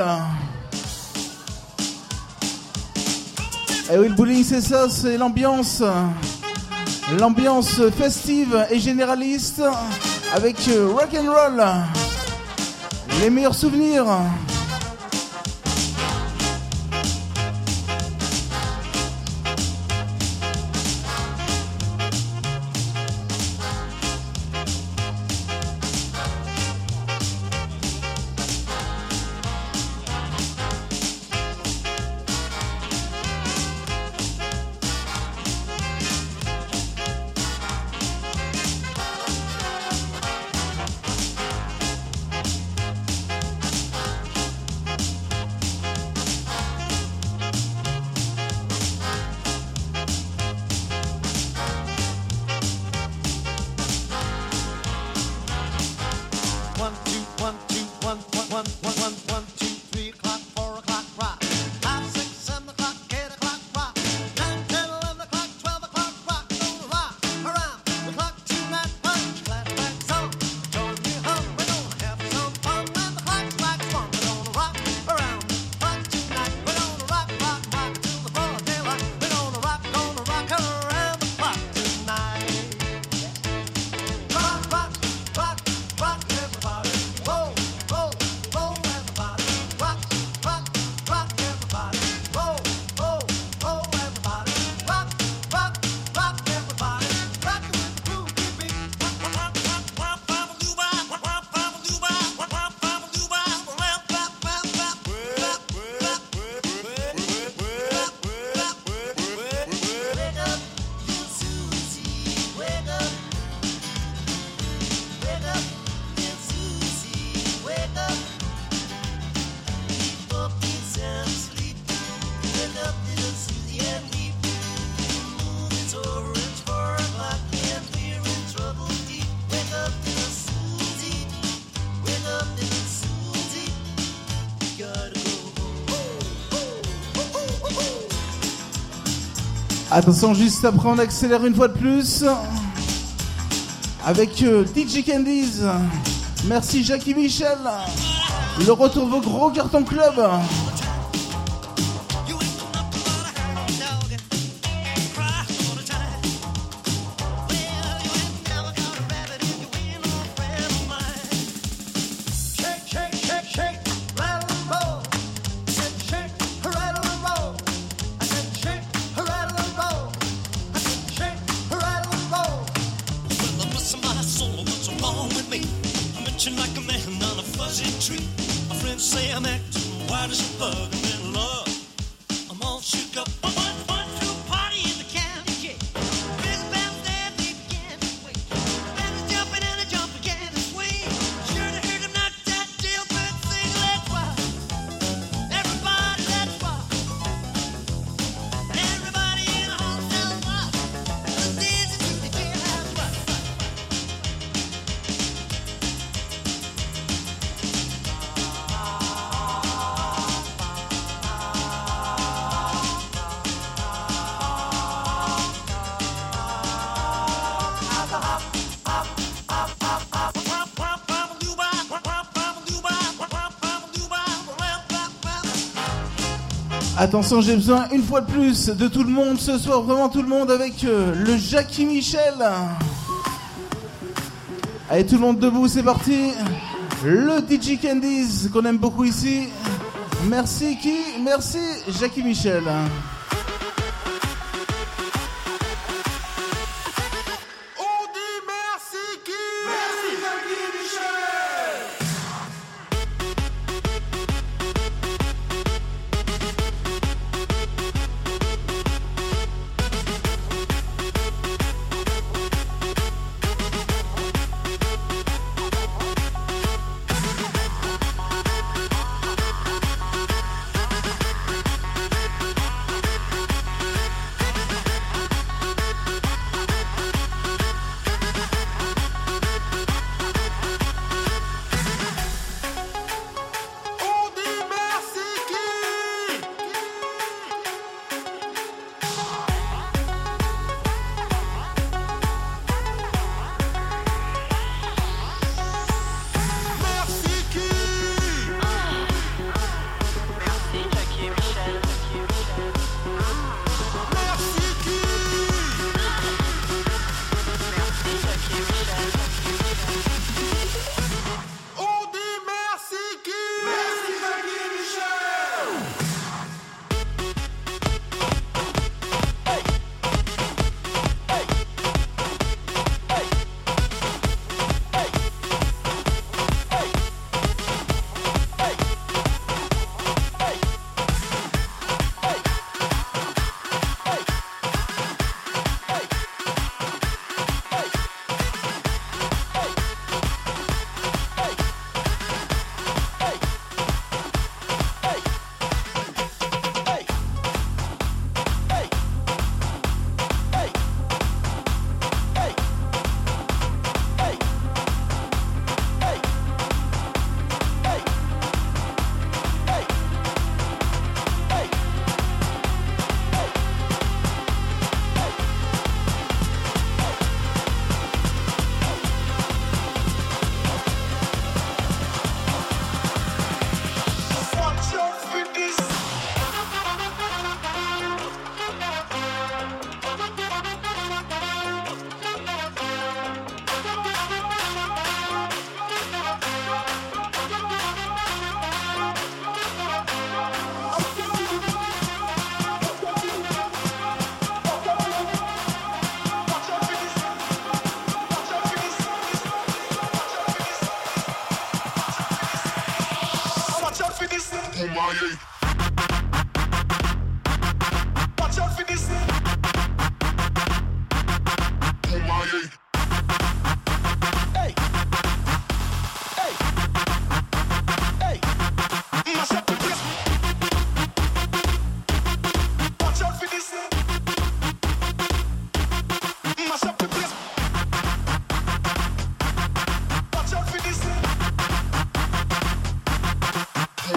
Et oui, le bowling, c'est ça, c'est l'ambiance. L'ambiance festive et généraliste avec rock'n'roll. Les meilleurs souvenirs. Attention, juste après, on accélère une fois de plus avec euh, D J Candies. Merci Jackie Michel. Le retour de vos gros cartons club. Attention, j'ai besoin une fois de plus de tout le monde ce soir, vraiment tout le monde avec euh, le Jackie Michel. Allez, tout le monde debout, c'est parti. Le D J Candies qu'on aime beaucoup ici. Merci qui? Merci Jackie Michel.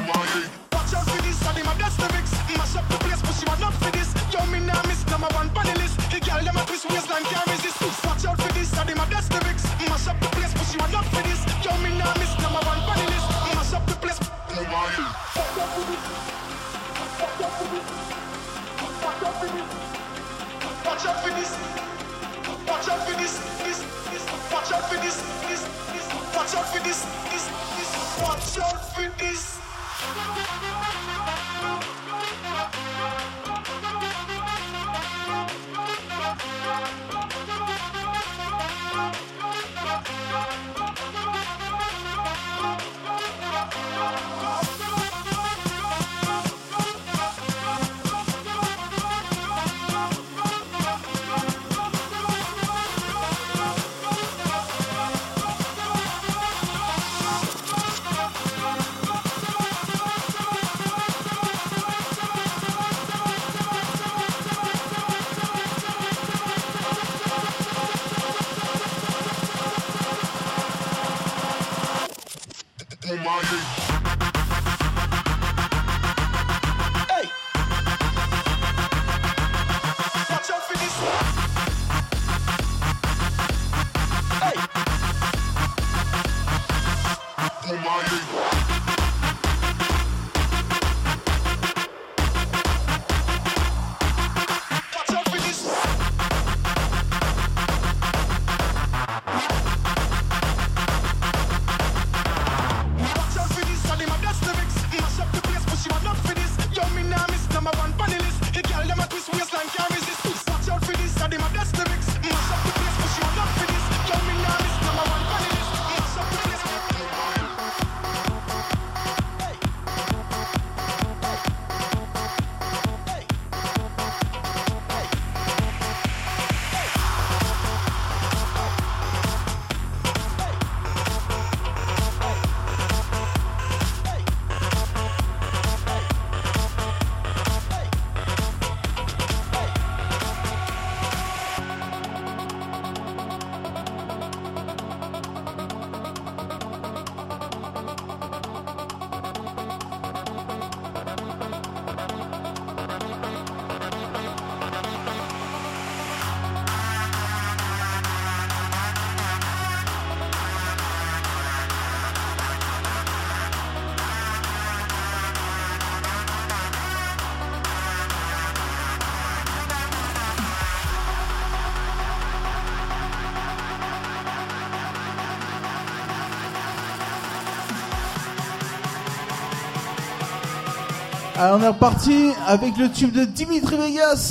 Watch out for this, I my best to mix. Mash up the place, but you are not for this. Yo, me now miss number one bunny out for this. Watch out for this. This. This. Watch out for this. This. This. Watch out for this. This. This. Watch out for this. Alors on est reparti avec le tube de Dimitri Vegas.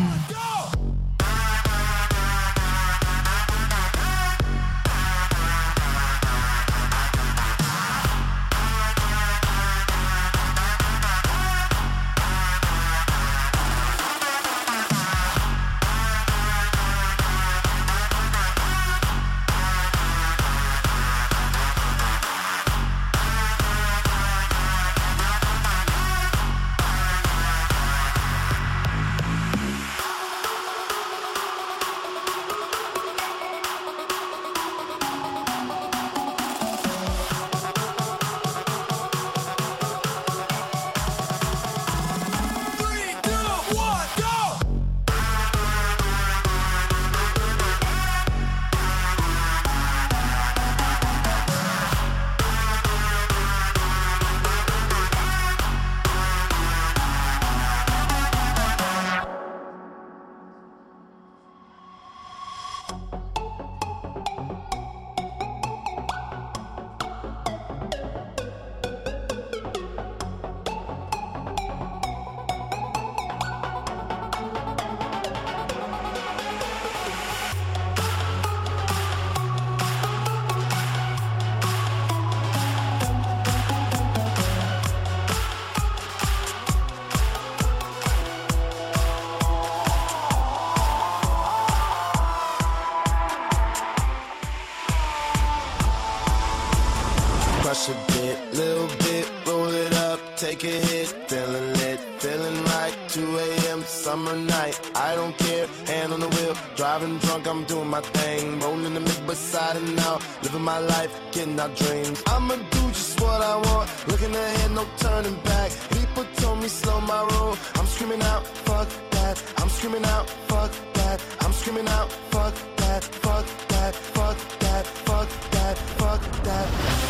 Crush a bit, little bit, roll it up, take a hit, feeling lit, feeling right, two a.m. summer night, I don't care, hand on the wheel, driving drunk, I'm doing my thing, rolling the mid beside and out, living my life, getting our dreams, I'ma do just what I want, looking ahead, no turning back, people told me slow my roll, I'm screaming out, fuck that, I'm screaming out, fuck that, I'm screaming out, fuck that, fuck that, fuck that, fuck that, fuck that.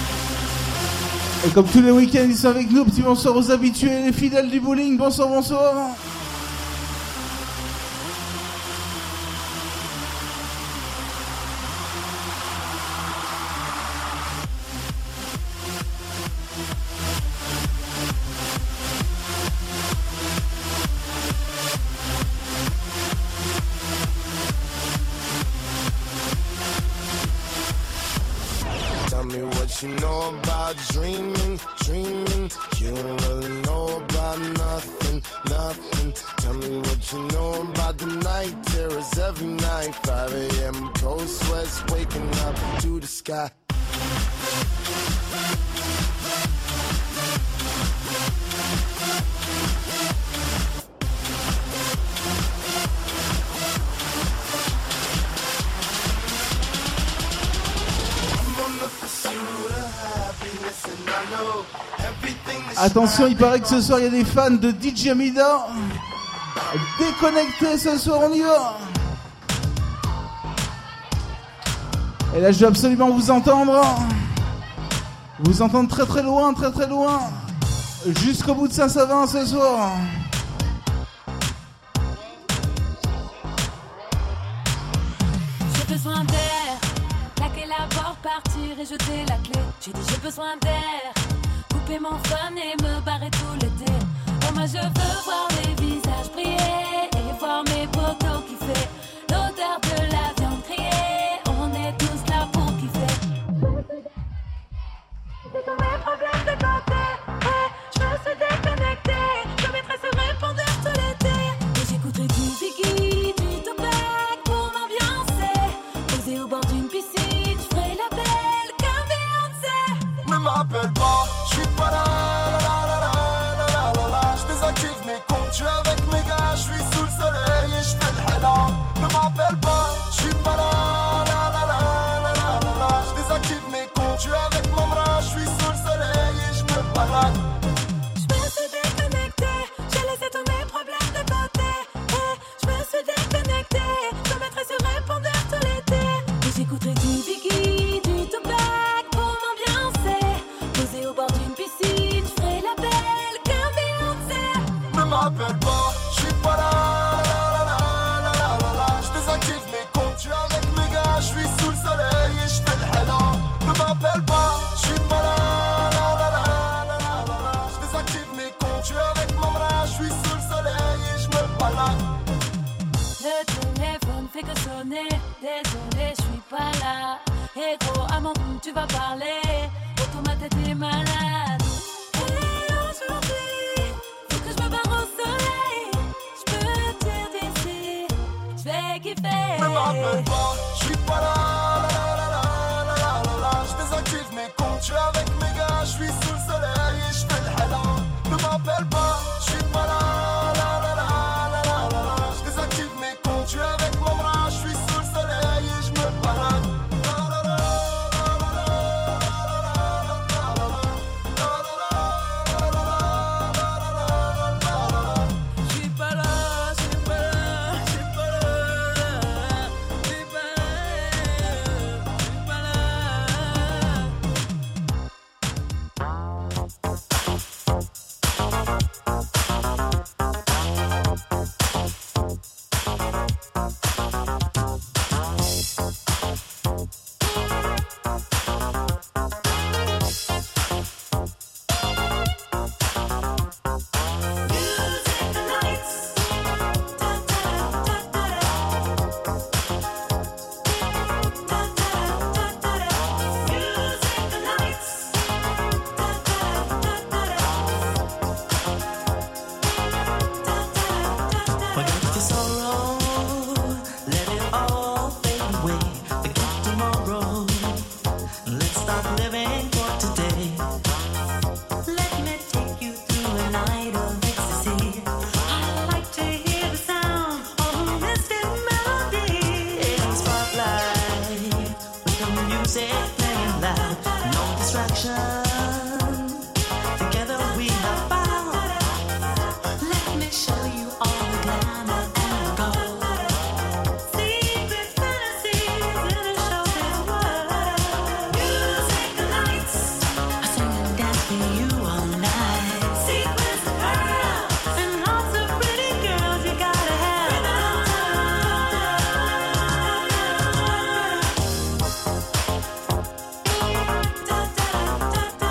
Et comme tous les week-ends, ils sont avec nous. Petit bonsoir aux habitués, les fidèles du bowling. Bonsoir, bonsoir. what you know about dreaming, dreaming. You don't really know about nothing, nothing. Tell me what you know about the night terrors every night. five a.m. cold sweats waking up to the sky. Attention, il paraît que ce soir il y a des fans de D J Amida. Déconnectés ce soir, on y va. Et là je veux absolument vous entendre. Vous entendre très très loin, très très loin. Jusqu'au bout de Saint-Savin ce soir. J'ai besoin d'air, claquer la porte, partir et jeter la clé. J'ai dit j'ai besoin d'air, couper mon fun et me barrer tout l'été. Oh moi je veux voir les visages briller et voir mes potos kiffer. L'odeur de la viande grillée, on est tous là pour kiffer. C'est tous mes problèmes de côté, ouais, je me suis déconnecté. Je mettrai ce répondeur tout l'été. Et j'écouterai du Biggie, du Tupac pour m'ambiancer. Posé au bord d'une piscine, je ferai la belle comme Beyoncé. Ne m'appelle pas, je suis pas là, la la la la la la la. Je désactive mes comptes, je suis avec mes gars, je suis sous le soleil et je fais le hélas. Ne m'appelle pas, je suis pas là, la la la la la la la. Je désactive mes comptes, je suis avec mon bras, je suis sous le soleil et je me balade. Je me suis déconnecté, j'ai laissé tous mes problèmes de côté. Et je me suis déconnecté, je mettrai ce répondeur tout l'été. Et j'écouterai du Biggie, du Tupac pour m'ambiancer. Posé au bord d'une piscine, je ferai la belle comme Beyoncé. Ne m'appelle pas, je suis pas là, la la la la la la la. Je désactive mes comptes, je suis avec mes gars, je suis sous le soleil et je fais le hélas. Ne m'appelle pas, je suis pas là, la la la la la la la. Je désactive mes comptes, je suis avec mon bras, je suis sous le soleil et je me balade. Le téléphone fait que sonner, désolé, je suis pas là. Et gros, à mon compte, tu vas parler. Autour ma tête est malade. Et aujourd'hui, faut que je me barre au soleil. Je peux te dire d'ici, je vais kiffer. Ne m'appelle pas, je suis pas là, la la la la la la la. Je désactive mes comptes, je suis avec mes gars, je suis sous le soleil et je fais le hélas. Ne m'appelle pas, je suis pas là, la la la la la la la. Je désactive mes comptes, je suis avec mon bras, je suis sous le soleil et je me balade. Je suis pas là, je suis pas là, je suis pas là, je suis pas là, je suis pas Forget your sorrow, let it all fade away. Forget tomorrow, let's start living for today. Let me take you through a night of ecstasy. I like to hear the sound of a mystic melody. In spotlight, with the music playing loud, no distraction. Together we have found. Let me show you all the glamour and gold. Secret fantasies in a showbiz world. Music lights, I sing and dance for you all night. Sequins of pearls and lots of pretty girls you gotta have. Da, da, da, da.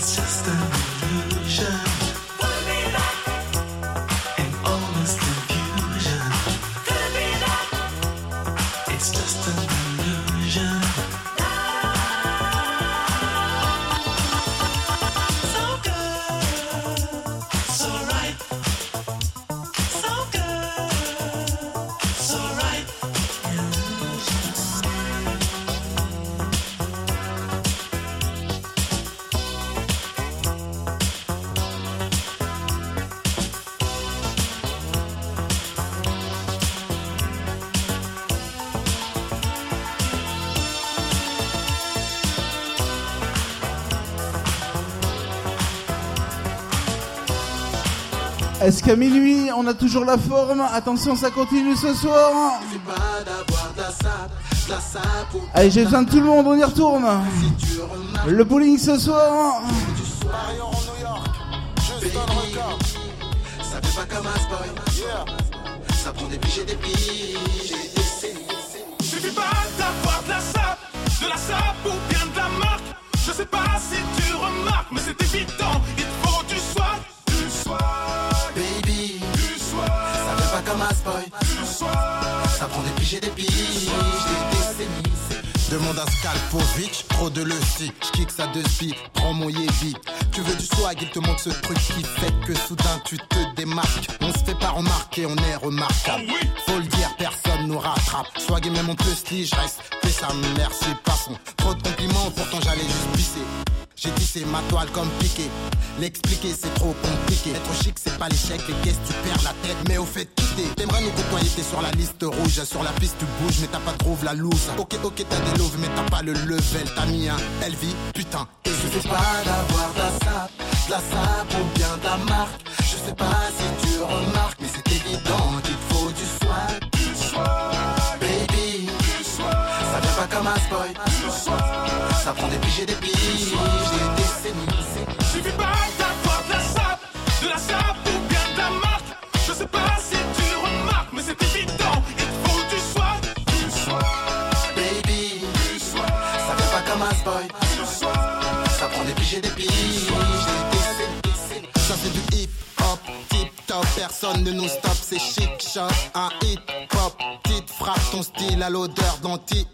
It's just an illusion. Could be that, And almost confusion. could be that. It's just an illusion. So good, so right. So good, so right. Est-ce qu'à minuit, on a toujours la forme? Attention, ça continue ce soir. Pas d'avoir de la sape, de la sape ou Allez, j'ai besoin de tout le monde, on y retourne. tu remarques. Le bowling ce soir. Ça fait pas comme un boy. Ça prend des piges et des piges et des décennies. Suffit pas d'avoir de la sape, de la sape ou bien de la marque. Je sais pas si tu remarques, mais c'est évident, il te faut du swag, du swag, Baby, du swag, ça fait pas comme un boy. du swag. Ça prend des piges et des piges, des décennies. Demande à Skalpovic, trop de le stick, j'kick ça de spi, prends mon yébi. Tu veux du swag, il te montre ce truc qui fait que soudain tu te démarques. On se fait pas remarquer, on est remarquable. Faut le dire, personne nous rattrape. Swag et même on peut se je reste. Fais ça, merci, passons. Trop de compliments, pourtant j'allais juste pisser. J'ai tissé ma toile comme piqué. L'expliquer c'est trop compliqué. Être chic c'est pas l'échec, les caisses tu perds la tête. Mais au fait quitter, t'aimerais nous côtoyer, t'es sur la liste rouge. Sur la piste tu bouges mais t'as pas de groove la loose. Ok ok t'as des loves mais t'as pas le level. T'as mis un L V, putain. Et Je sais pas d'avoir de la sape, de la sape ou bien de la marque. Je sais pas si tu remarques, mais c'est évident qu'il te faut du swag, Du swag, baby. du swag, Ça vient pas comme un boy. du swag. Ça prend des piges et des piges, des décennies. Suffit pas d'avoir de la sape, de la sape ou bien de la marque. Je sais pas si tu remarques, mais c'est évident, il te faut du swag, du swag, Baby, du swag, ça vient pas comme un boy. du swag. Ça prend des piges et des piges, des décennies. ça c'est du hip hop, tip top. Personne ne nous stoppe, c'est chic shot. Un hip hop, petite frappe ton style à l'odeur d'anti-pop.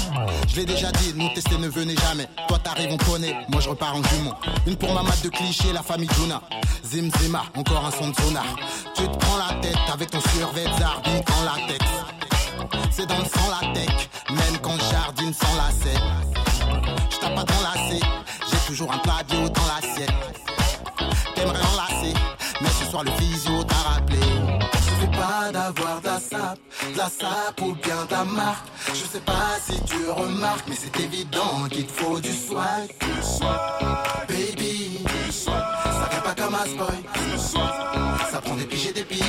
Je l'ai déjà dit, nous tester ne venez jamais. Toi t'arrives on connaît, moi je repars en jument. Une pour ma mat de cliché, la famille Juna. Zim Zima, encore un son de sonar. Tu te prends la tête avec ton survêt Zarbi en latex. C'est dans le sang la tech, même quand je jardine sans lacet. Je tape pas dans lacet, j'ai toujours un plat bio dans l'assiette. T'aimerais enlacer, mais ce soir le physio t'a rappelé. Je sais pas d'avoir de la sape, de la sape ou bien de la marque. Je sais pas si tu remarques, mais c'est évident qu'il te faut du swag, Du swag, baby. du swag, Ça vient pas comme un boy. du swag. Ça prend des piges et des piges,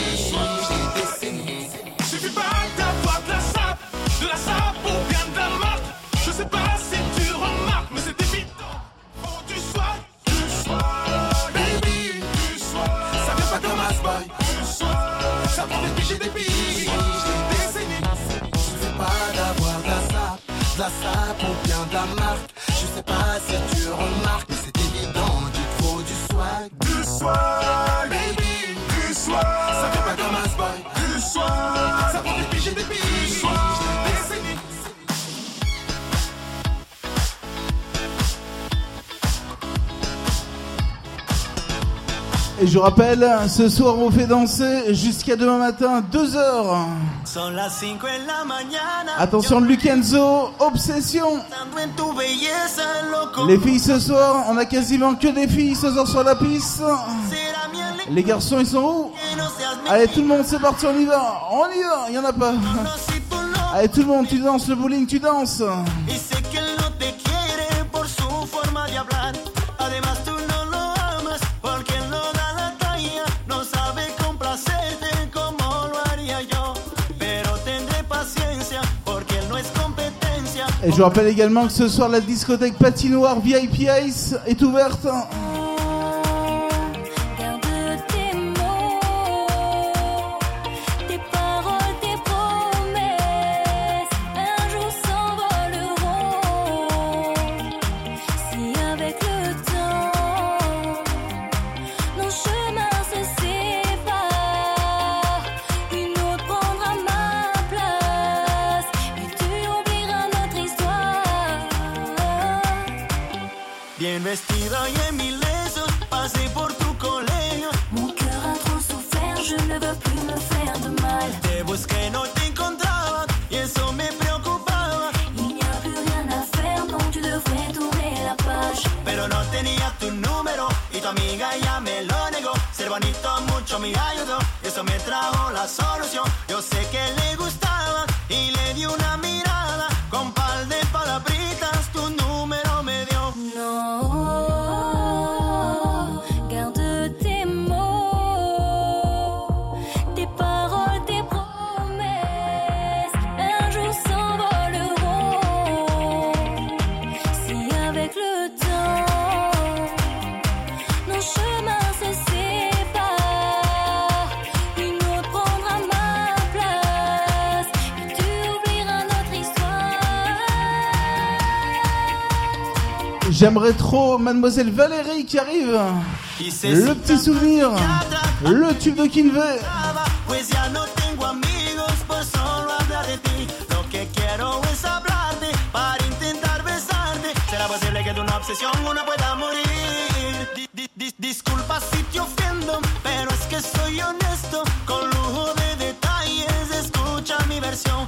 des décennies. Suffit pas d'avoir de la sape, de la sape ou bien de la marque. Je sais pas si tu remarques, mais c'est évident. Oh, du swag, du swag, Baby, du swag, ça vient pas comme un boy. du swag. Ça prend des piges et des piges, des décennies. Je sais pas d'avoir de la sape, de la sape ou bien de la marque. Je sais pas si tu remarques, mais c'est évident qu'il te faut du swag, Du swag, baby. du swag, Ça vient pas comme un boy. du swag. Ça prend des piges et des piges, des décennies. Et je rappelle, ce soir on fait danser jusqu'à demain matin, deux heures. Son las cinco en la mañana. Attention de Lucenzo, Obsession. Pensando en tu belleza, loco. Les filles ce soir, on a quasiment que des filles ce soir sur la piste. Será mi alegría Les garçons ils sont où? que no seas mi Allez tout le monde c'est parti, on y va. On y va, il y en a pas. si tú no. Allez tout le monde, tu danses le bowling, tu danses. Y sé que él no te quiere por su forma de hablar. Además tú no lo amas porque él no da la talla. No sabe complacerte como lo haría yo. Pero tendré paciencia porque él no es competencia. Et je vous rappelle également que ce soir la discothèque patinoire V I P Ice est ouverte. Garde tes mots, tes paroles, tes promesses, un jour s'envoleront. Si avec le temps amiga ella me lo negó. Ser bonito mucho me ayudó, eso me trajo la solución. Yo sé que le gustaba y le di una mirada. Con par de palabritas tu número me dio. Non, garde tes mots, tes paroles, tes promesses, un jour s'envoleront. Si avec le temps, nos chemins se séparent, une autre prendra ma place, et tu oublieras notre histoire. J'aimerais trop Mademoiselle Valérie qui arrive. Le petit souvenir, le tube de Kinvey. Pues ya no tengo amigos por solo hablar de ti. Lo que quiero es hablarte para intentar besarte. ¿Será posible que de una obsesión uno pueda morir? Di- di- di- disculpa si te ofendo, pero es que soy honesto. Con lujo de detalles, escucha mi versión.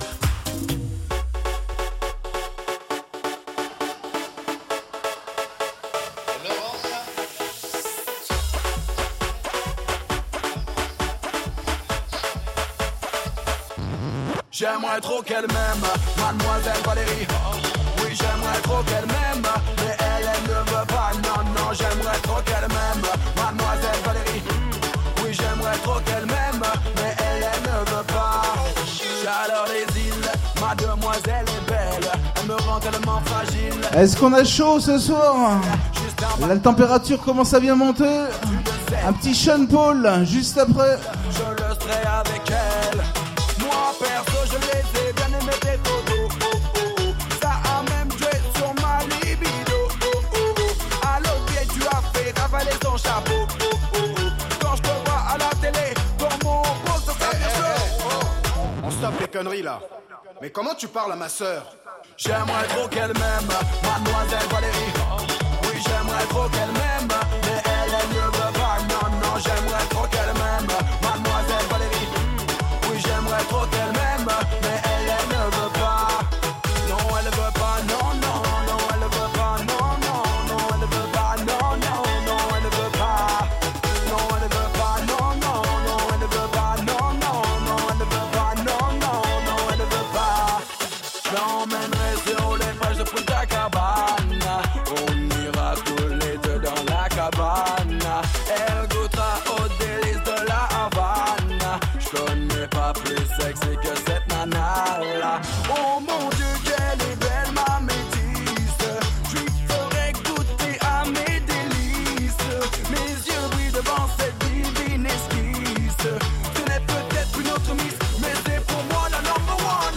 J'aimerais trop qu'elle m'aime, Mademoiselle Valérie. Oui, j'aimerais trop qu'elle m'aime, mais elle, elle ne veut pas. Non, non, j'aimerais trop qu'elle m'aime, Mademoiselle Valérie. Oui, j'aimerais trop qu'elle m'aime, mais elle, elle ne veut pas. Chaleur des îles, ma demoiselle est belle, elle me rend tellement fragile. Est-ce qu'on a chaud ce soir? La température commence à bien monter. Un petit Sean Paul juste après. Je le serai avec elle. Moi perso je les ai bien aimés tes photos. Oh, oh, oh. Ça a même joué sur ma libido. Oh, oh, oh. À l'autre pied tu as fait ravaler ton chapeau. Oh, oh, oh. Quand je te vois à la télé, dans mon poste ça fait chaud. On stoppe les conneries là. Mais comment tu parles à ma sœur? J'aimerais trop qu'elle m'aime, Mademoiselle Valérie. Oui, j'aimerais trop qu'elle m'aime, mais elle, elle ne veut pas. Non, non, j'aimerais trop qu'elle m'aime, Mademoiselle Valérie. Oui, j'aimerais trop qu'elle m'aime, mais elle, elle ne veut pas. Non, elle ne veut pas, non, non, non, elle ne veut pas, non, non, non, elle ne veut pas, non, non, non, elle ne veut pas. Non, elle ne veut pas, non, non, non, elle ne veut pas, non, non, non, elle ne veut pas, non, non, non, elle ne veut pas. Je l'emmènerai sur les plages de Punta Cabana. On ira tous les deux dans la cabane. Elle goûtera aux délices de la Havane. Je connais pas plus sexy que cette nana là. Oh mon Dieu, qu'elle est belle ma métisse. Je lui ferai goûter à mes délices. Mes yeux brillent devant cette divine esquisse. Ce n'est peut-être une autre miss, mais c'est pour moi la number one.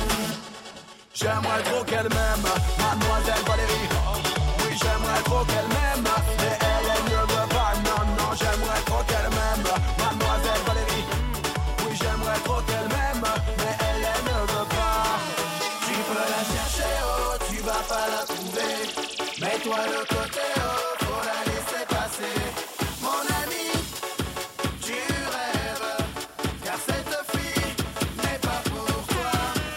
J'aimerais trop qu'elle m'aime, Mademoiselle Valérie. Oui, j'aimerais trop qu'elle m'aime, mais elle, elle ne veut pas. Non, non, j'aimerais trop qu'elle m'aime, Mademoiselle Valérie. Oui, j'aimerais trop qu'elle m'aime, mais elle, elle ne veut pas. Tu peux la chercher, oh, tu vas pas la trouver. Mets-toi de côté, oh, faut la laisser passer. Mon ami, tu rêves, car cette fille n'est pas pour toi.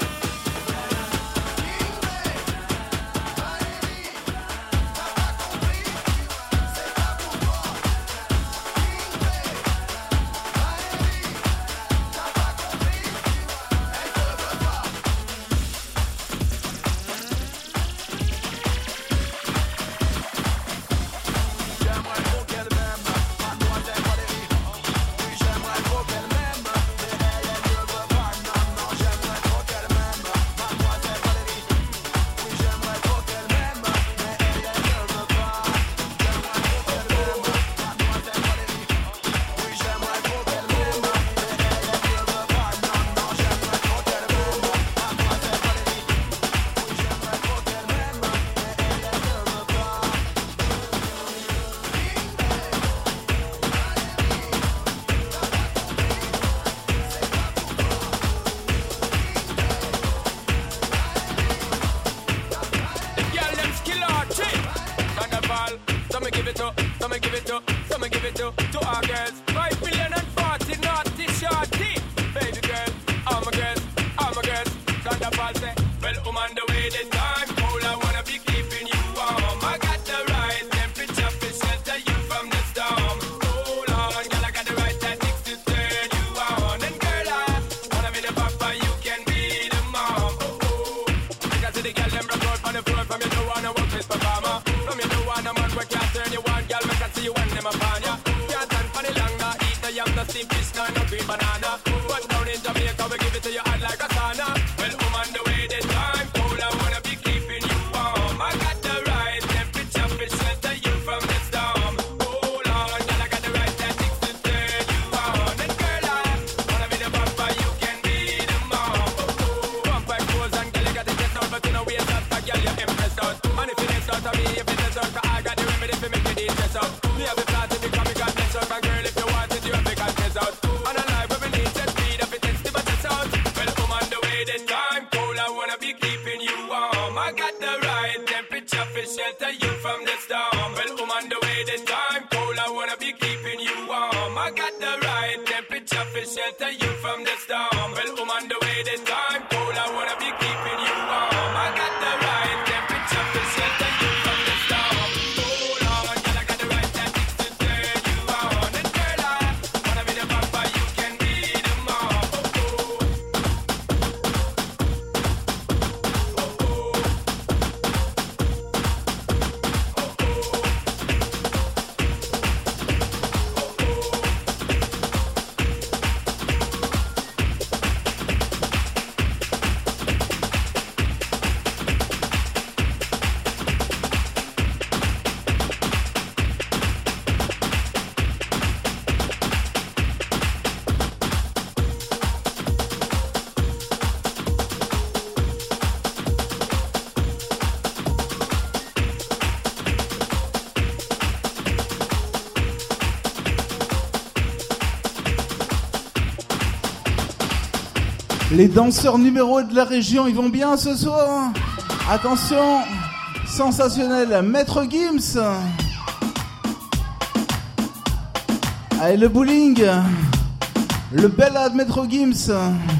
J'aimerais trop qu'elle m'aime, Mademoiselle Valérie. Oui, j'aimerais trop qu'elle m'aime, mais elle, elle ne veut pas. Non, non, j'aimerais trop qu'elle m'aime, Mademoiselle Valérie. Oui, j'aimerais trop qu'elle m'aime, mais elle, elle ne veut pas. J'aimerais trop qu'elle m'aime, Mademoiselle Valérie. Oui, j'aimerais trop qu'elle m'aime, mais elle, elle ne veut pas. Non, non, j'aimerais trop qu'elle m'aime, Mademoiselle Valérie. Oui, j'aimerais trop qu'elle m'aime, mais elle, elle ne veut pas. Girl, them skill out, chick. Carnival, so me give it to, so me give it to, so me give it to, to our girls. Five million and forty naughty shorty. Baby girl, all my girls, all my girls. Carnival say, well, I'm on the way this time. All I wanna be keeping you warm. I got the right temperature to shelter you from the storm. shelter you from the storm. Well, woman, the way the time cold, I wanna be keeping you warm. I got the right temperature for shelter you from the storm. Well, woman, the way the time cold, I wanna be keeping you warm. I got the right temperature for shelter you from the storm. Hold on, girl, I got the right tactics to turn you on. And girl, I wanna be the papa, you can be the mom. Oh, oh. Les danseurs numéro un de la région, ils vont bien ce soir. Attention, sensationnel, Maître Gims. Allez, le bowling. Le bellade Maître Gims.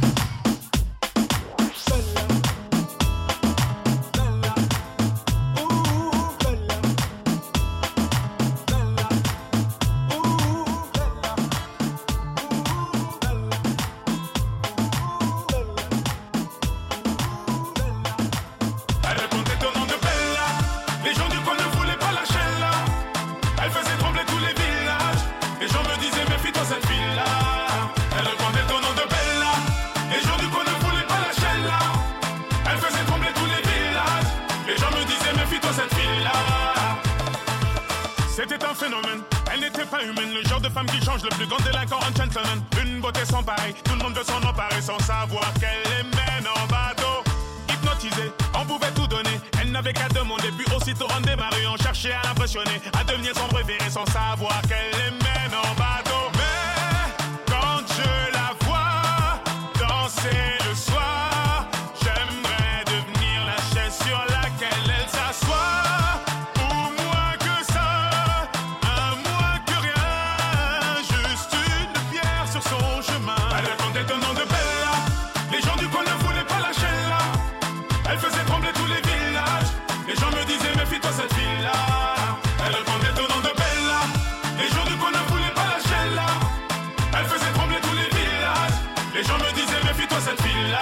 Elle répondait au nom de Bella. Les gens du coin ne voulaient pas lâcher là. Elle faisait trembler tous les villages. Les gens me disaient méfie-toi cette fille-là. Elle répondait au nom de Bella. Les gens du coin ne voulaient pas lâcher là. Elle faisait trembler tous les villages. Les gens me disaient méfie-toi cette fille-là. C'était un phénomène. Elle n'était pas humaine. Le genre de femme qui change le plus grand délinquant en gentleman. Une beauté sans pareil. Tout le monde veut s'en emparer sans savoir qu'elle les mène en bateau. Hypnotisée, on pouvait tout donner. Elle n'avait qu'à demander, puis aussitôt on démarrait. On cherchait à l'impressionner, à devenir son préféré sans savoir qu'elle les mène en bateau. Mais quand je la vois danser le soir, j'aimerais devenir la chaise sur laquelle elle s'assoit. Ou moins que ça, un moins que rien, juste une pierre sur son chemin. Elle répondait au nom de Bella. Les gens du coin ne voulaient pas lâcher là. Elle faisait trembler tous les villages. Les gens me disaient méfie-toi cette fille-là. Elle répondait au nom de Bella. Les gens du coin ne voulaient pas lâcher là. Elle faisait trembler tous les villages. Les gens me disaient méfie-toi cette fille-là.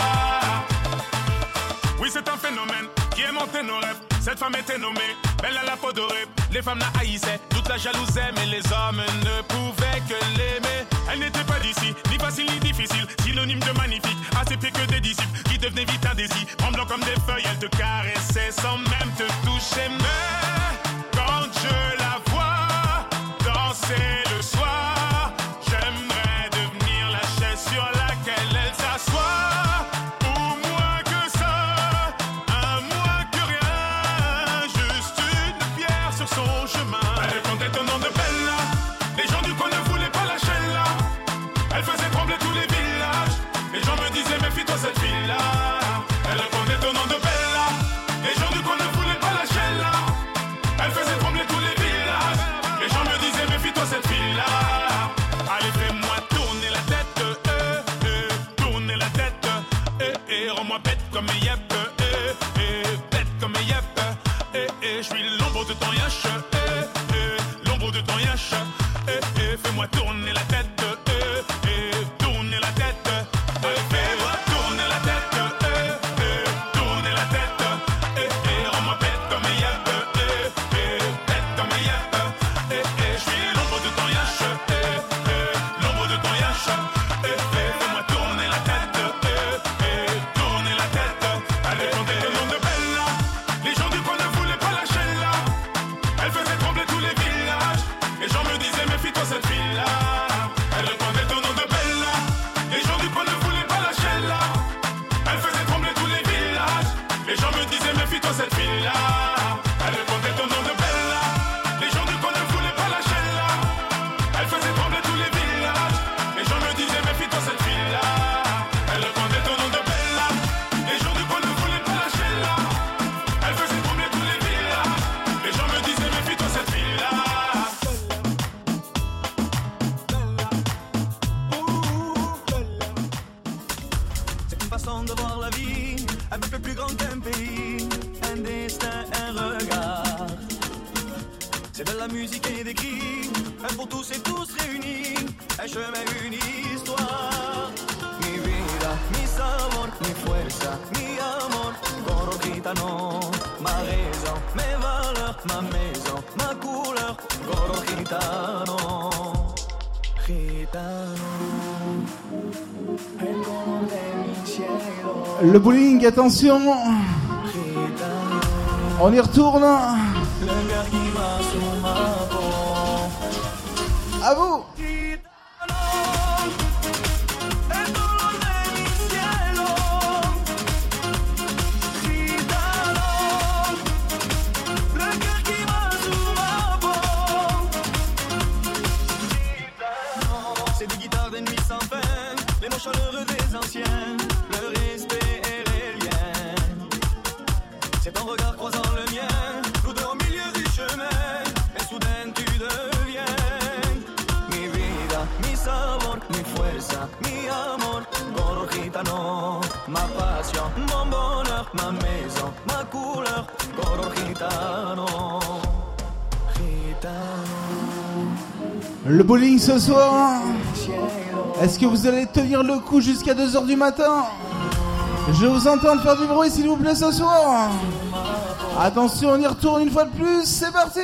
Oui, c'est un phénomène qui aimantait nos rêves. Cette femme était nommée Bella la peau dorée. Les femmes la haïssaient, toute la jalousaient, mais les hommes ne pouvaient que l'aimer. Elle n'était pas d'ici, ni facile ni difficile, synonyme de magnifique, à ses pieds que des disciples qui devenaient vite indécis. Tremblant comme des feuilles, elle te caressait sans même te toucher. Mais quand je la vois danser le soir, j'aimerais devenir la chaise sur laquelle elle s'assoit. Ou moins que ça, un moins que rien, juste une pierre sur son chemin. Elle répondait au nom de Bella. Les gens du coin ne voulaient pas lâcher là. Elle faisait trembler tous les villages. Les gens me disaient méfie-toi cette fille-là. Elle répondait au nom de Bella. Les gens du coin ne voulaient pas lâcher là. Elle faisait trembler tous les villages. Les gens me disaient méfie-toi cette fille-là. Allez, fais-moi tourner la tête, euh, euh, tourner la tête, euh, euh, rends-moi bête comme un yep, euh, euh, bête comme un yep, euh, euh, je suis l'ombre de ton yash, euh, euh, l'ombre de ton yash, euh, euh, fais-moi tourner la tête, euh, euh, tourner la tête, euh, fais-moi tourner la tête, euh, euh, tourner la tête, euh, euh, rends-moi bête comme un yep, euh, euh, bête comme un yep, euh, euh, je suis l'ombre de ton yash, euh, euh, l'ombre de ton yash, euh, euh, fais-moi tourner la tête, euh, euh, tourner la tête, elle répondait au nom de Bella. Les gens du coin ne voulaient pas lâcher là. Elle faisait trembler tous les villages. Les gens me disaient méfie-toi cette fille-là. Elle répondait au nom de Bella. Les tous et tous réunis, et je mets une histoire. Mi vida, mi sabor, mi fuerza, mi amor, coro gitano, ma raison, mes valeurs, ma maison, ma couleur, coro gitano, gitano, el color de mi cielo. Le bowling, attention. On y retourne. Le cœur qui va sur ma peau. À vous. C'est des guitares d'ennemis sans fin, les mots chaleureux des anciens, le respect et les liens. C'est ton regard croisant le mien, nous deux au milieu du chemin, et soudain tu deviens mi vida, mi sabor, mi fuerza, mi amor, coro gitano, ma passion, mon bonheur, ma maison, ma couleur, coro gitano, gitano. Le bowling ce soir. Est-ce que vous allez tenir le coup jusqu'à deux heures du matin? Je vous entends faire du bruit s'il vous plaît ce soir. Attention, on y retourne une fois de plus, c'est parti.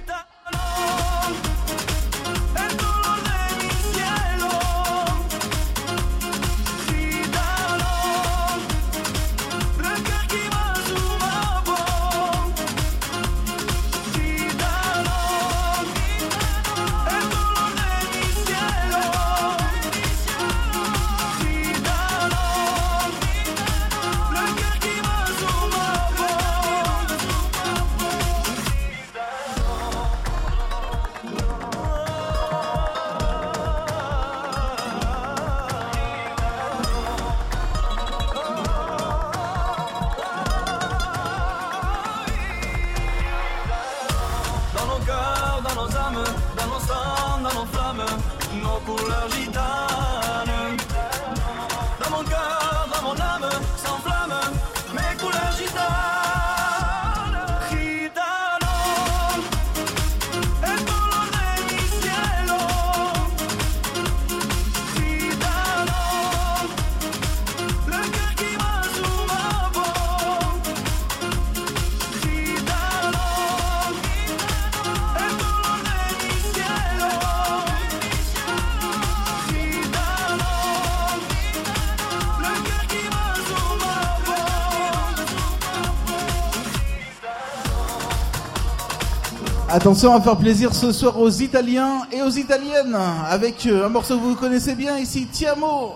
Attention à faire plaisir ce soir aux Italiens et aux Italiennes avec un morceau que vous connaissez bien ici, Ti amo.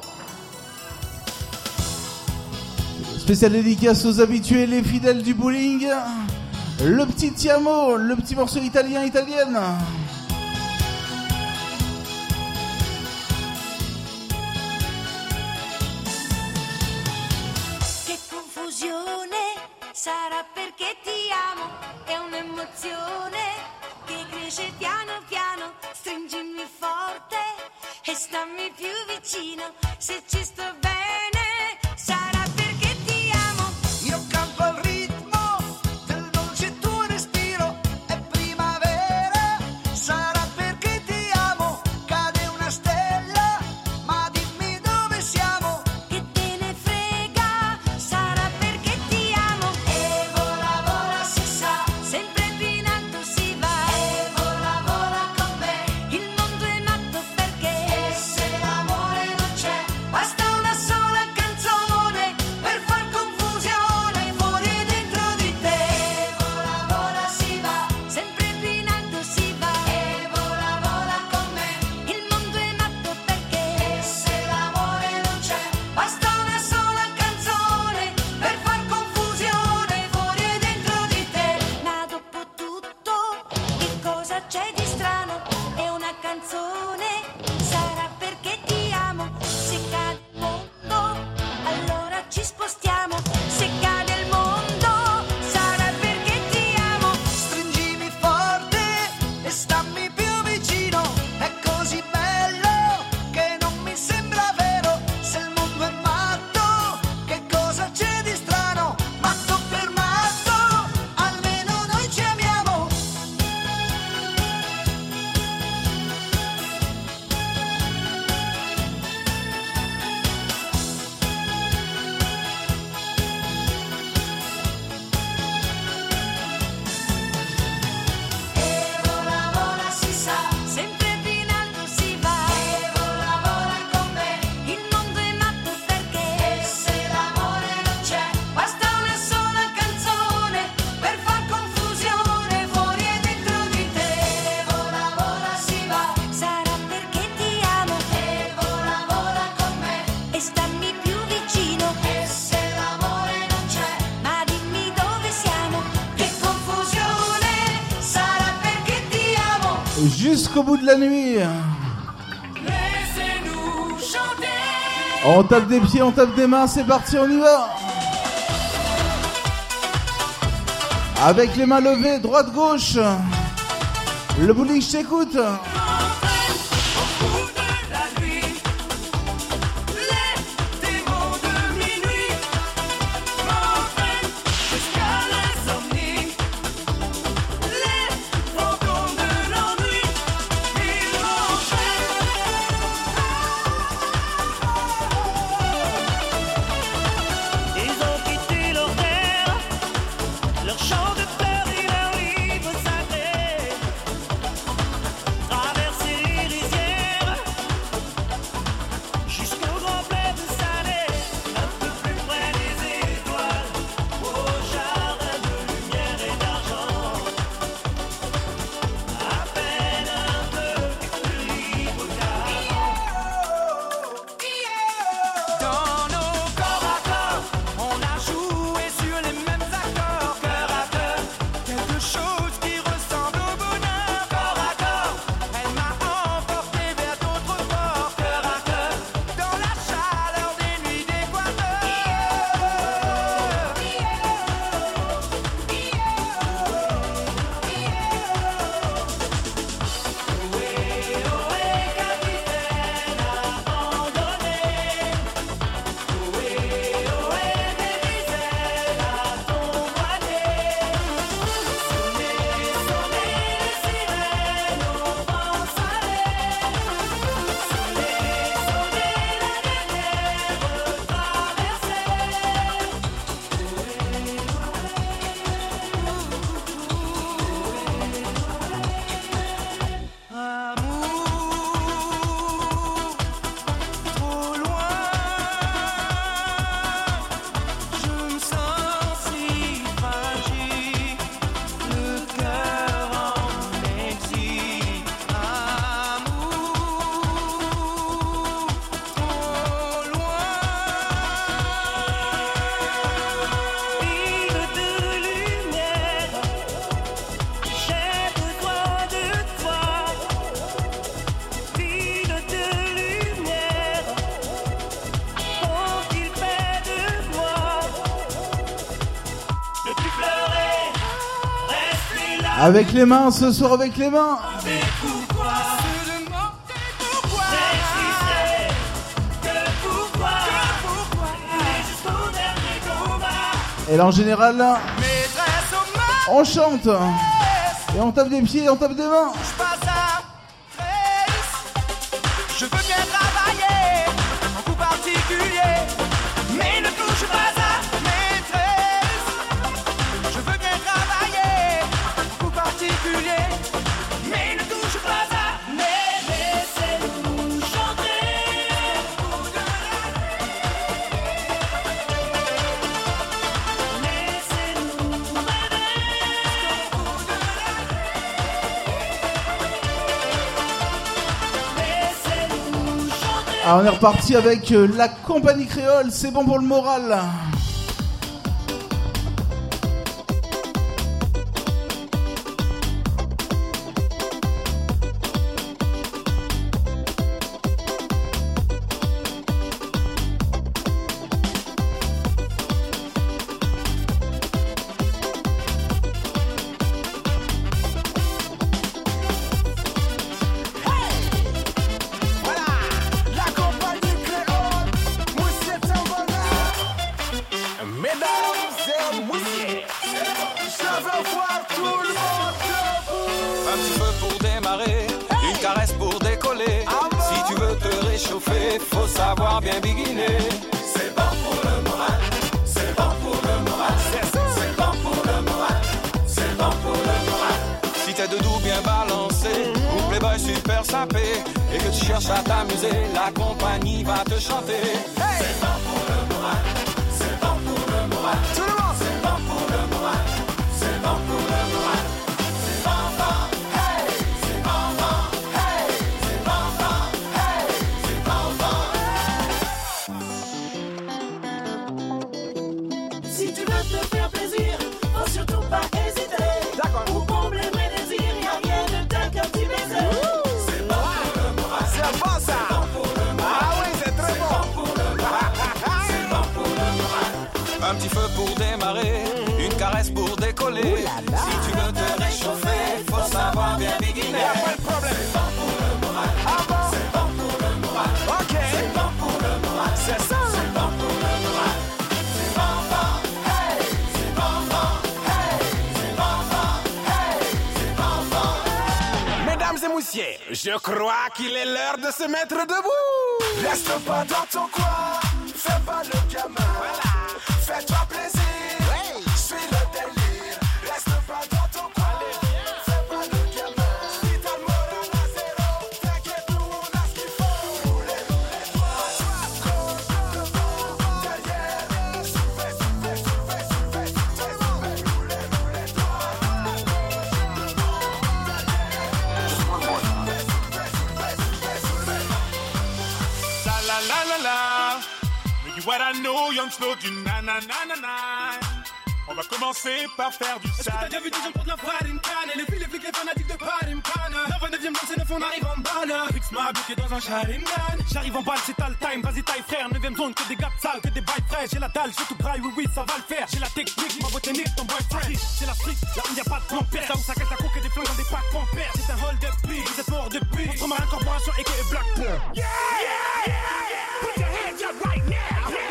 Spécial dédicace aux habitués, les fidèles du bowling. Le petit Ti amo, le petit morceau italien-italienne. Che confusione, sarà perché ti amo, è un'emozione che cresce piano piano, stringimi forte e stammi più vicino, se ci sto bene, sarà perché ti amo. Io canto al ritmo del dolce tuo respiro, è primavera, sarà perché ti amo, cade una stella, ma dimmi dove siamo. Che te ne frega, sarà perché ti amo. E vola, vola, si sa, sempre più in alto si va. E vola, vola con me, il mondo è nato perché. E se l'amore non c'è, basta una Jusqu'au bout de la nuit. Laissez-nous chanter. On tape des pieds, on tape des mains, c'est parti, on y va. Avec les mains levées, droite, gauche. Le bowling, je t'écoute. Avec les mains, ce soir avec les mains. Et là en général, là, on chante. Et on tape des pieds, on tape des mains. Je veux bien travailler en coup particulier, mais ne touche pas à maîtresse. Je veux bien travailler en coup particulier, mais ne touche pas à mais laissez-nous chanter. Laissez-nous Ah, on est reparti avec euh, la compagnie créole, c'est bon pour le moral. La compagnie créole, Moussier Tambona. Mesdames et messieurs, je veux voir tout le monde debout. Un petit peu pour démarrer, une caresse pour décoller. Si tu veux te réchauffer, faut savoir bien biguiner. C'est bon pour le moral, c'est bon pour le moral, c'est bon pour le moral, c'est bon pour le moral. Si t'es debout bien balancé, ou playboy super sapé, et que tu cherches à t'amuser, la compagnie va te chanter. C'est bon pour le moral, c'est bon pour le moral, tout le monde, c'est bon pour le moral, c'est bon pour le moral. C'est bon, bon, hey, c'est bon, bon, hey, c'est bon, bon, hey, c'est bon, bon. Si tu veux te faire plaisir, faut surtout pas hésiter. Pour combler mes désirs, y'a rien de tel qu'un petit baiser. Un petit feu pour démarrer, une caresse pour décoller. Si tu veux te réchauffer, faut savoir bien biguiner. Y'a pas de problème. C'est bon pour le moral. Ah bon? C'est bon pour le moral. Ok. C'est bon pour le moral. C'est ça. C'est bon pour le moral. C'est bon, bon, hey. C'est bon, bon, hey. C'est bon, bon, hey. C'est bon, bon. Mesdames et messieurs, je crois qu'il est l'heure de se mettre debout. Reste pas dans ton coin, fais pas le gamin. Voilà. Fais-toi plaisir, hey. Suis le délire. Reste pas dans ton coin, fais pas le gamin. Si t'as le moral à zéro, t'inquiète, nous on a ce qu'il faut. Roulez, roulez, toi, toi, devant, derrière. Soulevez, soulevez, soulevez, soulevez, soulevez, soulevez. Roulez, roulez, toi, devant, La la la la la. Make you what I know, young slow du na na na na na. On va commencer par faire du Est-ce que t'as sale. déjà vu des gens pour de la farine canne? Et les filles, les flics, les fanatiques de Parimkana. neuf vingt-neuvième dans ces neuf, on arrive en balle. Fix m'a bloqué dans un Sharingan. J'arrive en balle, c'est all time, vas-y taille frère. neuvième zone, que des gars sales, que des bails frais. J'ai la dalle, j'ai tout graille, oui oui, ça va le faire. J'ai la technique, ma beauté nique ton boyfriend. C'est la street, là où y'a pas de grand-père. Là où ça casse la coque et des flingues dans des packs grand-père. C'est un hold up, please, vous êtes mort depuis. Entre ma incorporation et que Black Power. Yeah, yeah, yeah, yeah. Put your hands up right now.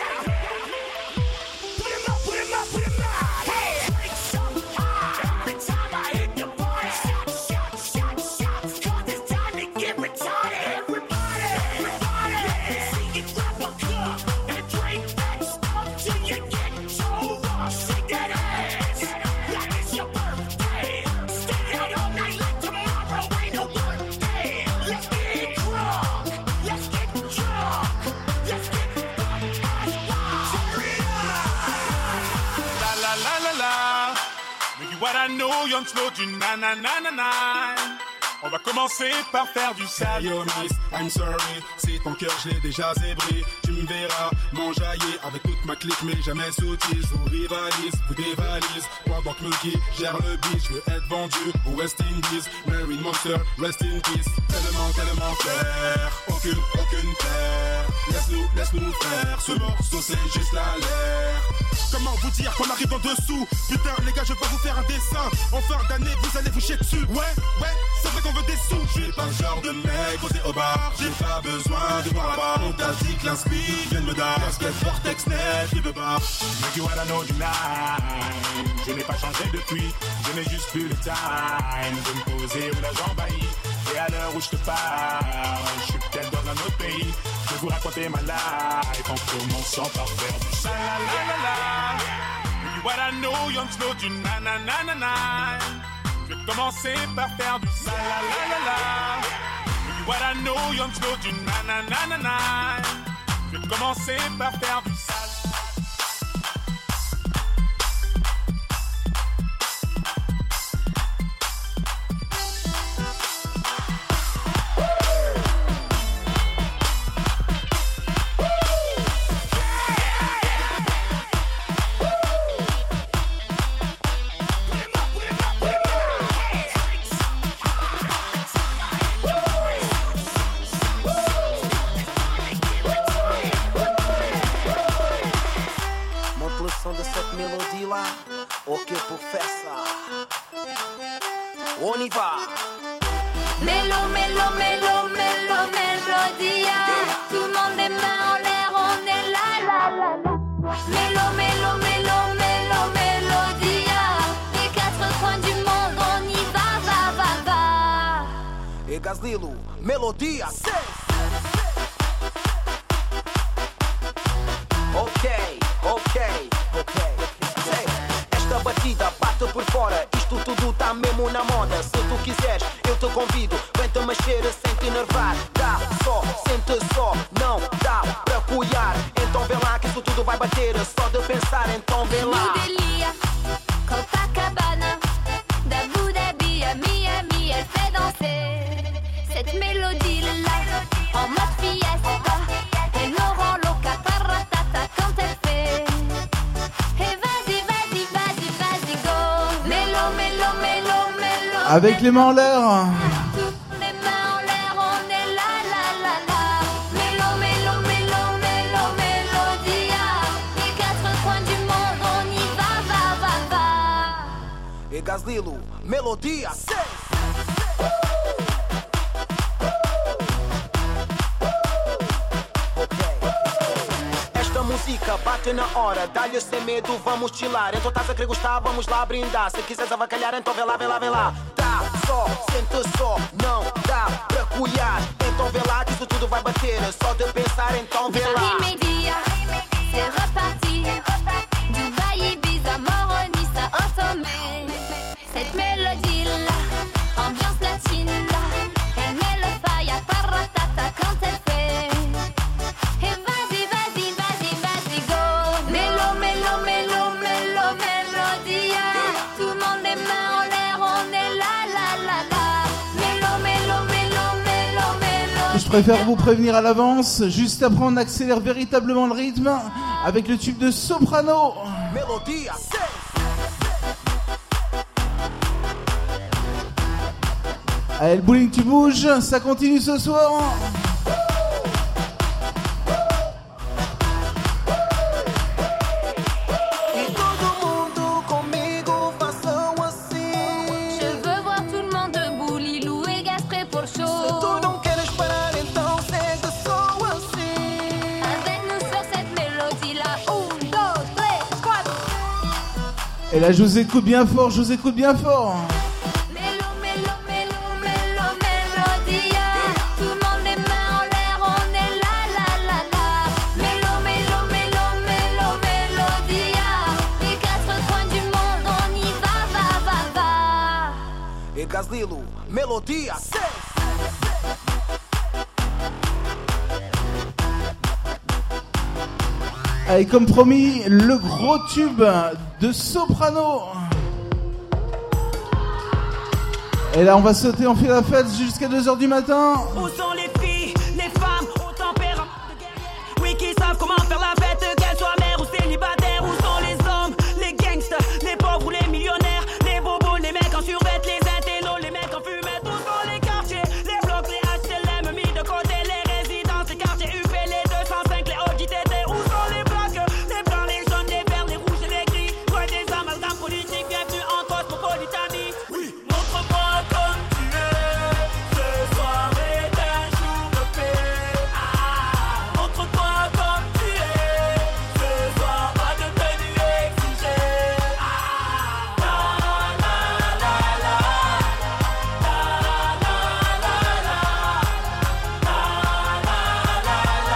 Put 'em up, put 'em up, put 'em up. Hey. Every time I hit the party, shot, shot, shot, shots. 'Cause it's time to get retarded. Everybody, everybody, see it, grab a cup and drink that stuff till you get so rough. Shake that ass like it's your birthday. Stay out all night like tomorrow ain't no work day. Let's get drunk, let's get drunk, let's get fucked as La la la la la. Make you what I know, young slow du na na na na na. On va commencer par faire du sale. Yo miss, I'm sorry, si ton cœur je l'ai déjà zébré. Tu me verras m'enjailler avec toute ma clique mais jamais soutise. Vous rivalisez, vous dévalisez. Pendant que Milky gère le beat, je veux être vendu au West Indies. Marine Monster, rest in peace. Tellement, tellement clair, aucune, aucune terre. Laisse-nous, laisse-nous faire, ce morceau c'est juste l'air. Comment vous dire qu'on arrive en dessous? Putain les gars je vais vous faire un dessin. En fin d'année vous allez vous chier dessus. Ouais, ouais, c'est vrai qu'on veut des sous. Je suis pas le genre de mec posé au bar. J'ai pas besoin de voir là-bas. On t'a dit que l'inspi vient de me dar. Casquette Vortex net, il veut pas. Make you what I know tonight. Je n'ai pas changé depuis, je n'ai juste plus le time de me poser où la jambe aille. Et à l'heure où je te parle, je suis peut-être dans un autre pays. Je vais vous raconter ma life en commençant par faire du sale. La la la la. Make you what I know, young slow du na na na na na. Je vais commencer par faire du sale. La la la la. Make you what I know, young slow du na na na na na. Je vais commencer par faire du sale. Monte le son de cette mélodie-là. Ok pour faire ça. On y va. Mélo, mélo, mélo, mélo, mélodia. Tout le monde est mains en l'air, on est là, là, là, là. Mélo, mélo, mélo, mélo, mélodia. Les quatre coins du monde, on y va, va, va, va. E Gaslilo, melodia. Ok, ok, ok. Sei, esta batida bate por fora. Isto tudo tá mesmo na moda. Se tu quiseres, eu te convido. Vem-te mexer sem te enervar. Dá só, sente só. Não dá pra cuidar. Então vem lá que isso tudo vai bater. Só de pensar, então vem lá. Delia, Copacabana, d'Abu Dhabi à Miami, elle fait danser cette mélodie-là en mode fiesta. Elle me rend loca, paratata quand elle fait. Et vas-y, vas-y, vas-y, vas-y, go. Mélo, mélo, mélo, mélo. Avec les mains en l'air. Les mains en l'air, on est là, là, là, là. Mélo, mélo, mélo, mélo, mélodia. Les quatre coins du monde. Gaslilo, melodia. Esta música bate na hora, dá-lhe sem medo, vamos chilar. Então estás a querer gostar, vamos lá brindar. Se quiseres avacalhar, então vê lá, vê lá, vê lá. Tá só, sente só, não dá pra cuidar. Então vê lá que isso tudo vai bater. Só de pensar, então vê lá. Immédiat, c'est reparti. Dubaï, Ibiza, Moroni, ça ensommé. Cette mélodie-là, ambiance latine-là, elle met le fire, paratata quand elle fait. Et vas-y, vas-y, vas-y, vas-y, go. Mélo, mélo, mélo, mélo, mélodia. Tout le monde les mains en l'air, on est là, là, là, là. Mélo, mélo, mélo, mélo, mélo. Je préfère vous prévenir à l'avance. Juste après, on accélère véritablement le rythme avec le tube de Soprano. Melodia. Allez, le bowling, tu bouges, ça continue ce soir. E todo mundo comigo façam assim. Je veux voir tout le monde debout, Lilou et Gaspard pour Se chaud. tu não queres parar, então segue só assim. Avec nous sur cette mélodie-là. Un, deux, tres, quatre. Et là, je vous écoute bien fort, je vous écoute bien fort. Mélo, mélo, mélo, mélo, mélodia. Tout le monde les mains en l'air, on est là, là, là, là. Mélo, mélo, mélo, mélo, mélodia. Les quatre coins du monde, on y va, va, va, va. E Gaslilo, melodia. Allez, comme promis, le gros tube de Soprano. Et là, on va sauter, on fait la fête jusqu'à deux heures du matin. Où sont les filles, les femmes au tempérament de guerrière? Oui, qui savent comment faire la fête, qu'elles soient mères ou célibataires. Où sont les hommes, les gangsters, les pauvres ou les millionnaires? Les bobos, les mecs en survêt, les intellos, les mecs en fumette. Où sont les quartiers, les blocs, les H L M mis de côté? Les résidences, les quartiers U P, les deux cent cinq, les O J T T. Où sont les plaques, les blancs, les jaunes, les verts, les rouges et les gris? Loin des amalgames politiques, bienvenue en cosmopolitanie. Oui, montre-moi comme tu es. Ce soir est un jour de paix. Ah, montre-toi comme tu es. Ce soir, pas de tenue exigée. Ah, la la la la. La la la la. La la la la.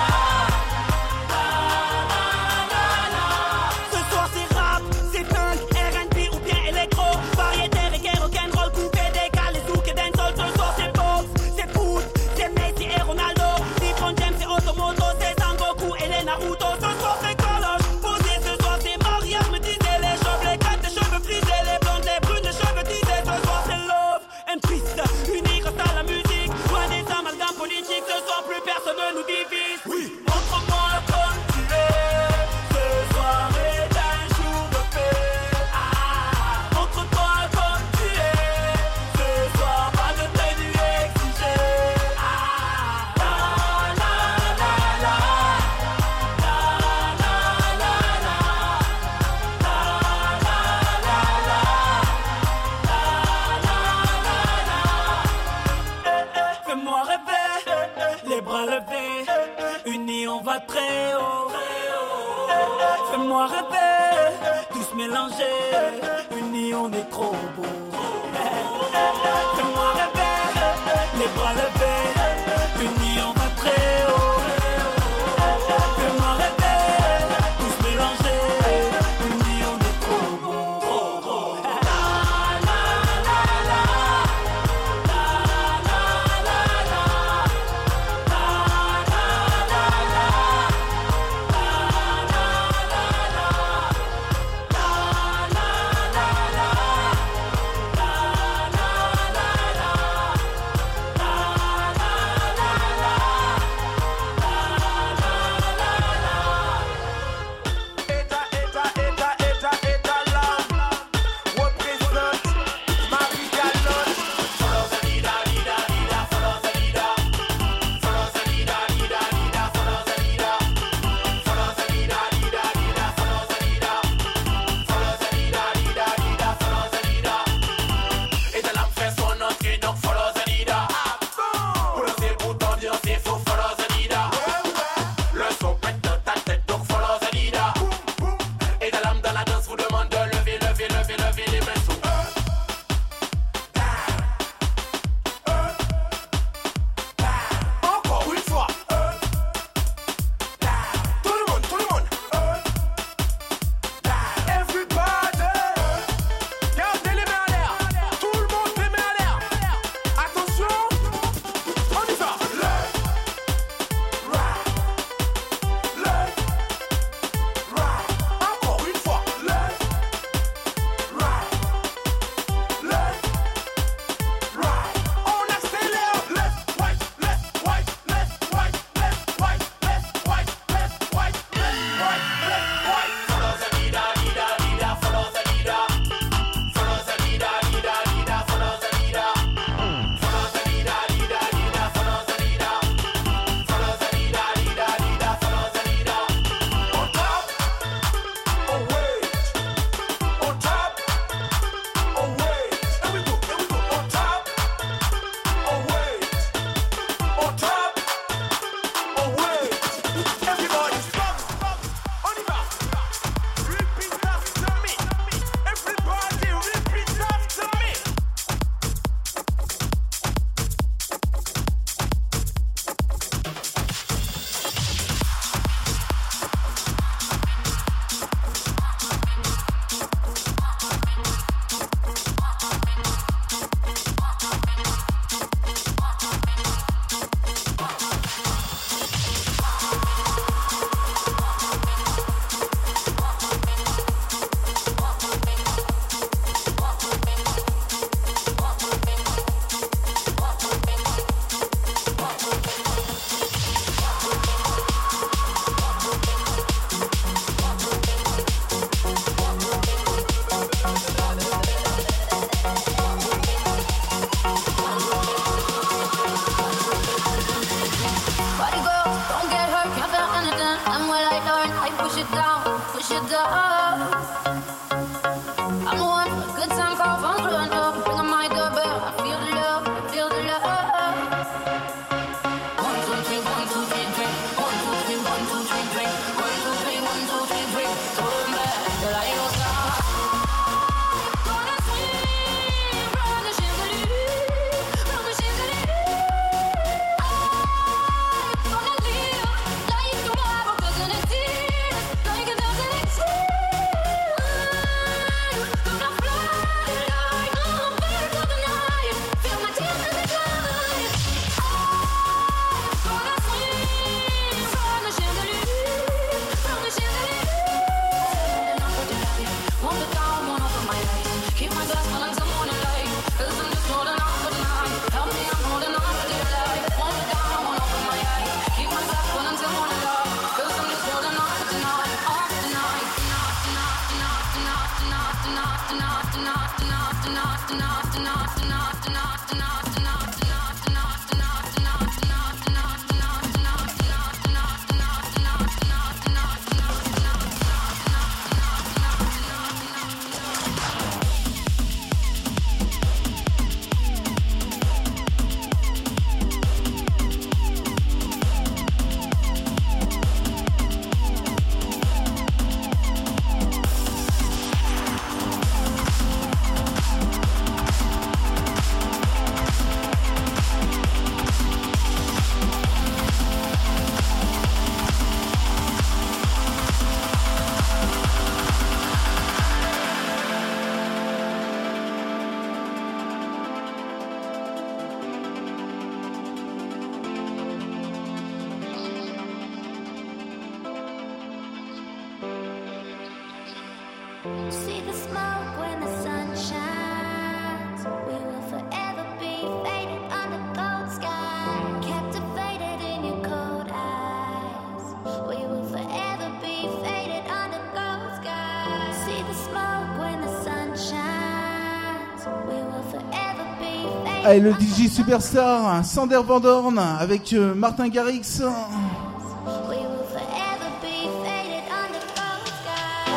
La la la la. Ce soir c'est rap, c'est funk, R and B ou bien électro. Variété, reggae, rock'n'roll, coupé, décalé, zouk et dancehall. Ce soir c'est boxe, c'est foot, c'est Messi et Ronaldo. LeBron James et Automoto, c'est Sangoku et les Naruto. Ce soir c'est collage, posé, ce soir c'est mariage. Me disaient les chauves, les crêpes, les cheveux frisés, les blondes, les brunes, les cheveux tisés. Ce soir c'est love and peace, unis grâce à la musique. Loin des amalgames politiques, ce soir plus personne ne nous divise. Oui, montre-moi comme tu es. Ce soir est un jour de paix. Ah, montre-toi comme tu es. Ce soir, pas de tenue exigée. Ah, la la la la. La la la la. La la la la. La la la la. Eh, eh, fais-moi rêver, les bras levés, unis on va très haut. Eh, eh, fais-moi rêver, tous mélangés, unis on est trop beau. Eh, eh, eh, fais-moi rêver, les bras levés, unis on va très haut. Eh, eh, fais-moi rêver, tous mélangés, unis on est trop beau. Trop beau. La la la la. La la la la. La la la la. La la la la. La la la la. La la la la. La la See the smoke when the sun shines. We will forever be faded under cold sky. Captivated in your cold eyes. We will forever be faded under cold sky. See the smoke when the sun shines. We will forever be faded. Allez, le D J Superstar, Sander Van Dorn avec euh, Martin Garrix. We will forever be faded under cold sky.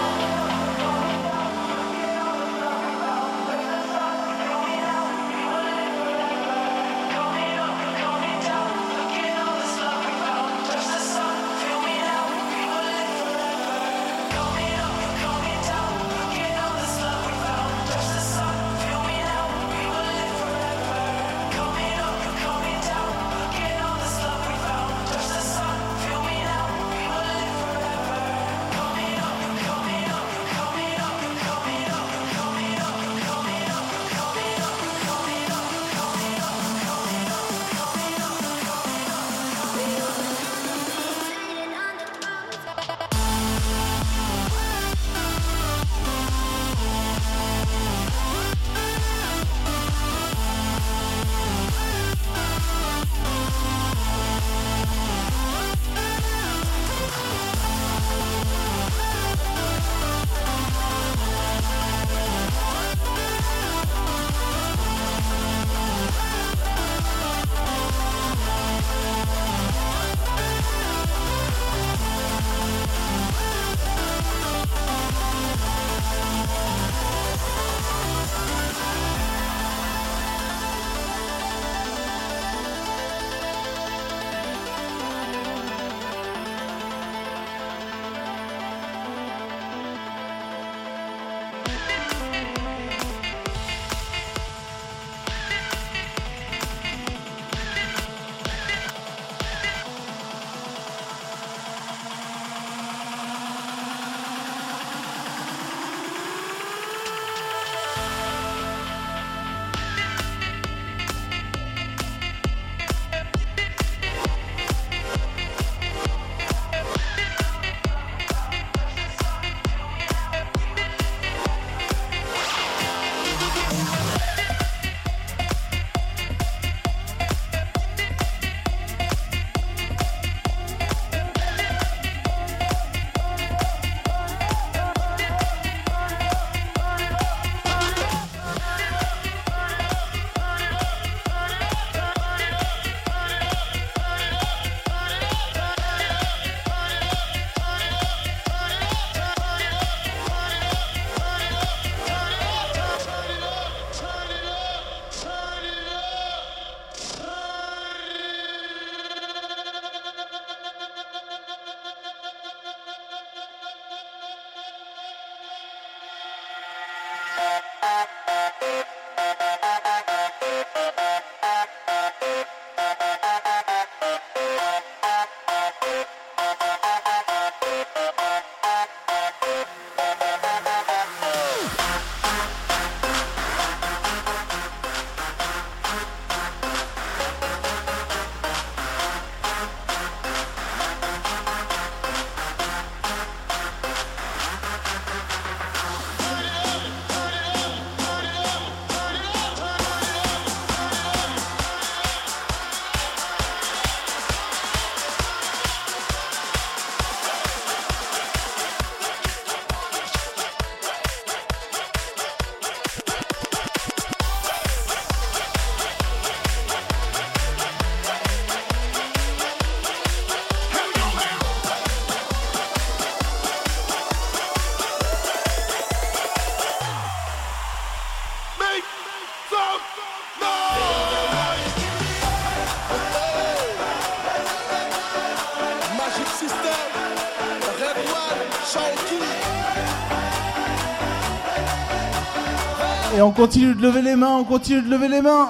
Et on continue de lever les mains, on continue de lever les mains.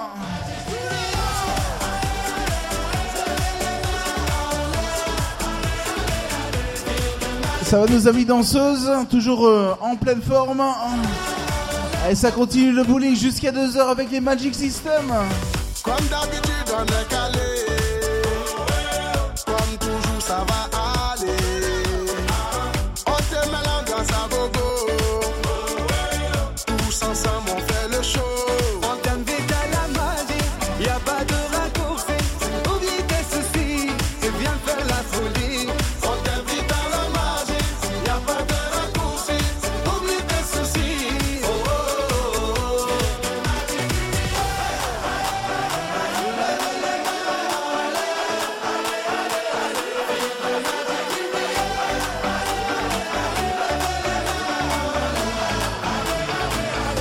Ça va nos amis danseuses, toujours euh, en pleine forme. Et ça continue le bowling jusqu'à deux heures avec les Magic System. Comme d'habitude on est calé. Comme toujours ça va aller. On te met l'ambiance à gogo.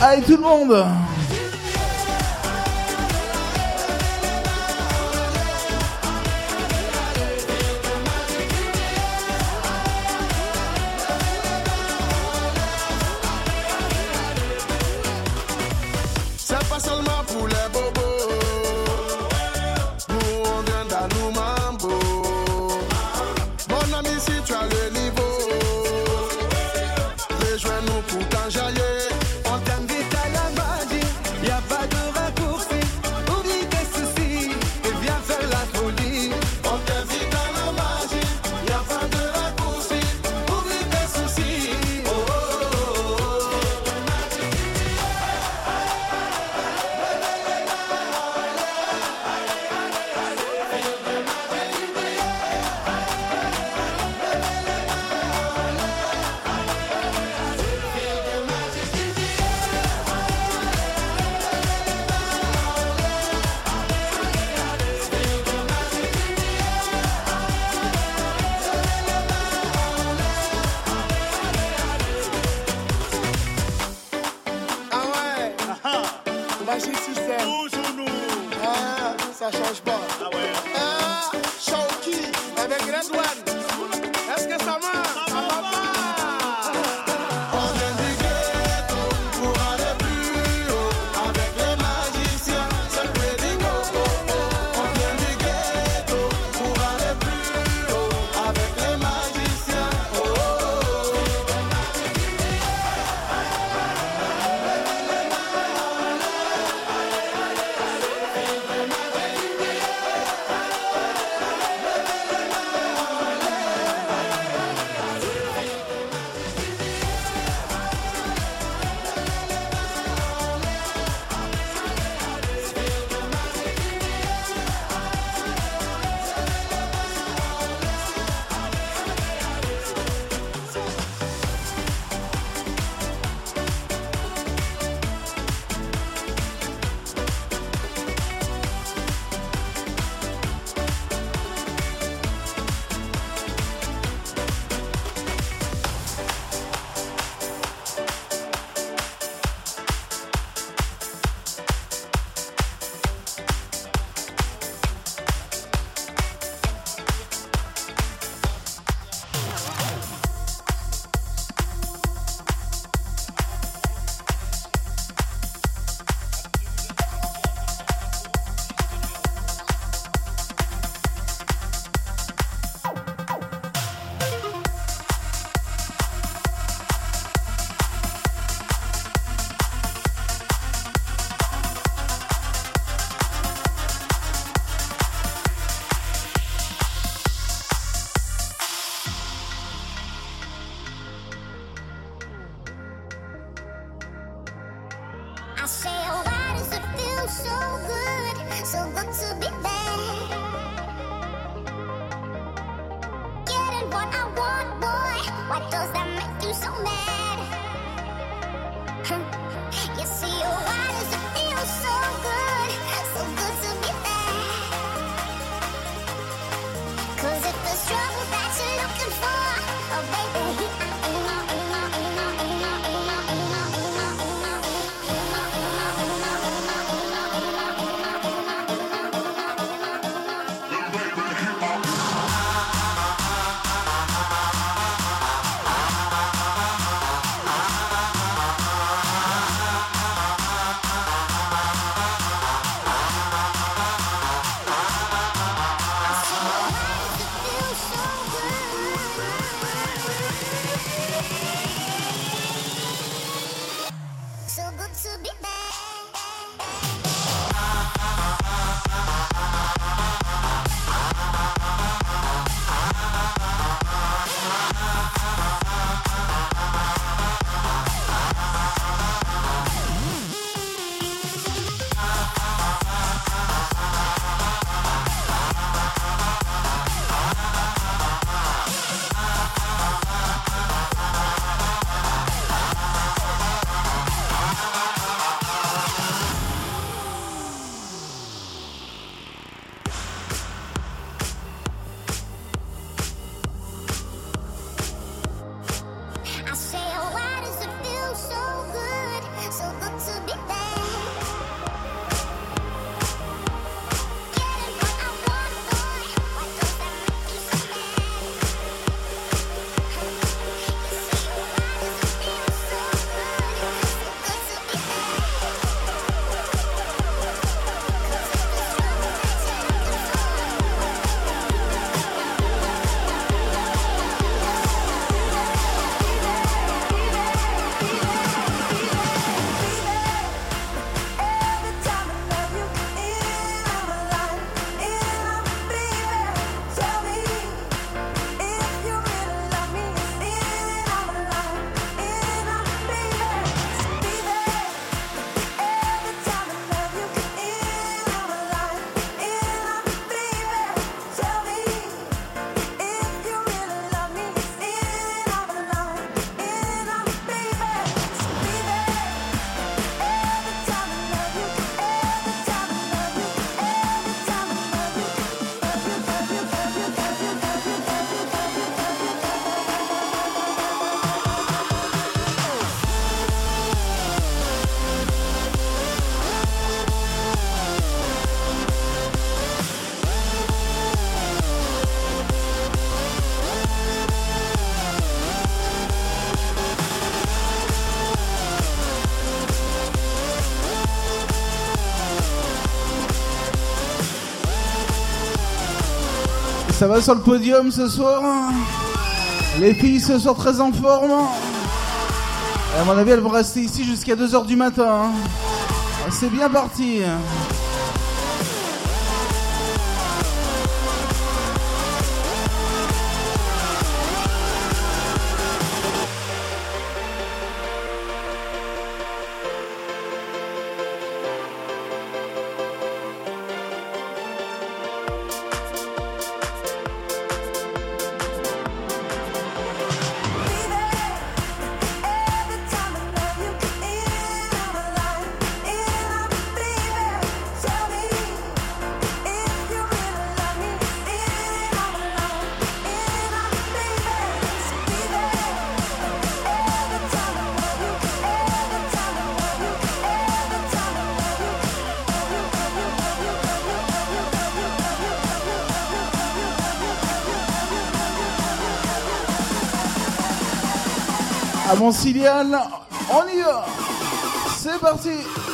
Allez tout le monde. C'est pas seulement pour les bobos. Nous on vient d'Anou Mambo. Mon ami, si tu as le niveau, rejoins-nous pour t'enjailler. On t'invite à la magie, y a pas de raccourci. Oublie tes soucis et viens faire la folie. On t'invite à la magie, y a pas de raccourci. Oublie tes soucis. Oh, oh, oh, oh. Ah ouais, magique système. Toujours nous. Ah, ça change pas. Ah ouais. Ah, Shawky avec Red One. Est-ce que ça marche? Ça va pas. On vient du ghetto pour aller plus haut. Avec les magiciens, c'est le Prédigo. On vient du ghetto pour aller plus haut. Avec les magiciens. Oh, oh, oh. I say, oh, why does it feel so good, so good to be back? Getting what I want, boy. Why does that make you so mad? You see, oh, why does it feel so good, so good to be back? 'Cause if there's trouble that you're looking for, oh, baby, Ça va sur le podium ce soir. Les filles ce soir très en forme. Et à mon avis, elles vont rester ici jusqu'à deux heures du matin. C'est bien parti. À mon filial, on y va. C'est parti.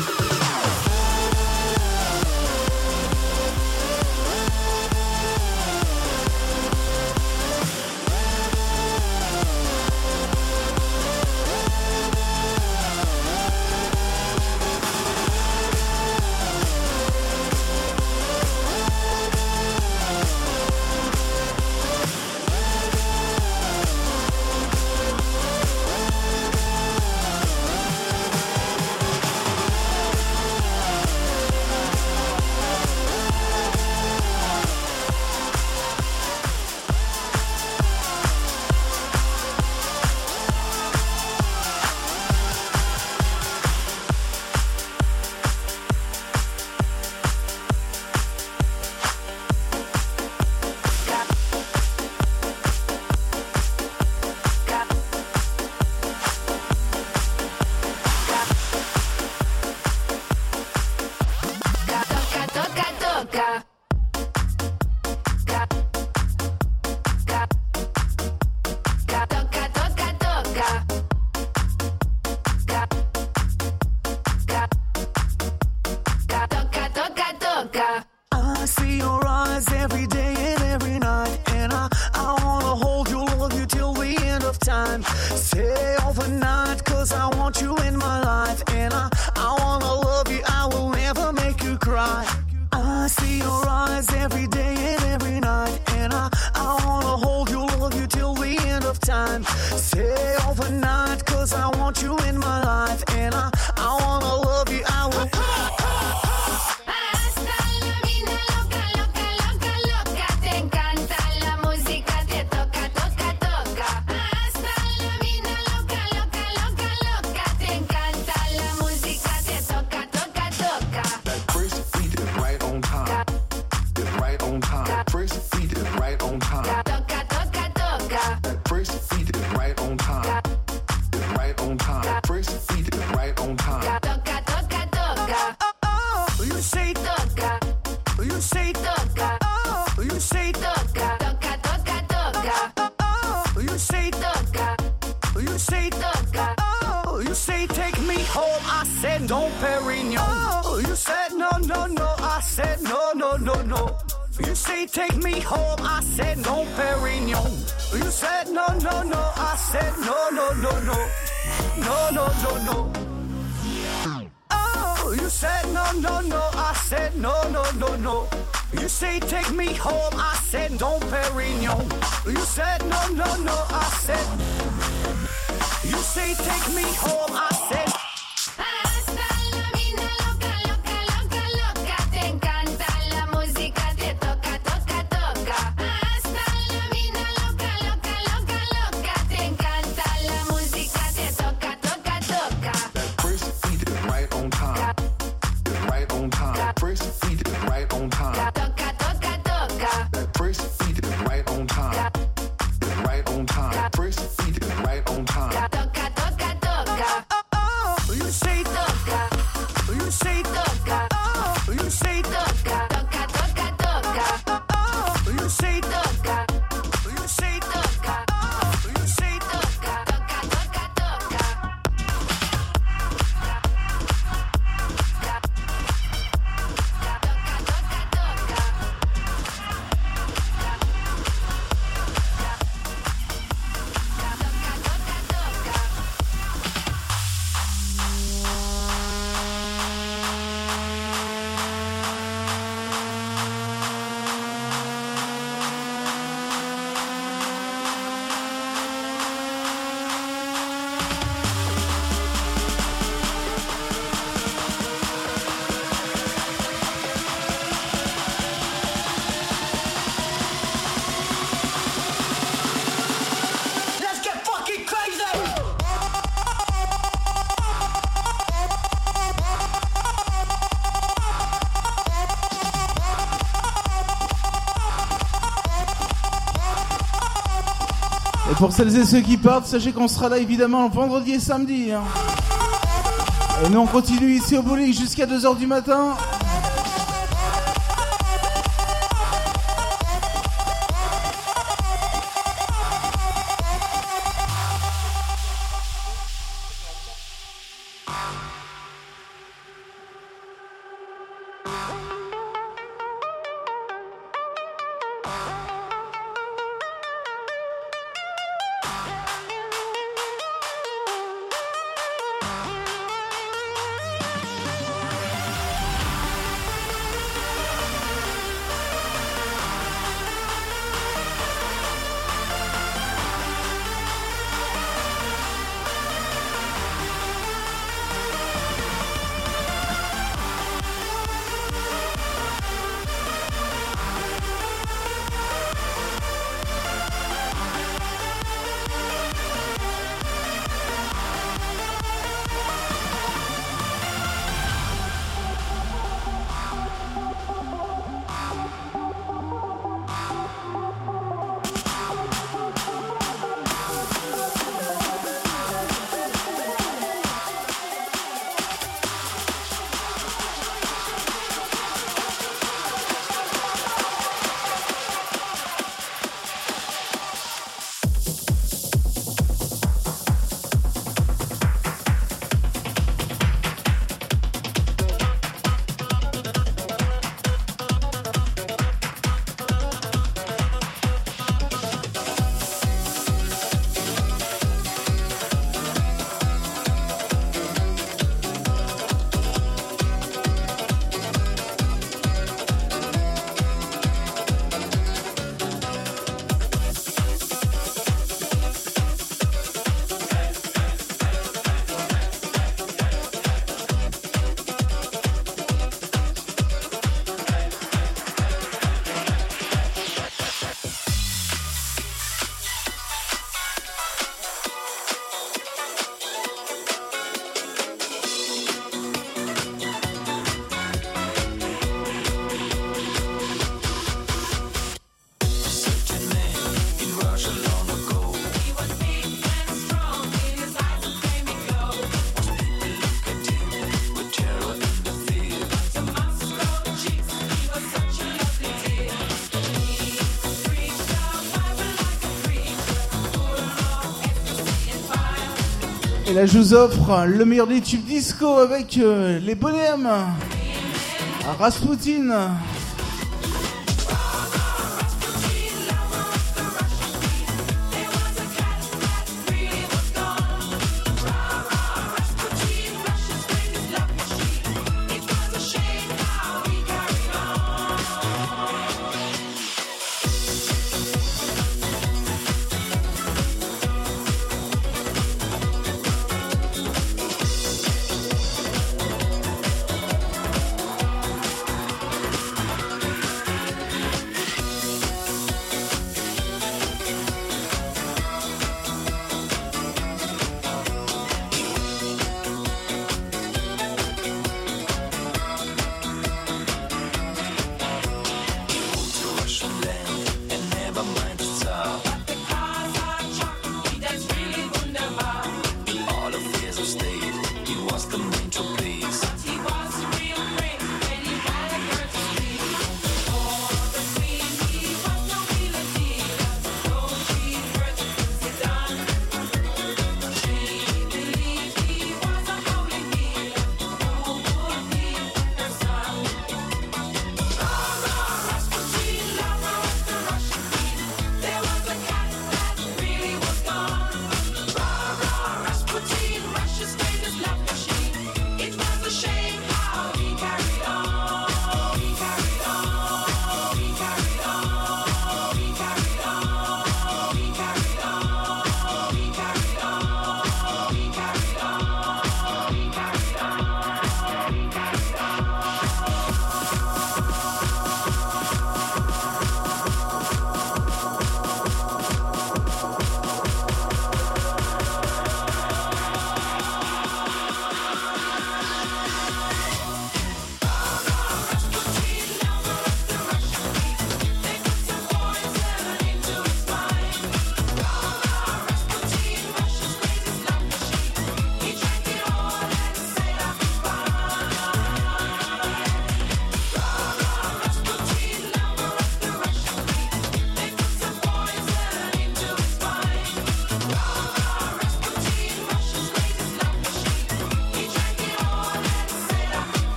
I see your eyes every day and every night, and I, I wanna hold you, love you till the end of time. Stay overnight, cause I want you in my life, and I, I wanna love you, I will never make you cry. I see your eyes every day and every night, and I, I wanna hold you, love you till the end of time. Stay overnight, cause I want you in my life, and I, I wanna love you, I will. Don't Perignon. Oh, you said no, no, no. I said no, no, no, no. You say take me home. I said no, Perignon. You said no, no, no. I said no, no, no, no. No, no, no, no. Oh, you said no, no, no. I said no, no, no, no. You say take me home. I said don't Perignon. You said no, no, no. I said. You say take me home. I said. Et pour celles et ceux qui partent, sachez qu'on sera là évidemment vendredi et samedi. Hein. Et nous on continue ici au bowling jusqu'à deux heures du matin. Et là je vous offre le meilleur des tubes disco avec euh, les bonhommes Rasputin.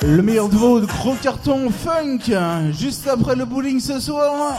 Le meilleur de vos gros cartons funk, juste après le bowling ce soir.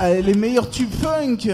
Allez, les meilleurs tubes funk.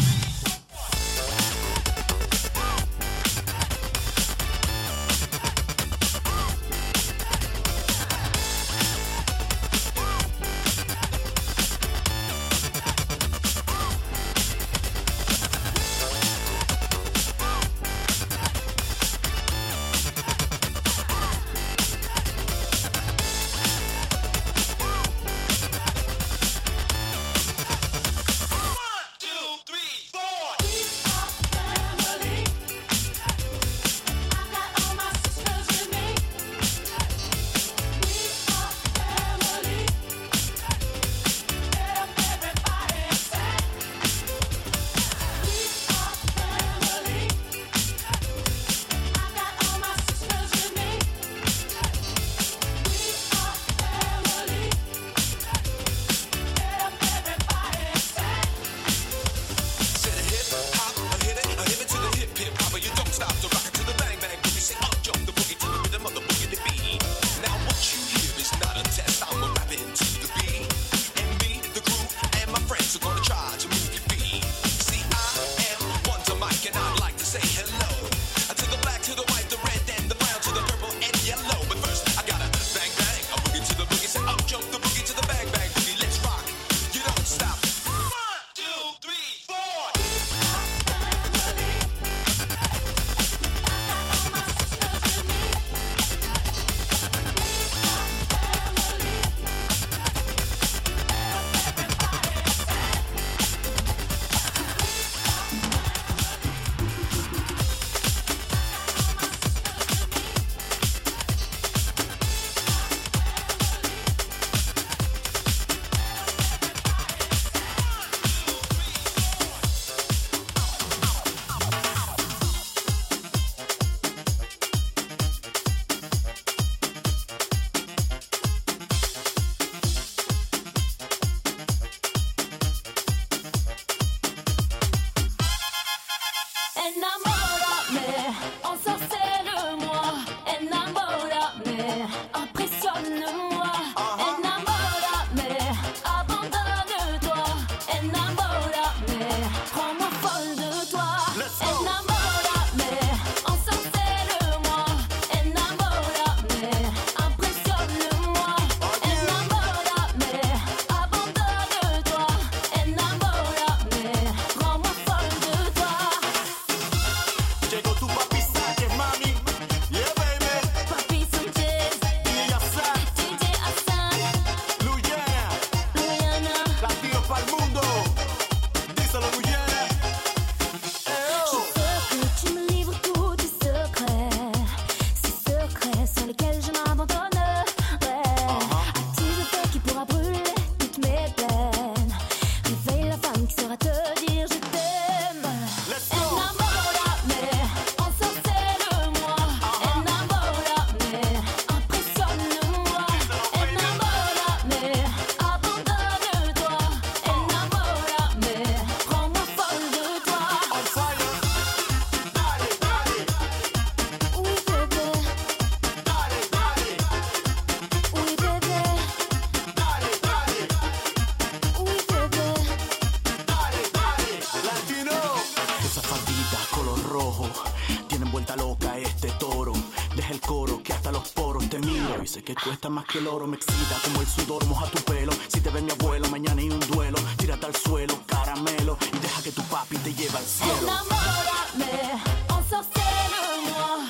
Sé que cuesta más que el oro, me excita como el sudor, moja tu pelo. Si te ve mi abuelo, mañana hay un duelo. Tírate al suelo, caramelo, y deja que tu papi te lleve al cielo. Enamórame, ensorcelle-moi.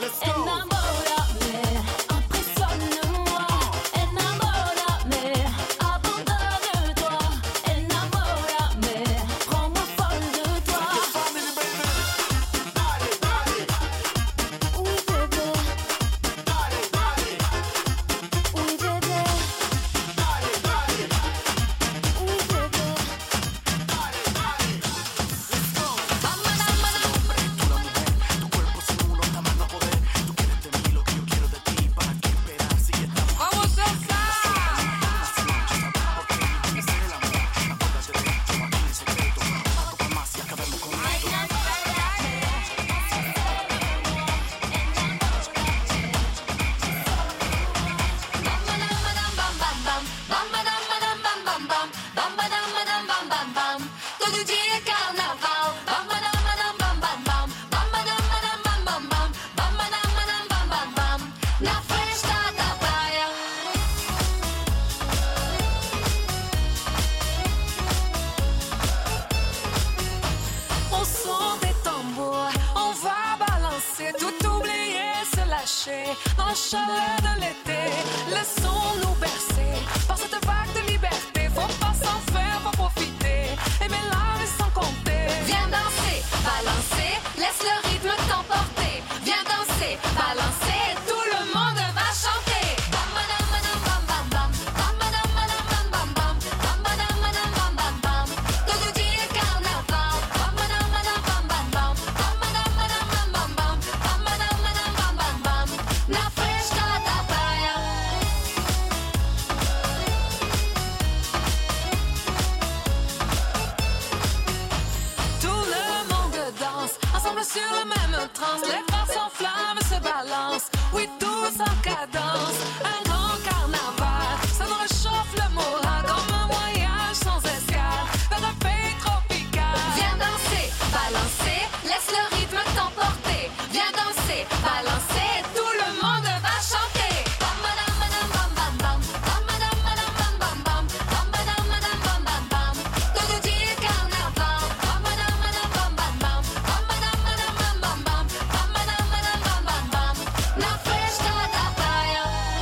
Enamórame, impressionne-moi. Enamórame, abandonne-toi. Enamórame, rends-moi folle de toi. Oui, bébé. Oui, bébé. Oui, bébé. chaleur de l'été. Laissons-nous bercer par cette vague de liberté. Faut pas s'en faire, faut profiter. Et mes larmes sans compter. Viens danser, balancer, laisse le rythme t'emporter. Viens danser, balancer, tout le monde va chanter. Bam badam badam bam bam bam, bam badam badam bam bam bam, bam badam badam bam bam bam. Todo dia é carnaval. Bam badam badam bam bam bam, bam badam badam bam bam bam, bam badam badam bam bam bam. Na festa da praia. Tout le monde danse, ensemble sur la même transe. Les bras s'enflamment, se balancent. Oui, tous en cadence. Un grand carnaval, ça nous réchauffe le moral. Comme un voyage sans escale vers un pays tropical. Viens danser, balancer, laisse le rythme t'emporter. Viens danser, balancer, tout le monde va chanter. Bam badam badam bam bam bam, bam badam badam bam bam bam, bam badam badam bam bam bam. Todo dia é carnaval. Bam badam badam bam bam bam, bam badam badam bam bam bam, bam badam badam bam bam bam. Na festa da praia.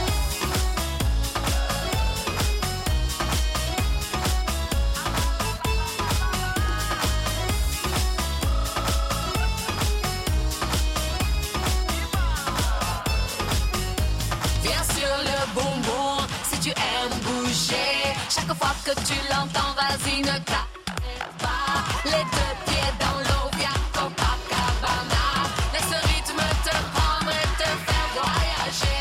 Viens sur le bonbon si tu aimes bouger. Chaque fois que tu l'entends, vas-y, ne t'arrête pas. Les deux pieds dans l'eau, viens Copacabana. Laisse ce rythme te prendre et te faire voyager.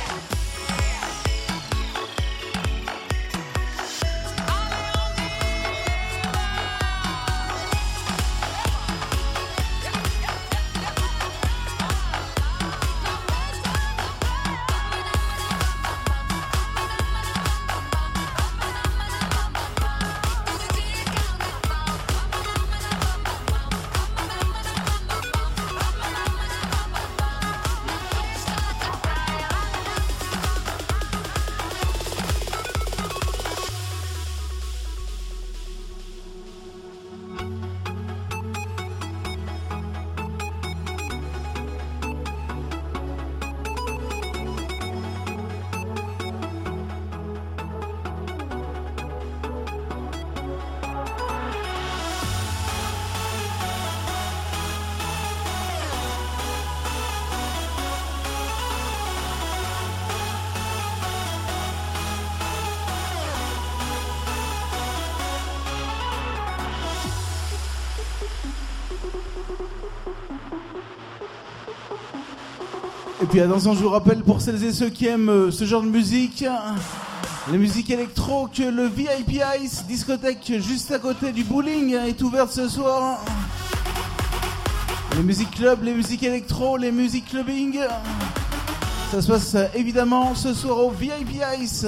Et puis attention, je vous rappelle pour celles et ceux qui aiment euh, ce genre de musique, la musique électro, que le V I P Ice, discothèque juste à côté du bowling, est ouverte ce soir. Les musiques club, les musiques électro, les musiques clubbing, ça se passe euh, évidemment ce soir au V I P Ice.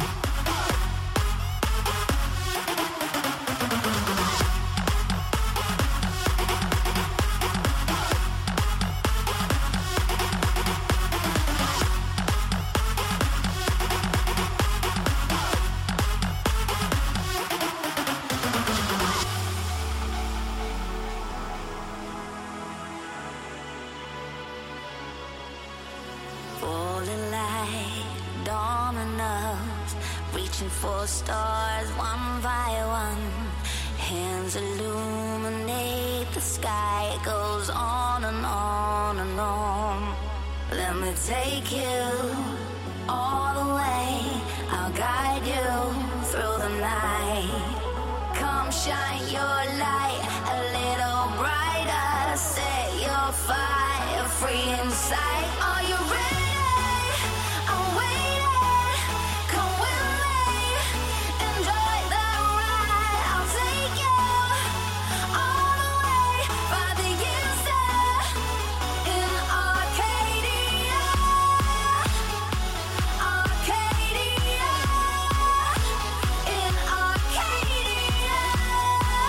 Falling like dominoes, reaching for stars one by one. Hands illuminate the sky, it goes on and on and on. Let me take you all the way, I'll guide you through the night. Come shine your light a little brighter, set your fire free inside. Are you ready? I'm waiting. Come with me, enjoy the ride. I'll take you all the way by the years in Arcadia, Arcadia, in Arcadia.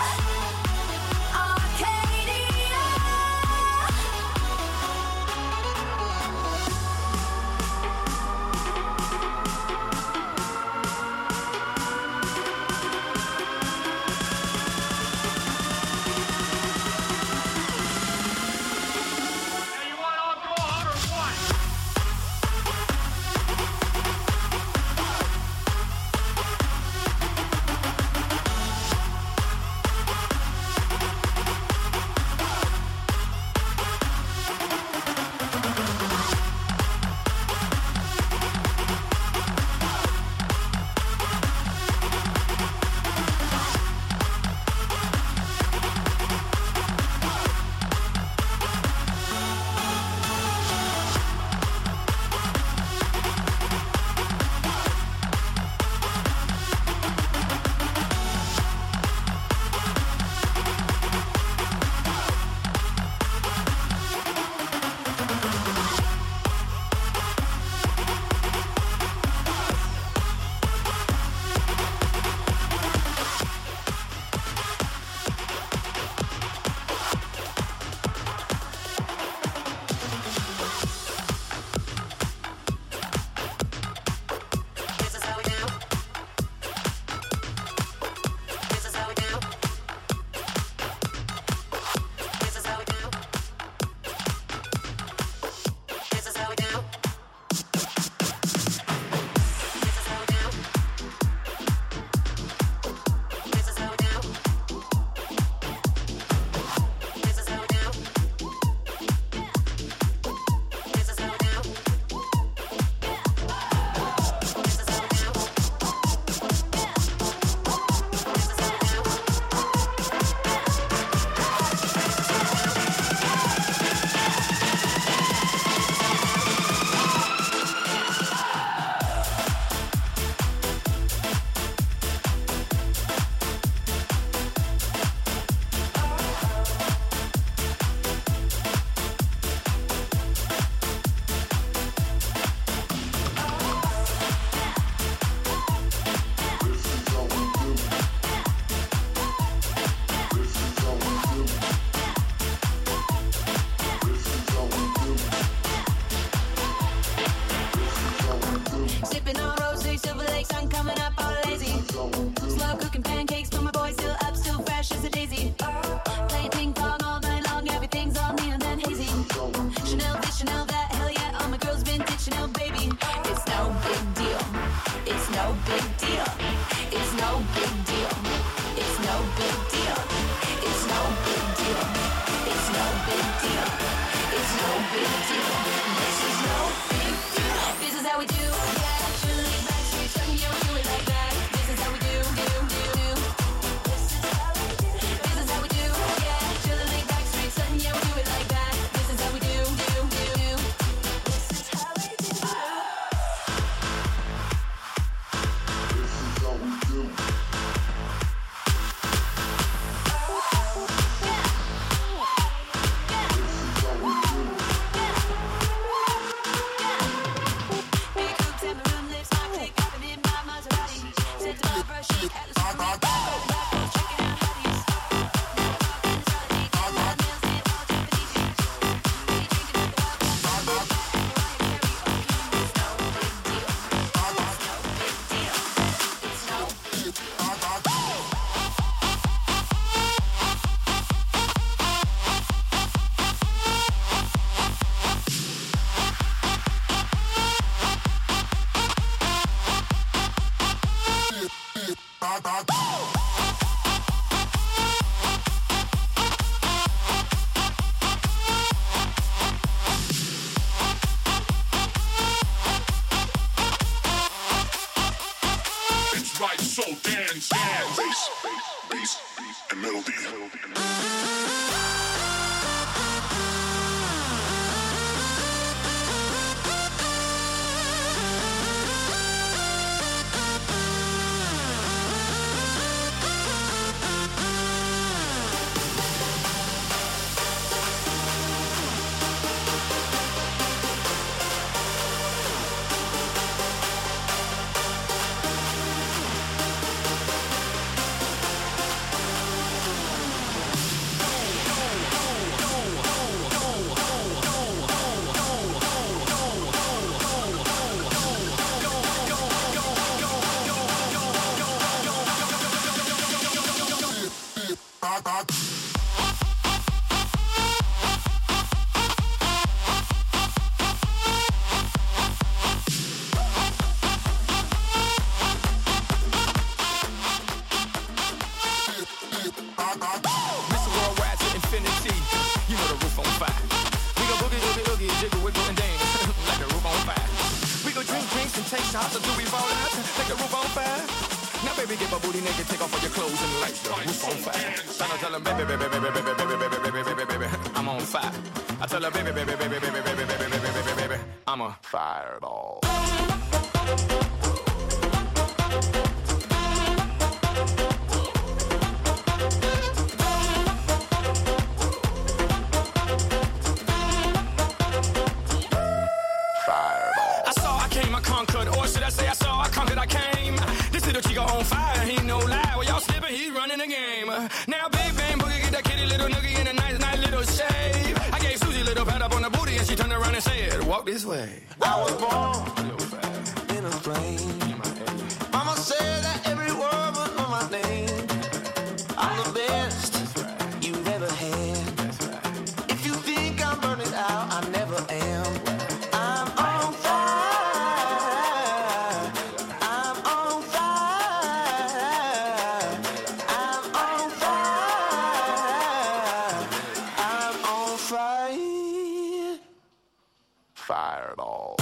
Sipping on rosé, silver lake sun coming up all lazy. Slow cooking pancakes, but my boy still up, still fresh as a daisy. Playing ping pong all night long, everything's all neon and hazy. Chanel this, Chanel that, hell yeah, all my girls vintage Chanel, baby. It's no big deal. It's no big deal. It's no big deal. It's no big deal. It's no big deal. It's no big deal. It's no big deal. This is no big deal. This is how we do. Yeah, truly backstreet, something you do it like that. This is how we do, do, do, do. This is how we do. This is how we do. Yeah, truly backstreet, something you do it like that. This is how we do, do, do, do. This is how we do. This is how we do. It's right, so dance, dance. Bass, bass, bass, and melody. Mister Worldwide to infinity. You know the roof on fire. We go boogie, boogie, boogie, jiggle, wiggle, and dance like the roof on fire. We go drink drinks and take shots until we fall out. Like the roof on fire. Now baby, get my booty naked, take off all your clothes and light the roof on fire. Trying to tell 'em, baby, baby, baby, baby, baby, baby, baby, baby, baby, baby, I'm on fire. I tell her, baby, baby, baby, baby, baby, baby, baby, baby, baby, baby, I'm a fireball. I saw, I came, I conquered, or should I say I saw, I conquered, I came. This little chico on fire, he no lie. Well, y'all slipping, he's running the game. Now, big bang boogie, get that kitty little noogie in a nice, nice little shave. I gave Susie a little pat up on the booty, and she turned around and said, walk this way. I was born in a plane. Mama said that every word would know my name. I'm the best you've ever had. If you think I'm burning out, I never am. I'm on fire. I'm on fire. I'm on fire. I'm on fire. Fireball.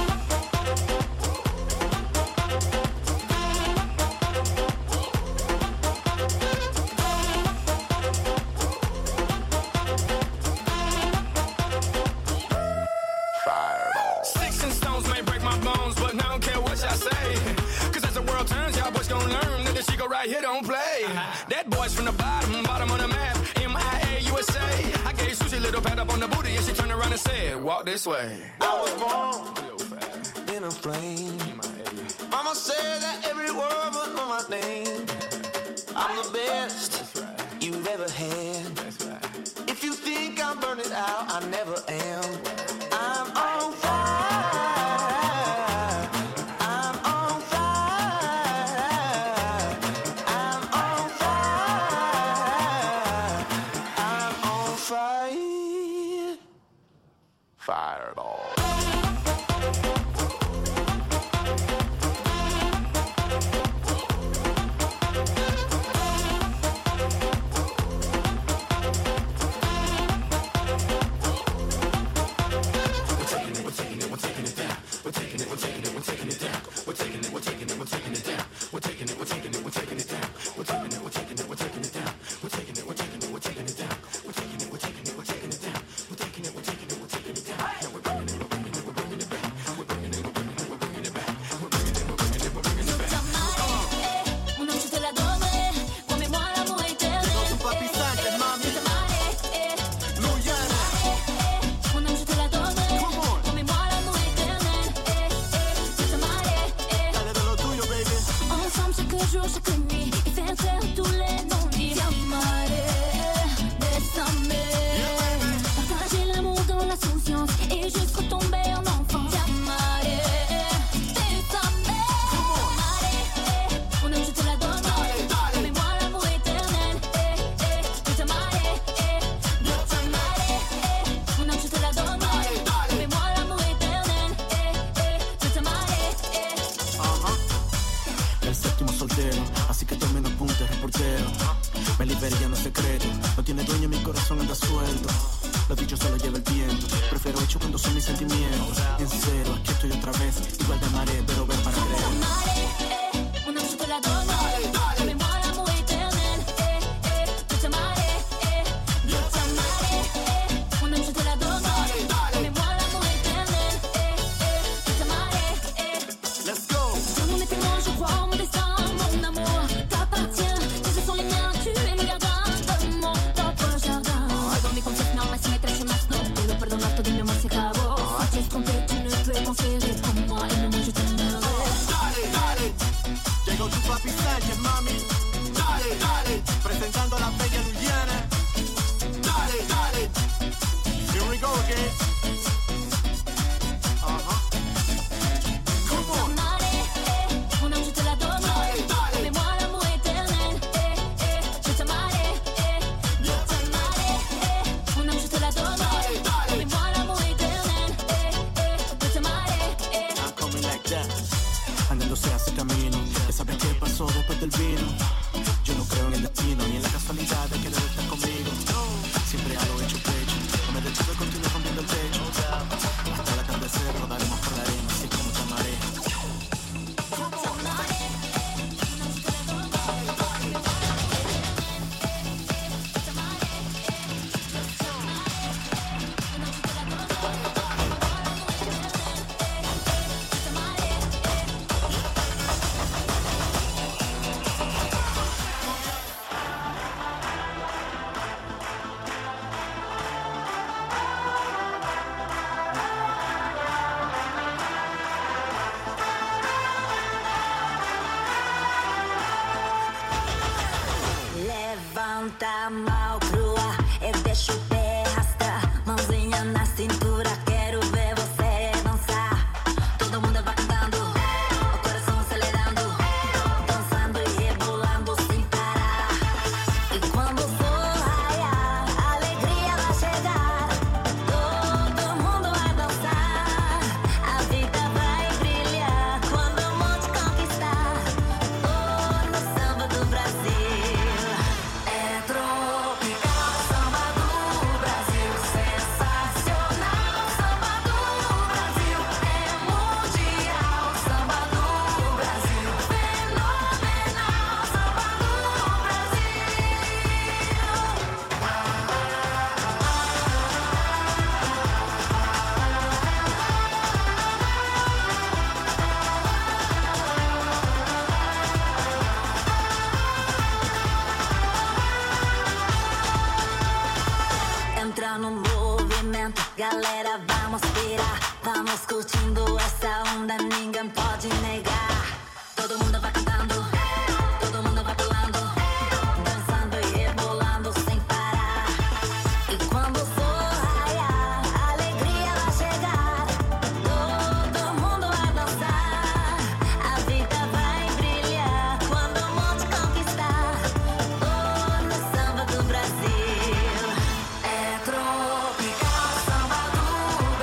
Sticks and stones may break my bones, but I don't care what y'all say. Cause as the world turns, y'all boys gon' learn that the Chico right here don't play. That boy's from the bottom, bottom of the map, M I A U S A. I gave Susie a little pat up on the booty and she turned around and said, walk this way. I was born in a plane. Mama said that every word would know my name. I'm the best you've ever had. If you think I'm burning out, I never am. I'm on fire. I'm on Fireball. Mon âme, je te la donnerai. Promets-moi l'amour éternel. Mon âme, je te la donnerai. Promets-moi l'amour éternel. Je t'aimerai. Ensemble chaque jour, chaque nuit, et faire taire tous les non-dits. Te amaré, bésame. Partager l'amour dans l'insouciance et juste retomber en enfant. Te amaré, bésame. Mon âme, je te la donnerai. Promets-moi l'amour éternel. Je t'aimerai. Je t'aimerai. Mon âme, je te la donnerai. Promets-moi l'amour éternel. Je t'aimerai. El séptimo soltero, así que tomen apuntes, reportero. Me liberé ya no es secreto, no tiene dueño, mi corazón anda suelto. Lo dicho se lo lleva el viento, prefiero hecho cuando son mis sentimientos. En cero, aquí estoy otra vez, igual de amaré, pero ven para creer. Mon âme, je te la donnerai. Promets-moi l'amour éternel. Je t'aimerai. Je t'aimerai. Mon âme, je te la donnerai. Promets-moi l'amour éternel. Je t'aimerai. Let's go. Dans mon éternel, je crois en mon destin. Mon amour t'appartient. Tes yeux sont les miens. Tu es le gardien de mon propre jardin. Hago mi confesión, así me traes más. No puedo perdonar todo y mi amor se acabó. Si te escondé, tu ne peux conseguir comme moi. Et moi, je t'aimerai. Dale, dale, llegó tu papi Sánchez, mami. Dale, dale, presentando a la bella Luliana. Dale, dale, here we go again. Uh-huh. Come on. Mon âme, je te la donnerai. Promets-moi l'amour éternel. Je t'aimerai. Je t'aimerai. Mon âme, je te la donnerai. Promets-moi l'amour éternel. Je t'aimerai. I'm coming like that. Andando se hace camino. Ya sabes qué pasó después del vino. Yo no creo en el destino ni en la casualidad de querer estar conmigo. Siempre a lo hecho pecho. No me detuve, continuo rompiendo el techo. Hasta el atardecer rodaremos por la arena, así como te amaré. Levanta a mão crua e deixa o pé arrastar. Mãozinha na cintura, quero ver você dançar. Todo mundo vai cantando, o coração acelerando, dançando e rebolando sem parar. E quando for raiar, a alegria vai chegar. Todo mundo vai dançar, a vida vai brilhar. Quando o monte conquistar, oh, no samba do Brasil. É tropical, samba do Brasil, sensacional, samba do Brasil, é mundial, samba do Brasil, fenomenal, samba do Brasil. Entra no movimento, galera, vamos pirar. Vamos curtindo essa onda, ninguém pode negar. Todo mundo vai cantando, todo mundo vai pulando, dançando e rebolando sem parar. E quando for raiar, a alegria vai chegar. Todo mundo vai dançar, a vida vai brilhar. Quando o monte conquistar, oh, no samba do Brasil. É tropical, samba do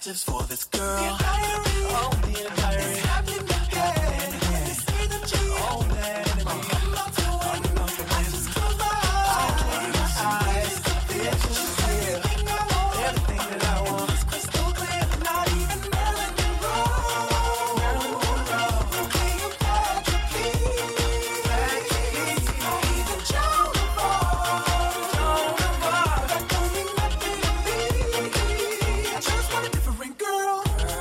adjectives for this girl. Oh, dear diary. It's happening again. They say that you own that energy. I'm not to win. I just close my eyes. The action is clear. Everything that I want is crystal clear. Not even Marilyn Monroe. Marilyn Monroe. Okay, you got your keys. Back keys. Even Joan of Arc. Joan of Arc. That don't mean nothing to me. I just want a different girl.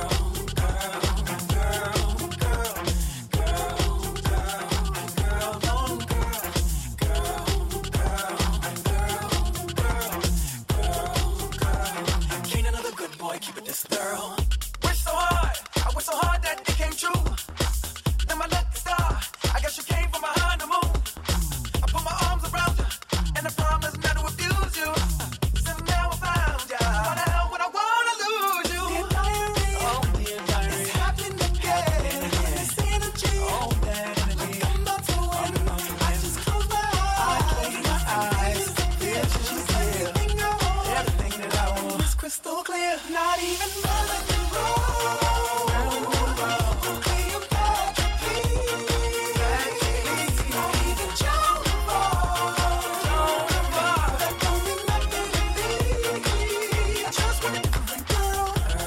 Ain't another good boy, keep it this thorough. Wish so hard, I wish so hard that it came true. Then my lucky star, I guess you came from behind the moon. I put my arms around you, and I promise not to abuse you. So now I found ya. Why the hell would I wanna lose you? Dear diary, oh dear diary, it's happening again. They say that you own that energy. I'm about to win. I just close my eyes. I close my eyes. The action is clear. Everything that I want is crystal clear. Not even Marilyn Monroe. Marilyn Monroe. Okay, you got your keys. Back keys. Not even Joan of Arc. Joan of Arc. That don't mean nothing to me. I just want a different girl.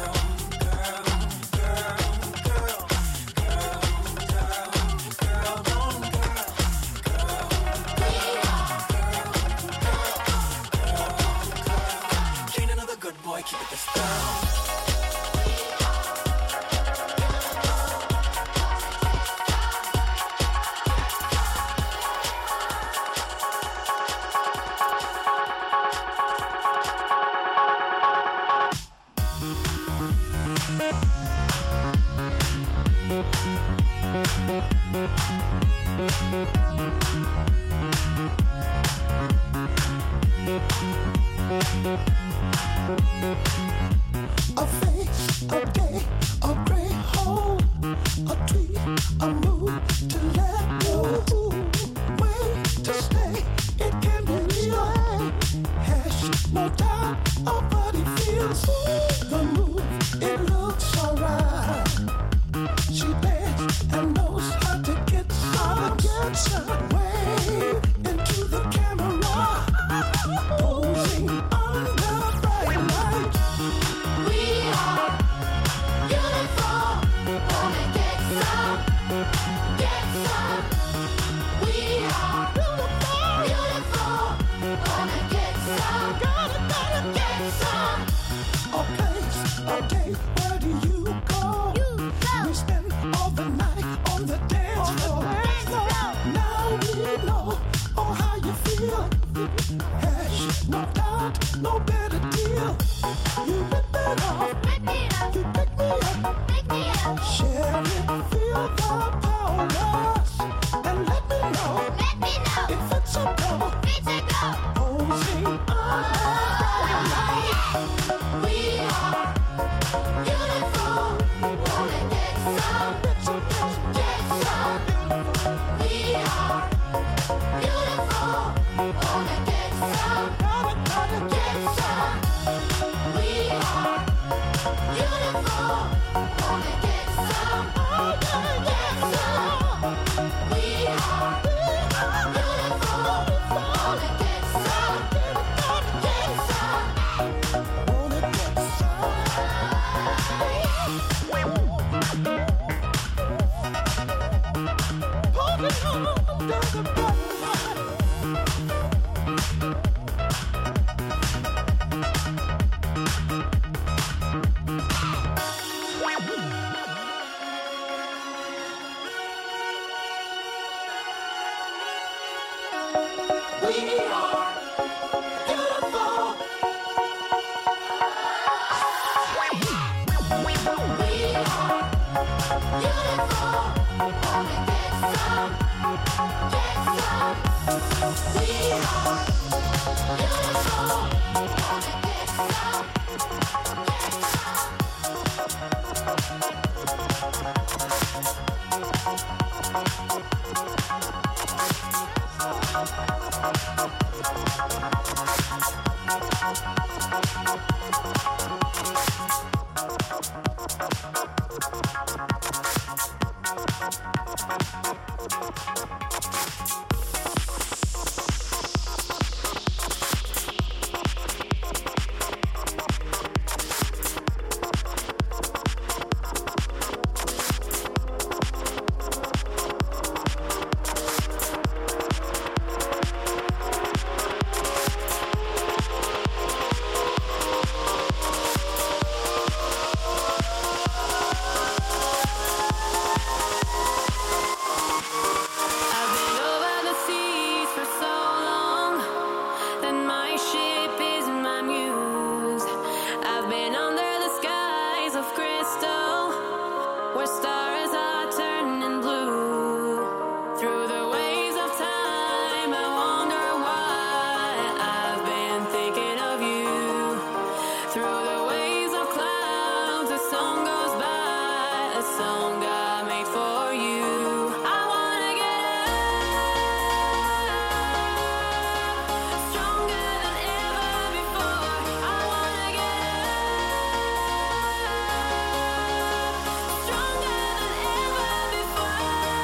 Ain't another good boy, keep it this thorough. A face, a day, a gray hole, a tweet, a move to let go. Way to stay, it can be real. Hash, no doubt, our body feels the move. It looks alright. She begs and knows how to get some, get some. Wave into the camera, posing under bright light. We are beautiful, wanna get some, get some. We are beautiful, beautiful, wanna get some, gotta, gotta get some. A place, a day, where do you go? You go. We spend all the night on the dance floor. Now we know, oh how you feel. Hash, no doubt, no better deal. You rip it off, Rip me up, you pick me up, pick me up, share it, feel the power rush, and let me know let me know. if it's a go. Free to go. Posing under light. We are beautiful, wanna get some, get some. We are beautiful, wanna get some, get some. We are beautiful, wanna get some, get some. We are beautiful, wanna get some, get some. Wanna get some. Holding on to the bright We are beautiful. We are beautiful. Wanna get some, get some. We are beautiful. Wanna get some, get some. been under the skies of crystal, where stars are turning blue. Through the waves of time, I wonder why I've been thinking of you. Through the waves of clouds, a song goes by, a song I made for you. I wanna get up, stronger than ever before. I wanna get up, stronger than ever before.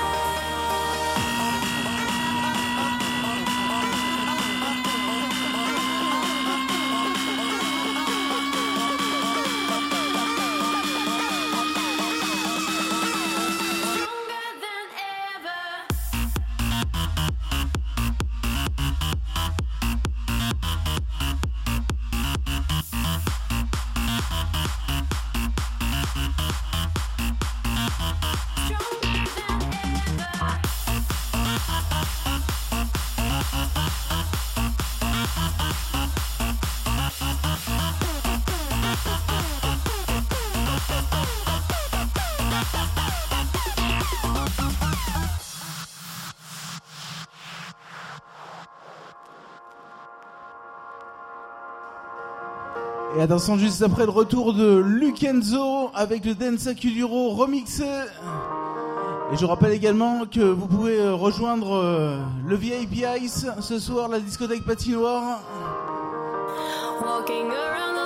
Et attention, juste après le retour de Lukenzo avec le Densa Kuduro remixé. Et je rappelle également que vous pouvez euh, rejoindre euh, le V I P Ice ce soir, la discothèque patinoire. Walking around